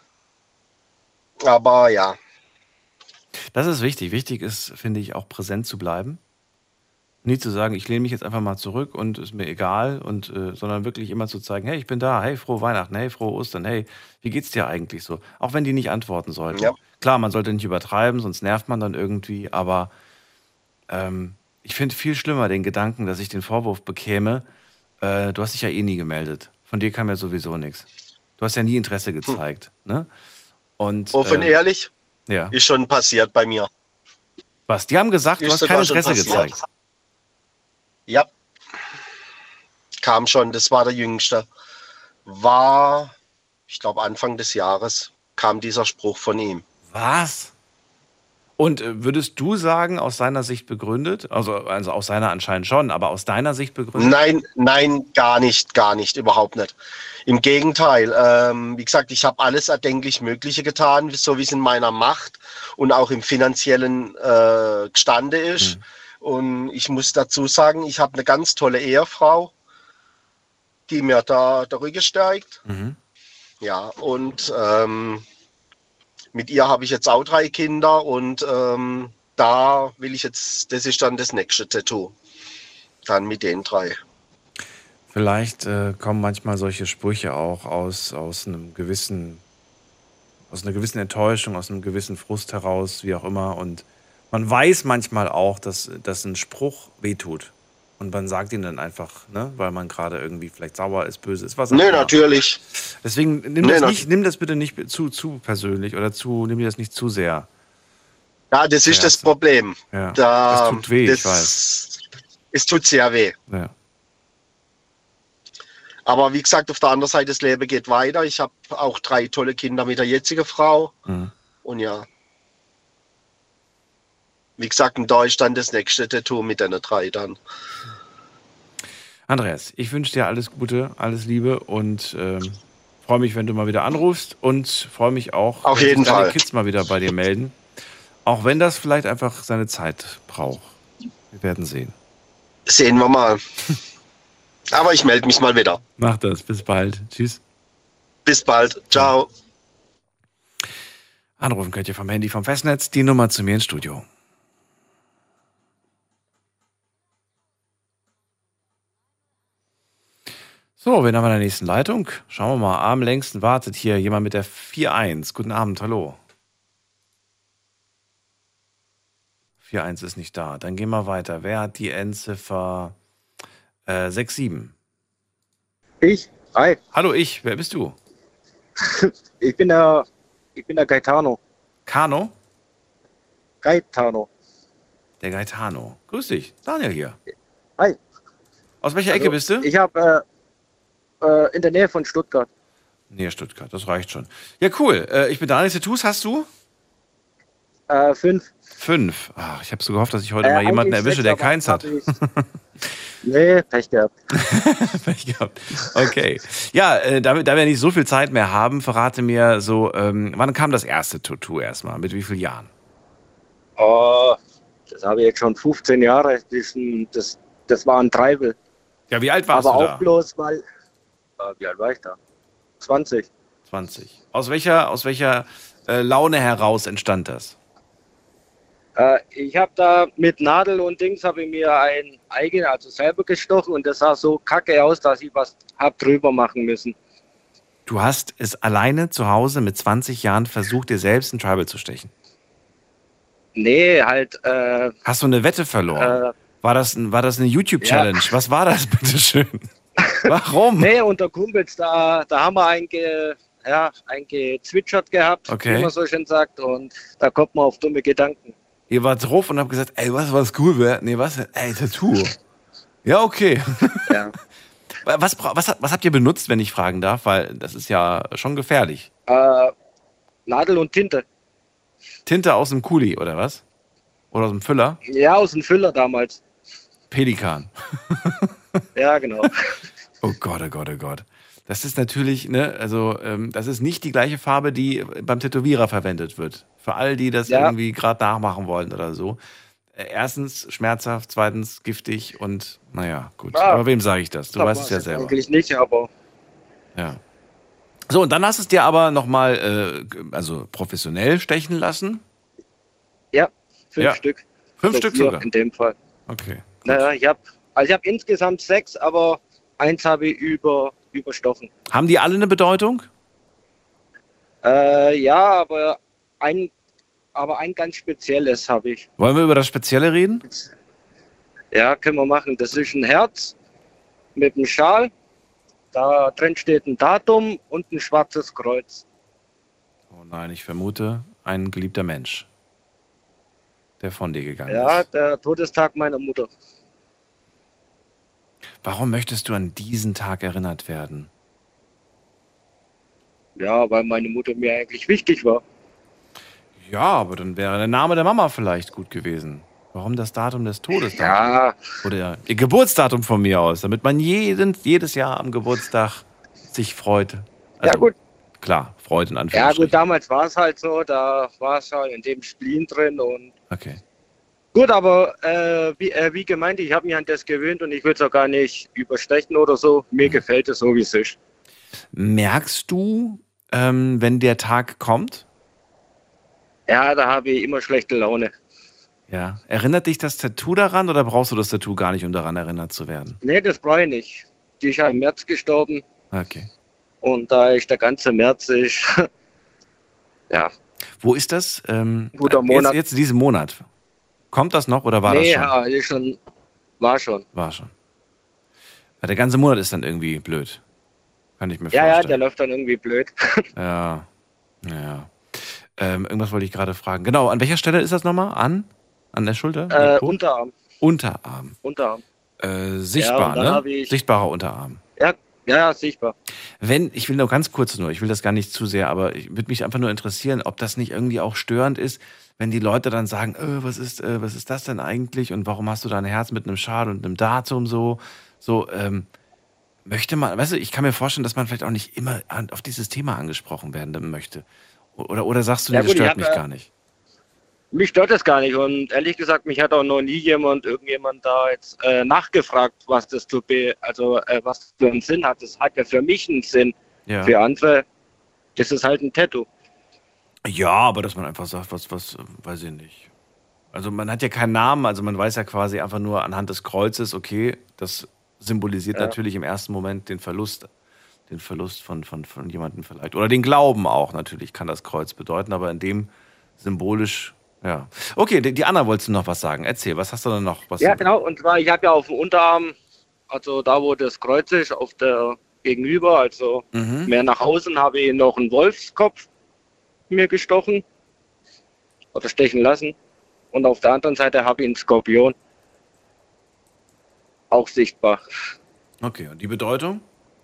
Aber ja. Das ist wichtig. Wichtig ist, finde ich, auch präsent zu bleiben. Nie zu sagen, ich lehne mich jetzt einfach mal zurück und ist mir egal, sondern wirklich immer zu zeigen, hey, ich bin da, hey, frohe Weihnachten, hey, frohe Ostern, hey, wie geht's dir eigentlich so? Auch wenn die nicht antworten sollten. Ja. Klar, man sollte nicht übertreiben, sonst nervt man dann irgendwie, aber ich finde viel schlimmer den Gedanken, dass ich den Vorwurf bekäme, du hast dich ja eh nie gemeldet. Von dir kam ja sowieso nichts. Du hast ja nie Interesse gezeigt. Ne? Und, Offen ehrlich, ja. ist schon passiert bei mir. Was? Die haben gesagt, du hast kein Interesse gezeigt. Ja, kam schon, das war der Jüngste. Ich glaube, Anfang des Jahres kam dieser Spruch von ihm. Was? Und würdest du sagen, aus seiner Sicht begründet, also aus seiner anscheinend schon, aber aus deiner Sicht begründet? Nein, gar nicht, überhaupt nicht. Im Gegenteil, wie gesagt, ich habe alles erdenklich Mögliche getan, so wie es in meiner Macht und auch im finanziellen gestande ist. Und ich muss dazu sagen, ich habe eine ganz tolle Ehefrau, die mir da der Rücken stärkt. Ja, und mit ihr habe ich jetzt auch 3 Kinder und da will ich jetzt, das ist dann das nächste Tattoo. Dann mit den 3. Vielleicht kommen manchmal solche Sprüche auch aus einem gewissen Aus einer gewissen Enttäuschung, aus einem gewissen Frust heraus, wie auch immer. Und man weiß manchmal auch, dass ein Spruch wehtut. Und man sagt ihn dann einfach, ne? Weil man gerade irgendwie vielleicht sauer ist, böse ist, was auch immer. Nee, natürlich. Deswegen nimm das bitte nicht zu persönlich oder nimm dir das nicht zu sehr. Ja, das ist das Problem. Ja. Das tut weh, ich weiß. Es tut sehr weh. Ja. Aber wie gesagt, auf der anderen Seite, das Leben geht weiter. Ich habe auch 3 tolle Kinder mit der jetzigen Frau. Mhm. Und ja. Wie gesagt, da ist dann das nächste Tattoo mit den 3 dann. Andreas, ich wünsche dir alles Gute, alles Liebe und freue mich, wenn du mal wieder anrufst und freue mich auch, auf wenn jeden sich deine Fall Kids mal wieder bei dir melden. Auch wenn das vielleicht einfach seine Zeit braucht. Wir werden sehen. Sehen wir mal. Aber ich melde mich mal wieder. Mach das. Bis bald. Tschüss. Bis bald. Ciao. Anrufen könnt ihr vom Handy vom Festnetz. Die Nummer zu mir ins Studio. So, wen haben wir in der nächsten Leitung? Schauen wir mal. Am längsten wartet hier jemand mit der 4-1. Guten Abend, hallo. 4-1 ist nicht da. Dann gehen wir weiter. Wer hat die Endziffer 6-7? Ich? Hi. Hallo, ich. Wer bist du? Ich bin der Gaetano. Kano? Gaetano. Der Gaetano. Grüß dich. Daniel hier. Hi. Aus welcher Ecke bist du? Ich habe in der Nähe von Stuttgart. Nähe Stuttgart, das reicht schon. Ja, cool. Ich bin Daniel. Tattoos hast du? 5. 5. Ach, ich habe so gehofft, dass ich heute mal jemanden erwische, der keins hat. Nee, Pech gehabt. Pech gehabt. Okay. Ja, da wir nicht so viel Zeit mehr haben, verrate mir so, wann kam das erste Tattoo erstmal? Mit wie vielen Jahren? Oh, das habe ich jetzt schon 15 Jahre. Das war ein Treibel. Ja, wie alt warst Aber du da? auch bloß, weil... wie alt war ich da? 20. 20. Aus welcher Laune heraus entstand das? Ich habe da mit Nadel und Dings habe ich mir ein eigenes, also selber gestochen und das sah so kacke aus, dass ich was hab drüber machen müssen. Du hast es alleine zu Hause mit 20 Jahren versucht, dir selbst ein Tribal zu stechen? Nee, halt... Hast du eine Wette verloren? War das eine YouTube-Challenge? Ja. Was war das, bitteschön? Warum? Nee, unter Kumpels, da haben wir ein gezwitschert gehabt, okay, wie man so schön sagt, und da kommt man auf dumme Gedanken. Ihr wart drauf und habt gesagt, ey, was cool wäre? Nee, was? Ey, Tattoo. Ja, okay. Ja. Was habt ihr benutzt, wenn ich fragen darf? Weil das ist ja schon gefährlich. Nadel und Tinte. Tinte aus dem Kuli, oder was? Oder aus dem Füller? Ja, aus dem Füller damals. Pelikan. Ja, genau. Oh Gott, oh Gott, oh Gott. Das ist natürlich, ne, also das ist nicht die gleiche Farbe, die beim Tätowierer verwendet wird. Für all die das irgendwie gerade nachmachen wollen oder so. Erstens schmerzhaft, zweitens giftig und naja, gut. Ja, aber wem sage ich das? Du weißt es ja selber. Eigentlich nicht, aber... Ja. So, und dann hast du es dir aber nochmal also professionell stechen lassen? Ja, 5 Stück. 5 Stück sogar? In dem Fall. Okay. Naja, ich habe insgesamt 6, aber 1 habe ich überstochen. Haben die alle eine Bedeutung? Ja, aber ein ganz spezielles habe ich. Wollen wir über das Spezielle reden? Ja, können wir machen. Das ist ein Herz mit einem Schal. Da drin steht ein Datum und ein schwarzes Kreuz. Oh nein, ich vermute, ein geliebter Mensch, der von dir gegangen ist. Ja, der Todestag meiner Mutter. Warum möchtest du an diesen Tag erinnert werden? Ja, weil meine Mutter mir eigentlich wichtig war. Ja, aber dann wäre der Name der Mama vielleicht gut gewesen. Warum das Datum des Todes? Ja. Oder ihr Geburtsdatum von mir aus, damit man jedes Jahr am Geburtstag sich freut. Also, ja, gut. Klar, freut in Anführungsstrichen. Ja, gut, damals war es halt so, da war es halt in dem Spleen drin und... Okay. Gut, aber wie gemeint, ich habe mich an das gewöhnt und ich will es auch gar nicht überstechen oder so. Mir gefällt es so, wie es ist. Merkst du, wenn der Tag kommt? Ja, da habe ich immer schlechte Laune. Ja. Erinnert dich das Tattoo daran oder brauchst du das Tattoo gar nicht, um daran erinnert zu werden? Nee, das brauche ich nicht. Die ist ja im März gestorben. Okay. Und da ist der ganze März Ja. Wo ist das? Guter Monat. Jetzt diesen Monat. Kommt das noch oder war das schon? Ja, ist schon. War schon. War schon. Ja, der ganze Monat ist dann irgendwie blöd. Kann ich mir vorstellen. Ja, der läuft dann irgendwie blöd. Ja. Irgendwas wollte ich gerade fragen. Genau, an welcher Stelle ist das nochmal? An der Schulter? Unterarm. Unterarm. Sichtbar, ja, ne? Sichtbarer Unterarm. Ja, sichtbar. Ich will nur ganz kurz ich will das gar nicht zu sehr, aber ich würde mich einfach nur interessieren, ob das nicht irgendwie auch störend ist, wenn die Leute dann sagen, was ist das denn eigentlich und warum hast du da ein Herz mit einem Schal und einem Datum möchte man, weißt du, ich kann mir vorstellen, dass man vielleicht auch nicht immer auf dieses Thema angesprochen werden möchte. Oder sagst du, das stört mich gar nicht? Mich stört das gar nicht und ehrlich gesagt, mich hat auch noch nie irgendjemand da jetzt nachgefragt, was das was für einen Sinn hat. Das hat ja für mich einen Sinn. Ja. Für andere, das ist halt ein Tattoo. Ja, aber dass man einfach sagt, was, weiß ich nicht. Also man hat ja keinen Namen, also man weiß ja quasi einfach nur anhand des Kreuzes, okay, das symbolisiert natürlich im ersten Moment den Verlust von jemandem vielleicht. Oder den Glauben auch natürlich, kann das Kreuz bedeuten, aber in dem symbolisch, ja. Okay, die Anna, wolltest du noch was sagen? Erzähl, was hast du denn noch? Genau, und zwar, ich habe ja auf dem Unterarm, also da, wo das Kreuz ist, auf der Gegenüber, also mehr nach außen, habe ich noch einen Wolfskopf mir gestochen oder stechen lassen. Und auf der anderen Seite habe ich einen Skorpion. Auch sichtbar. Okay, und die Bedeutung?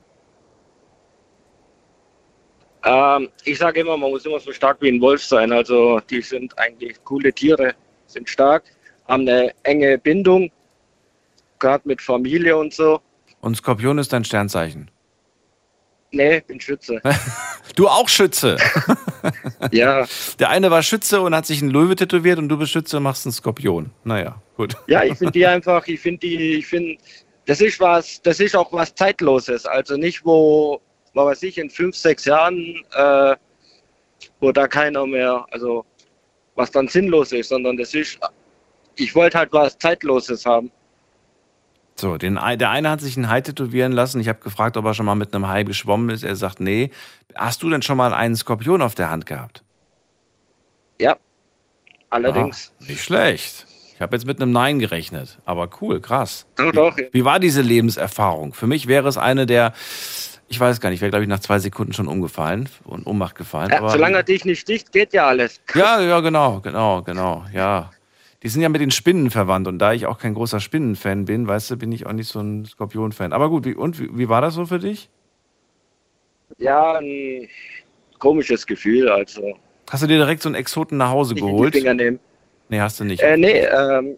Ich sage immer, man muss immer so stark wie ein Wolf sein. Also die sind eigentlich coole Tiere, sind stark, haben eine enge Bindung, gerade mit Familie und so. Und Skorpion ist dein Sternzeichen? Nee, bin Schütze. Du auch Schütze? Ja. Der eine war Schütze und hat sich einen Löwe tätowiert und du bist Schütze und machst einen Skorpion. Naja, gut. Ja, ich finde die einfach, das ist auch was Zeitloses. Also nicht, wo, was weiß ich, in 5, 6 Jahren, wo da keiner mehr, also was dann sinnlos ist, sondern ich wollte halt was Zeitloses haben. So, der eine hat sich ein Hai tätowieren lassen. Ich habe gefragt, ob er schon mal mit einem Hai geschwommen ist. Er sagt, nee. Hast du denn schon mal einen Skorpion auf der Hand gehabt? Ja, allerdings. Nicht schlecht. Ich habe jetzt mit einem Nein gerechnet. Aber cool, krass. Doch. Wie war diese Lebenserfahrung? Für mich wäre es eine der, ich weiß gar nicht, wäre, glaube ich, nach 2 Sekunden schon umgefallen und Ohnmacht gefallen. Ja, aber solange er dich nicht sticht, geht ja alles. Ja, genau, ja. Die sind ja mit den Spinnen verwandt und da ich auch kein großer Spinnenfan bin, weißt du, bin ich auch nicht so ein Skorpion-Fan. Aber gut, wie war das so für dich? Ja, ein komisches Gefühl, also. Hast du dir direkt so einen Exoten nach Hause geholt? Die Finger nehmen. Nee, hast du nicht. Ein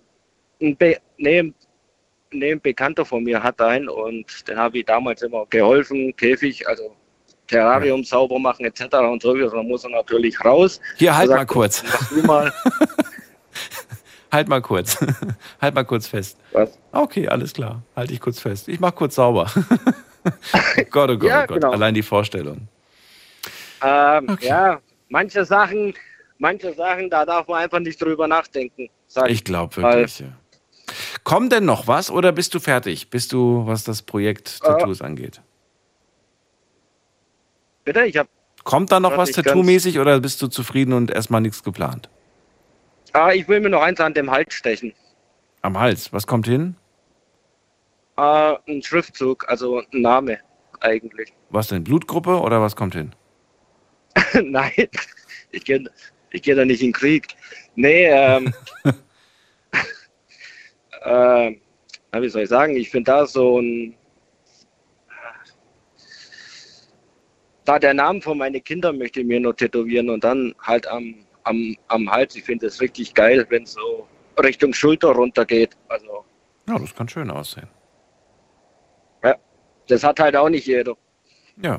Bekannter von mir hat einen und den habe ich damals immer geholfen, Käfig, also Terrarium sauber machen etc. und so. Dann muss er natürlich raus. Hier, halt mal kurz. Mach du mal. Halt mal kurz. Halt mal kurz fest. Was? Okay, alles klar. Halt dich kurz fest. Ich mach kurz sauber. Oh Gott, oh Gott, Ja, oh Gott. genau. Allein die Vorstellung. Okay. Ja, manche Sachen, da darf man einfach nicht drüber nachdenken. Ich glaube wirklich. Ja. Kommt denn noch was oder bist du fertig? Was das Projekt Tattoos angeht? Bitte? Kommt da noch was Tattoo-mäßig oder bist du zufrieden und erstmal nichts geplant? Ich will mir noch eins an dem Hals stechen. Am Hals? Was kommt hin? Ein Schriftzug, also ein Name eigentlich. Was denn? Blutgruppe oder was kommt hin? Nein, ich geh da nicht in den Krieg. Nee, wie soll ich sagen, ich finde da so der Namen von meinen Kindern möchte ich mir noch tätowieren und dann halt am Hals. Ich finde es richtig geil, wenn es so Richtung Schulter runter geht. Also, ja, das kann schön aussehen. Ja, das hat halt auch nicht jeder. Ja.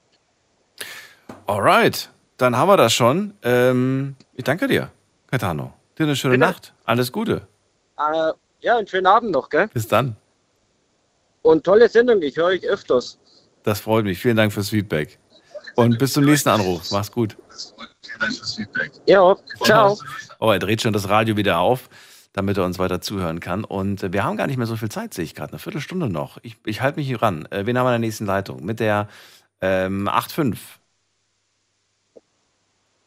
Alright, dann haben wir das schon. Ich danke dir, Caetano. Dir eine schöne Nacht. Alles Gute. Ja, einen schönen Abend noch, gell? Bis dann. Und tolle Sendung, ich höre euch öfters. Das freut mich. Vielen Dank fürs Feedback. Und bis zum nächsten Anruf. Mach's gut. Ja, ciao. Oh, er dreht schon das Radio wieder auf, damit er uns weiter zuhören kann. Und wir haben gar nicht mehr so viel Zeit, sehe ich gerade. Eine Viertelstunde noch. Ich halte mich hier ran. Wen haben wir in der nächsten Leitung? Mit der 8.5.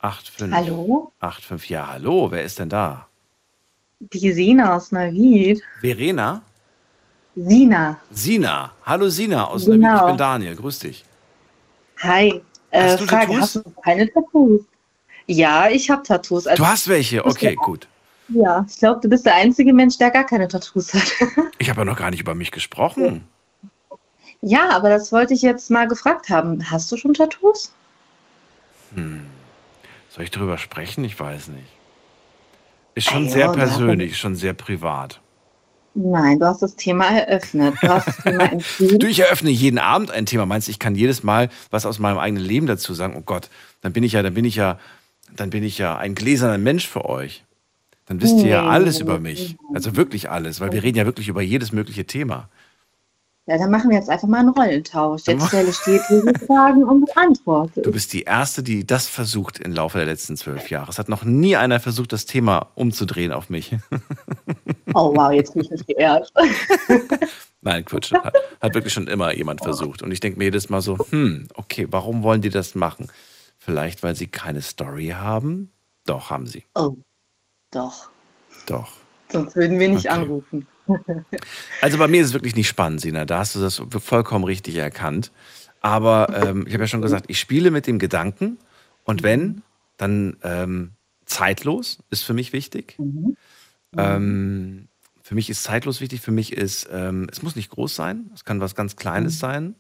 85. Hallo? 85, ja, hallo, wer ist denn da? Die Sina aus Neuwied. Verena? Sina. Sina. Hallo Sina aus Genau. Neuwied, ich bin Daniel, grüß dich. Hi. Hast du Frage, Tattoos? hast du keine Tattoos? Ja, ich habe Tattoos. Also, Du hast welche, okay, gut. ja, ich glaube, du bist der einzige Mensch, der gar keine Tattoos hat. Ich habe ja noch gar nicht über mich gesprochen. Ja, aber das wollte ich jetzt mal gefragt haben. Hast du schon Tattoos? Soll ich drüber sprechen? Ich weiß nicht. Ist schon Ja, sehr oder? persönlich, schon sehr privat. Nein, du hast das Thema eröffnet. Du hast das Thema entschieden. Du, ich eröffne jeden Abend ein Thema. Meinst du, ich kann jedes Mal was aus meinem eigenen Leben dazu sagen? Oh Gott, dann bin ich ja ein gläserner Mensch für euch. Dann wisst ihr ja alles über mich. Also wirklich alles, weil wir reden ja wirklich über jedes mögliche Thema. Ja, dann machen wir jetzt einfach mal einen Rollentausch. Jetzt stelle ich dir diese Fragen und du antwortest. Du bist die Erste, die das versucht im Laufe der letzten 12 Jahre. Es hat noch nie einer versucht, das Thema umzudrehen auf mich. Oh wow, jetzt bin ich nicht geehrt. Nein, Quatsch. Hat wirklich schon immer jemand versucht. Und ich denke mir jedes Mal so, okay, warum wollen die das machen? Vielleicht, weil sie keine Story haben? Doch, haben sie. Oh, doch. Doch. Sonst würden wir nicht Okay. anrufen. Also bei mir ist es wirklich nicht spannend, Sina. Da hast du das vollkommen richtig erkannt. Aber ich habe ja schon gesagt, ich spiele mit dem Gedanken. Und wenn, dann zeitlos ist für mich wichtig. Für mich ist zeitlos wichtig. Für mich ist, es muss nicht groß sein. Es kann was ganz Kleines sein.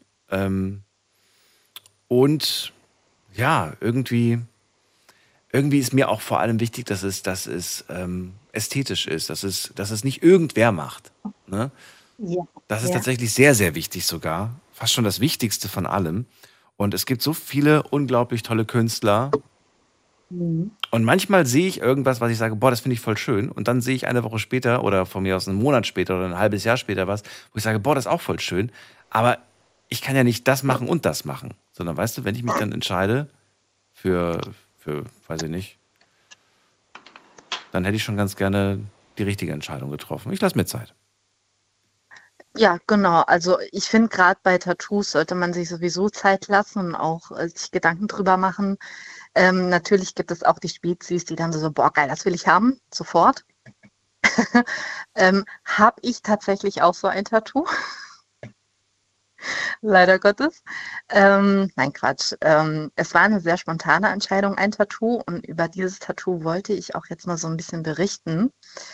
Und ja, irgendwie ist mir auch vor allem wichtig, dass es ästhetisch ist, dass es nicht irgendwer macht. Ne? Ja. Das ist Ja. tatsächlich sehr, sehr wichtig sogar. Fast schon das Wichtigste von allem. Und es gibt so viele unglaublich tolle Künstler. Mhm. Und manchmal sehe ich irgendwas, was ich sage, boah, das finde ich voll schön. Und dann sehe ich eine Woche später oder von mir aus einen Monat später oder ein halbes Jahr später was, wo ich sage, boah, das ist auch voll schön. Aber ich kann ja nicht das machen und das machen. Sondern weißt du, wenn ich mich dann entscheide für weiß ich nicht, dann hätte ich schon ganz gerne die richtige Entscheidung getroffen. Ich lasse mir Zeit. Ja, genau. Also ich finde, gerade bei Tattoos sollte man sich sowieso Zeit lassen und auch sich Gedanken drüber machen. Natürlich gibt es auch die Spezies, die dann so, boah, geil, das will ich haben, sofort. Habe ich tatsächlich auch so ein Tattoo? Leider Gottes. Nein, Quatsch. Es war eine sehr spontane Entscheidung, ein Tattoo. Und über dieses Tattoo wollte ich auch jetzt mal so ein bisschen berichten.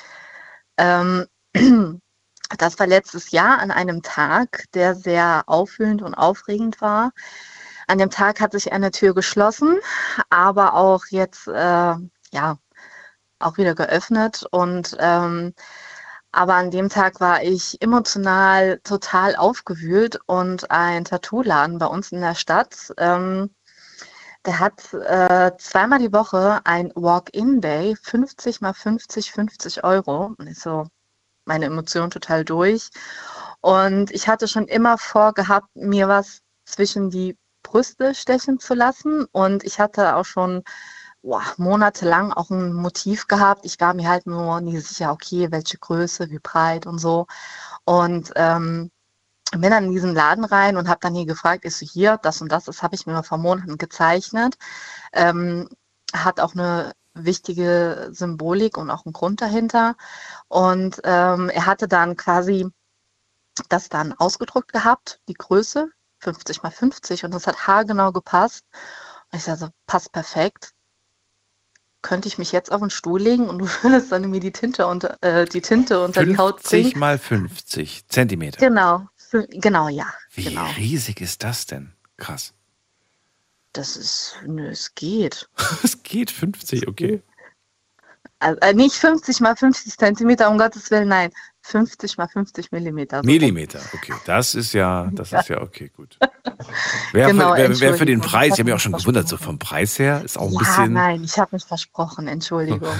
Das war letztes Jahr an einem Tag, der sehr aufwühlend und aufregend war. An dem Tag hat sich eine Tür geschlossen, aber auch jetzt auch wieder geöffnet. Und aber an dem Tag war ich emotional total aufgewühlt und ein Tattoo-Laden bei uns in der Stadt, der hat zweimal die Woche ein Walk-in-Day, 50 mal 50, 50 Euro. Und ich so, meine Emotionen total durch. Und ich hatte schon immer vorgehabt, mir was zwischen die Brüste stechen zu lassen. Und ich hatte auch schon monatelang auch ein Motiv gehabt. Ich war mir halt nur nie sicher, okay, welche Größe, wie breit und so. Und bin dann in diesen Laden rein und habe dann hier gefragt, ist so hier, das und das habe ich mir vor Monaten gezeichnet. Hat auch eine wichtige Symbolik und auch einen Grund dahinter. Und er hatte dann quasi das dann ausgedruckt gehabt, die Größe, 50 mal 50, und das hat haargenau gepasst. Und ich sage so, passt perfekt. Könnte ich mich jetzt auf den Stuhl legen und du würdest dann mir die Tinte unter die Haut bringen? 50 mal 50 Zentimeter. Genau, ja. Wie Genau. riesig ist das denn? Krass. Es geht. Es geht 50, okay. Also, nicht 50 mal 50 Zentimeter, um Gottes Willen, nein. 50 mal 50 Millimeter. So. Millimeter, okay. Das ist ja okay, gut. Wer Genau, für den Entschuldigung. Preis, ich habe mich auch schon gewundert, so vom Preis her, ist auch ein Ja, bisschen... nein, ich habe mich versprochen, Entschuldigung.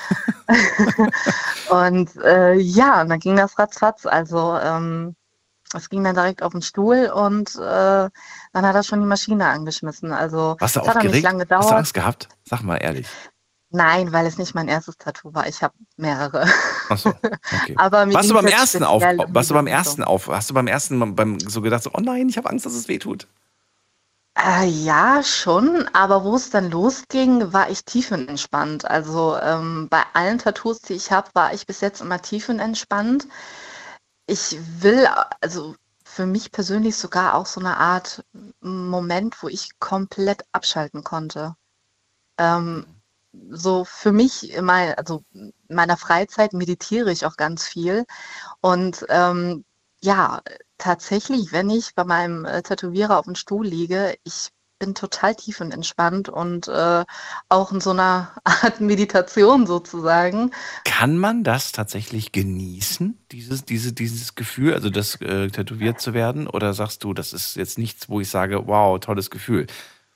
Und und dann ging das ratzfatz. Also es ging dann direkt auf den Stuhl und dann hat er schon die Maschine angeschmissen. Also Warst du es hat auch nicht aufgeregt? lange Hast du gedauert. Angst gehabt? Sag mal ehrlich. Nein, weil es nicht mein erstes Tattoo war. Ich habe mehrere. Ach so, okay. Aber mir Warst du ging's beim jetzt ersten speziell um hast die du beim Benutzung. ersten so gedacht, so, oh nein, ich habe Angst, dass es weh tut? Ja, schon, aber wo es dann losging, war ich tiefenentspannt. Also bei allen Tattoos, die ich habe, war ich bis jetzt immer tiefenentspannt. Ich will, also für mich persönlich sogar auch so eine Art Moment, wo ich komplett abschalten konnte. Ähm, so für mich, also in meiner Freizeit meditiere ich auch ganz viel. Und ja, tatsächlich, wenn ich bei meinem Tätowierer auf dem Stuhl liege, ich bin total tiefenentspannt und auch in so einer Art Meditation sozusagen. Kann man das tatsächlich genießen, dieses Gefühl, also das tätowiert zu werden? Oder sagst du, das ist jetzt nichts, wo ich sage, wow, tolles Gefühl?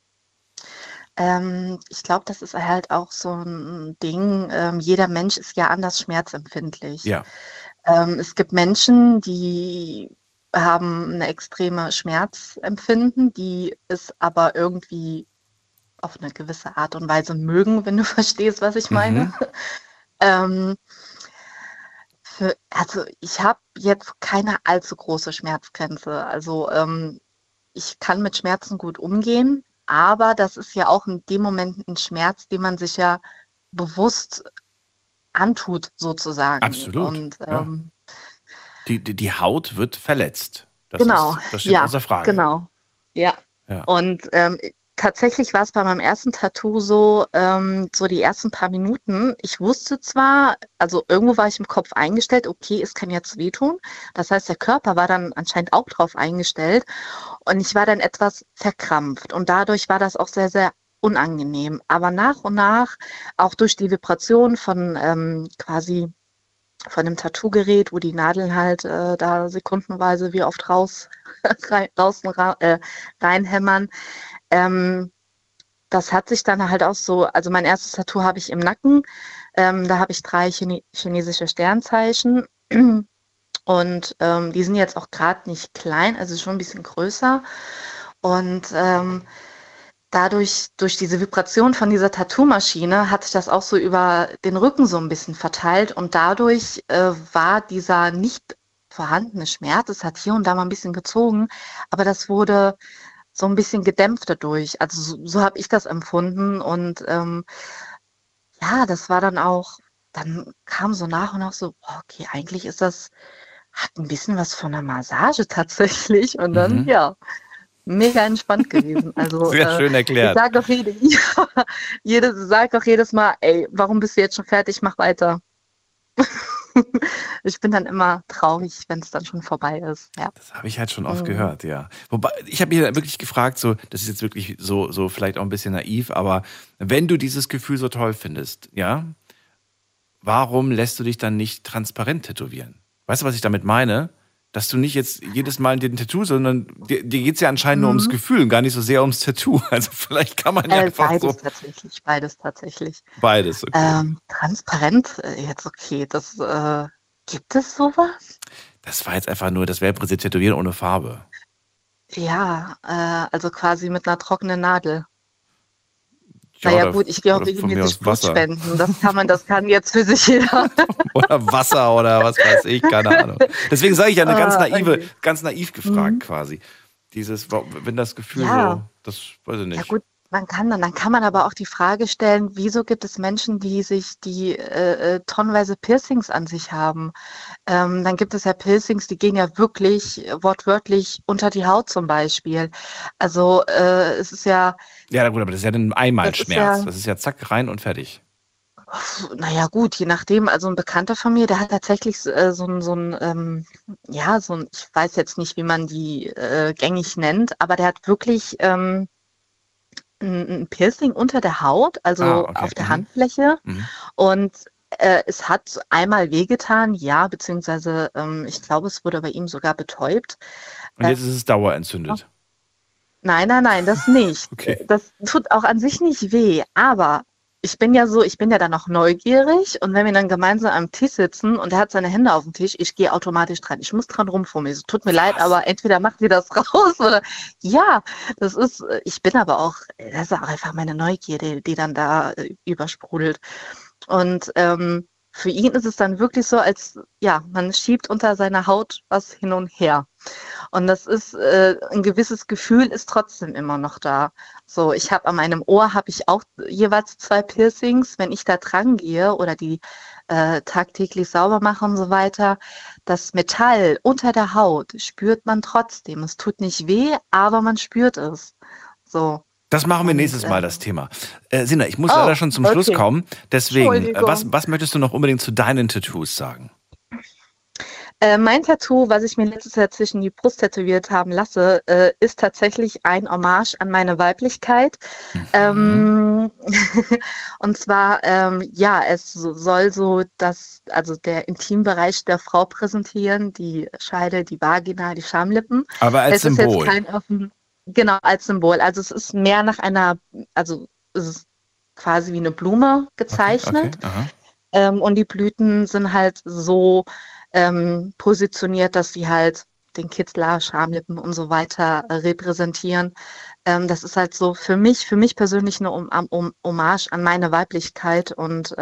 Ich glaube, das ist halt auch so ein Ding. Jeder Mensch ist ja anders schmerzempfindlich. Ja. Es gibt Menschen, die haben eine extreme Schmerzempfinden, die es aber irgendwie auf eine gewisse Art und Weise mögen, wenn du verstehst, was ich meine. Mhm. Ähm, also ich habe jetzt keine allzu große Schmerzgrenze. Also ich kann mit Schmerzen gut umgehen, aber das ist ja auch in dem Moment ein Schmerz, den man sich ja bewusst antut, sozusagen. Absolut. Und Ja. Die Haut wird verletzt. genau, Das steht ja, außer Frage. genau. Ja. Ja. Und tatsächlich war es bei meinem ersten Tattoo so, so die ersten paar Minuten, ich wusste zwar, also irgendwo war ich im Kopf eingestellt, okay, es kann jetzt wehtun. Das heißt, der Körper war dann anscheinend auch drauf eingestellt und ich war dann etwas verkrampft und dadurch war das auch sehr, sehr unangenehm. Aber nach und nach, auch durch die Vibration von quasi von dem Tattoo-Gerät, wo die Nadeln halt da sekundenweise wie oft reinhämmern, das hat sich dann halt auch so, also mein erstes Tattoo habe ich im Nacken, da habe ich 3 chinesische Sternzeichen und die sind jetzt auch gerade nicht klein, also schon ein bisschen größer und durch diese Vibration von dieser Tattoo-Maschine hat sich das auch so über den Rücken so ein bisschen verteilt und dadurch war dieser nicht vorhandene Schmerz, es hat hier und da mal ein bisschen gezogen, aber das wurde so ein bisschen gedämpft dadurch. Also so habe ich das empfunden und ja, das war dann auch, dann kam so nach und nach so, okay, eigentlich hat ein bisschen was von einer Massage tatsächlich und dann, ja, mega entspannt gewesen. Also Sehr schön erklärt. Ich sage auch jedes Mal, ey, warum bist du jetzt schon fertig? Mach weiter. Ich bin dann immer traurig, wenn es dann schon vorbei ist. Ja. Das habe ich halt schon oft gehört, ja. Wobei, ich habe mich wirklich gefragt, so, das ist jetzt wirklich so vielleicht auch ein bisschen naiv, aber wenn du dieses Gefühl so toll findest, ja, warum lässt du dich dann nicht transparent tätowieren? Weißt du, was ich damit meine? Dass du nicht jetzt jedes Mal den Tattoo, sondern dir geht es ja anscheinend nur ums Gefühl und gar nicht so sehr ums Tattoo. Also vielleicht kann man ja einfach beides tatsächlich. Beides, okay. Transparent, jetzt okay, gibt es sowas? Das war jetzt einfach nur, das wäre im Prinzip Tätowieren ohne Farbe. Ja, also quasi mit einer trockenen Nadel. Ja, naja gut, ich gehe auch regelmäßig Blut spenden. Das kann jetzt für sich jeder. Oder Wasser oder was weiß ich, keine Ahnung. Deswegen sage ich ja eine ganz naiv gefragt quasi. Wenn das Gefühl so, das weiß ich nicht. Ja gut, dann kann man aber auch die Frage stellen, wieso gibt es Menschen, die tonnenweise Piercings an sich haben? Dann gibt es ja Piercings, die gehen ja wirklich wortwörtlich unter die Haut zum Beispiel. Also es ist ja... Ja gut, aber das ist ja ein Einmalschmerz. Das ist ja zack, rein und fertig. Naja gut, je nachdem. Also ein Bekannter von mir, der hat tatsächlich ich weiß jetzt nicht, wie man die gängig nennt, aber der hat wirklich... ein Piercing unter der Haut, also auf der Handfläche. Und es hat einmal wehgetan, ja, beziehungsweise ich glaube, es wurde bei ihm sogar betäubt. Und jetzt ist es dauerentzündet. Nein, das nicht. Okay. Das tut auch an sich nicht weh, aber ich bin ja dann auch neugierig und wenn wir dann gemeinsam am Tisch sitzen und er hat seine Hände auf dem Tisch, ich gehe automatisch dran. Ich muss dran rumfummeln. Es tut mir leid, aber entweder macht sie das raus oder ja, das ist auch einfach meine Neugierde, die dann da übersprudelt. Und für ihn ist es dann wirklich so, als ja, man schiebt unter seiner Haut was hin und her. Und das ist, ein gewisses Gefühl ist trotzdem immer noch da. So, ich habe an meinem Ohr habe ich auch jeweils 2 Piercings. Wenn ich da dran gehe oder die tagtäglich sauber mache und so weiter, das Metall unter der Haut spürt man trotzdem. Es tut nicht weh, aber man spürt es. So. Das machen wir nächstes Mal, das Thema. Sina, ich muss leider schon zum Schluss kommen. Deswegen, was möchtest du noch unbedingt zu deinen Tattoos sagen? Mein Tattoo, was ich mir letztes Jahr zwischen die Brust tätowiert haben lasse, ist tatsächlich ein Hommage an meine Weiblichkeit. Und zwar, es soll so also der Intimbereich der Frau präsentieren, die Scheide, die Vagina, die Schamlippen. Aber als Symbol. Es ist jetzt kein genau, als Symbol. Also es ist mehr nach es ist quasi wie eine Blume gezeichnet. Okay. Und die Blüten sind halt so positioniert, dass sie halt den Kitzler, Schamlippen und so weiter repräsentieren. Das ist halt so für mich persönlich eine Hommage an meine Weiblichkeit und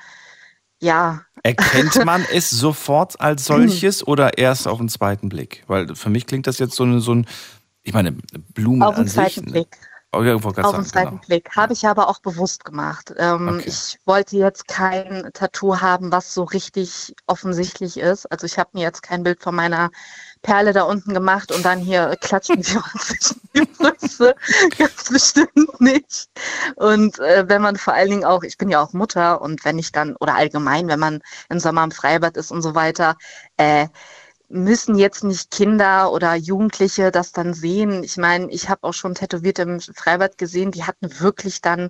Erkennt man es sofort als solches oder erst auf den zweiten Blick? Weil für mich klingt das jetzt so ein ich meine, Blumen auf den an sich. zweiten Blick. Auf den zweiten Blick. Habe ich aber auch bewusst gemacht. Ich wollte jetzt kein Tattoo haben, was so richtig offensichtlich ist. Also ich habe mir jetzt kein Bild von meiner Perle da unten gemacht und dann hier klatschen die zwischen die Brüste. Ganz bestimmt nicht. Und wenn man vor allen Dingen auch, ich bin ja auch Mutter und wenn ich dann, oder allgemein, wenn man im Sommer im Freibad ist und so weiter, müssen jetzt nicht Kinder oder Jugendliche das dann sehen. Ich meine, ich habe auch schon Tätowierte im Freibad gesehen, die hatten wirklich dann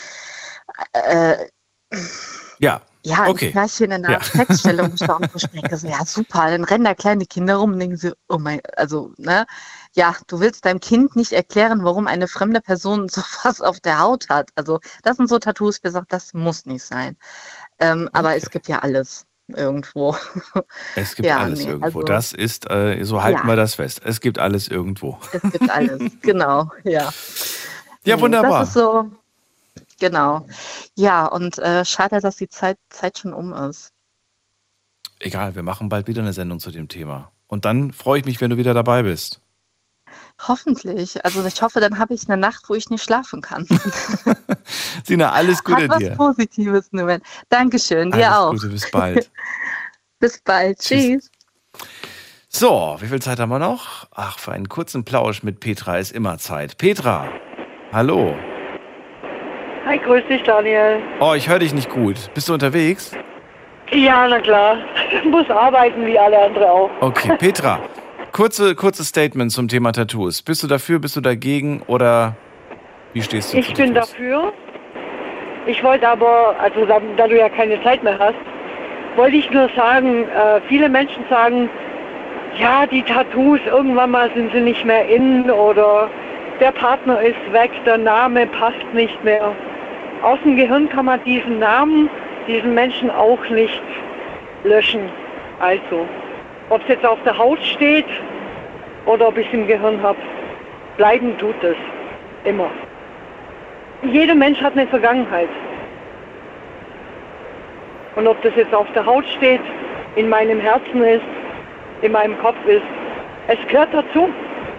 ein Pärchen in einer Textstellung, wo ich da auch spreche. So, ja, super, dann rennen da kleine Kinder rum und denken sie, oh mein, also, ne, ja, du willst deinem Kind nicht erklären, warum eine fremde Person sowas auf der Haut hat. Also, das sind so Tattoos, wie gesagt, das muss nicht sein. Aber es gibt ja alles. Irgendwo. Es gibt alles irgendwo. Also, das ist, so halten wir das fest. Es gibt alles irgendwo. Es gibt alles, genau, ja. Ja, wunderbar. Das ist so, genau. Ja, und schade, dass die Zeit schon um ist. Egal, wir machen bald wieder eine Sendung zu dem Thema. Und dann freue ich mich, wenn du wieder dabei bist. Hoffentlich. Also ich hoffe, dann habe ich eine Nacht, wo ich nicht schlafen kann. Sina, alles Gute Hat dir. Was Positives, Moment. Dankeschön, dir alles auch. Gute, bis bald. Bis bald. Tschüss. So, wie viel Zeit haben wir noch? Ach, für einen kurzen Plausch mit Petra ist immer Zeit. Petra, hallo. Hi, grüß dich, Daniel. Oh, ich höre dich nicht gut. Bist du unterwegs? Ja, na klar. Ich muss arbeiten, wie alle anderen auch. Okay, Petra, kurzes Statement zum Thema Tattoos. Bist du dafür, bist du dagegen oder wie stehst du zu Ich bin Tattoos? dafür. Ich wollte aber, also da du ja keine Zeit mehr hast, wollte ich nur sagen, viele Menschen sagen, ja, die Tattoos, irgendwann mal sind sie nicht mehr in oder der Partner ist weg, der Name passt nicht mehr. Aus dem Gehirn kann man diesen Namen, diesen Menschen auch nicht löschen. Also, ob es jetzt auf der Haut steht oder ob ich es im Gehirn habe, bleiben tut es. Immer. Jeder Mensch hat eine Vergangenheit. Und ob das jetzt auf der Haut steht, in meinem Herzen ist, in meinem Kopf ist, es gehört dazu.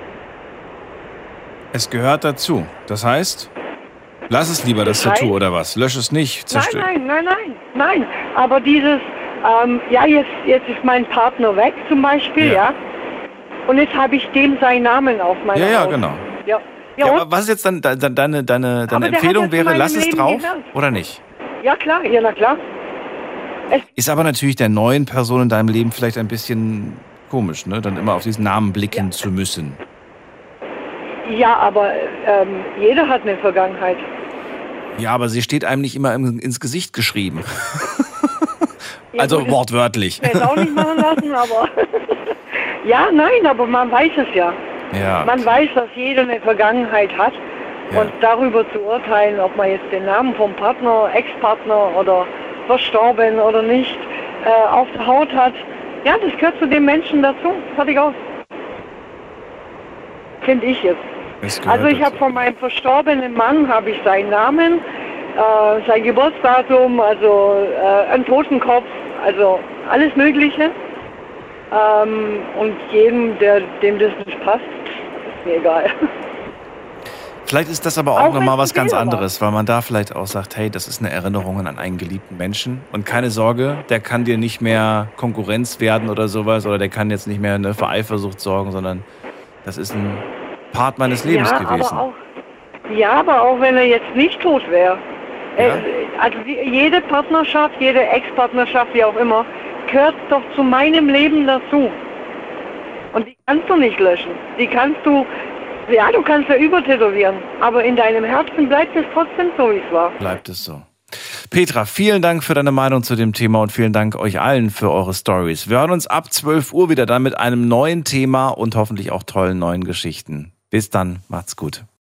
Es gehört dazu. Das heißt, lass es lieber, das Tattoo, oder was? Lösch es nicht, zerstör. Nein. Aber dieses, jetzt ist mein Partner weg zum Beispiel, ja. Und jetzt habe ich dem seinen Namen auf meiner Haut. Ja, genau. Ja, aber was ist jetzt dann deine Empfehlung wäre, lass es drauf oder nicht? Ja, klar, ja, na klar. Ist aber natürlich der neuen Person in deinem Leben vielleicht ein bisschen komisch, ne? Dann immer auf diesen Namen blicken zu müssen. Ja, aber jeder hat eine Vergangenheit. Ja, aber sie steht einem nicht immer ins Gesicht geschrieben. Also gut, wortwörtlich. Ich will es auch nicht machen lassen, aber ja, nein, aber man weiß es ja. Ja. Man weiß, dass jeder eine Vergangenheit hat. Ja. Und darüber zu urteilen, ob man jetzt den Namen vom Partner, Ex-Partner oder verstorben oder nicht auf der Haut hat, ja, das gehört zu dem Menschen dazu. Fertig aus. Finde ich jetzt. Also ich habe von meinem verstorbenen Mann habe ich seinen Namen, sein Geburtsdatum, also einen Totenkopf, also alles Mögliche. Und jedem, dem das nicht passt, ist mir egal. Vielleicht ist das aber auch nochmal was ganz anderes, weil man da vielleicht auch sagt, hey, das ist eine Erinnerung an einen geliebten Menschen und keine Sorge, der kann dir nicht mehr Konkurrenz werden oder sowas oder der kann jetzt nicht mehr für Eifersucht sorgen, sondern das ist ein Part meines Lebens gewesen. Aber auch wenn er jetzt nicht tot wäre. Ja. Also jede Partnerschaft, jede Ex-Partnerschaft, wie auch immer, gehört doch zu meinem Leben dazu. Und die kannst du nicht löschen. Die kannst du... Ja, du kannst ja übertätowieren, aber in deinem Herzen bleibt es trotzdem so, wie es war. Bleibt es so. Petra, vielen Dank für deine Meinung zu dem Thema und vielen Dank euch allen für eure Stories. Wir hören uns ab 12 Uhr wieder dann mit einem neuen Thema und hoffentlich auch tollen neuen Geschichten. Bis dann, macht's gut.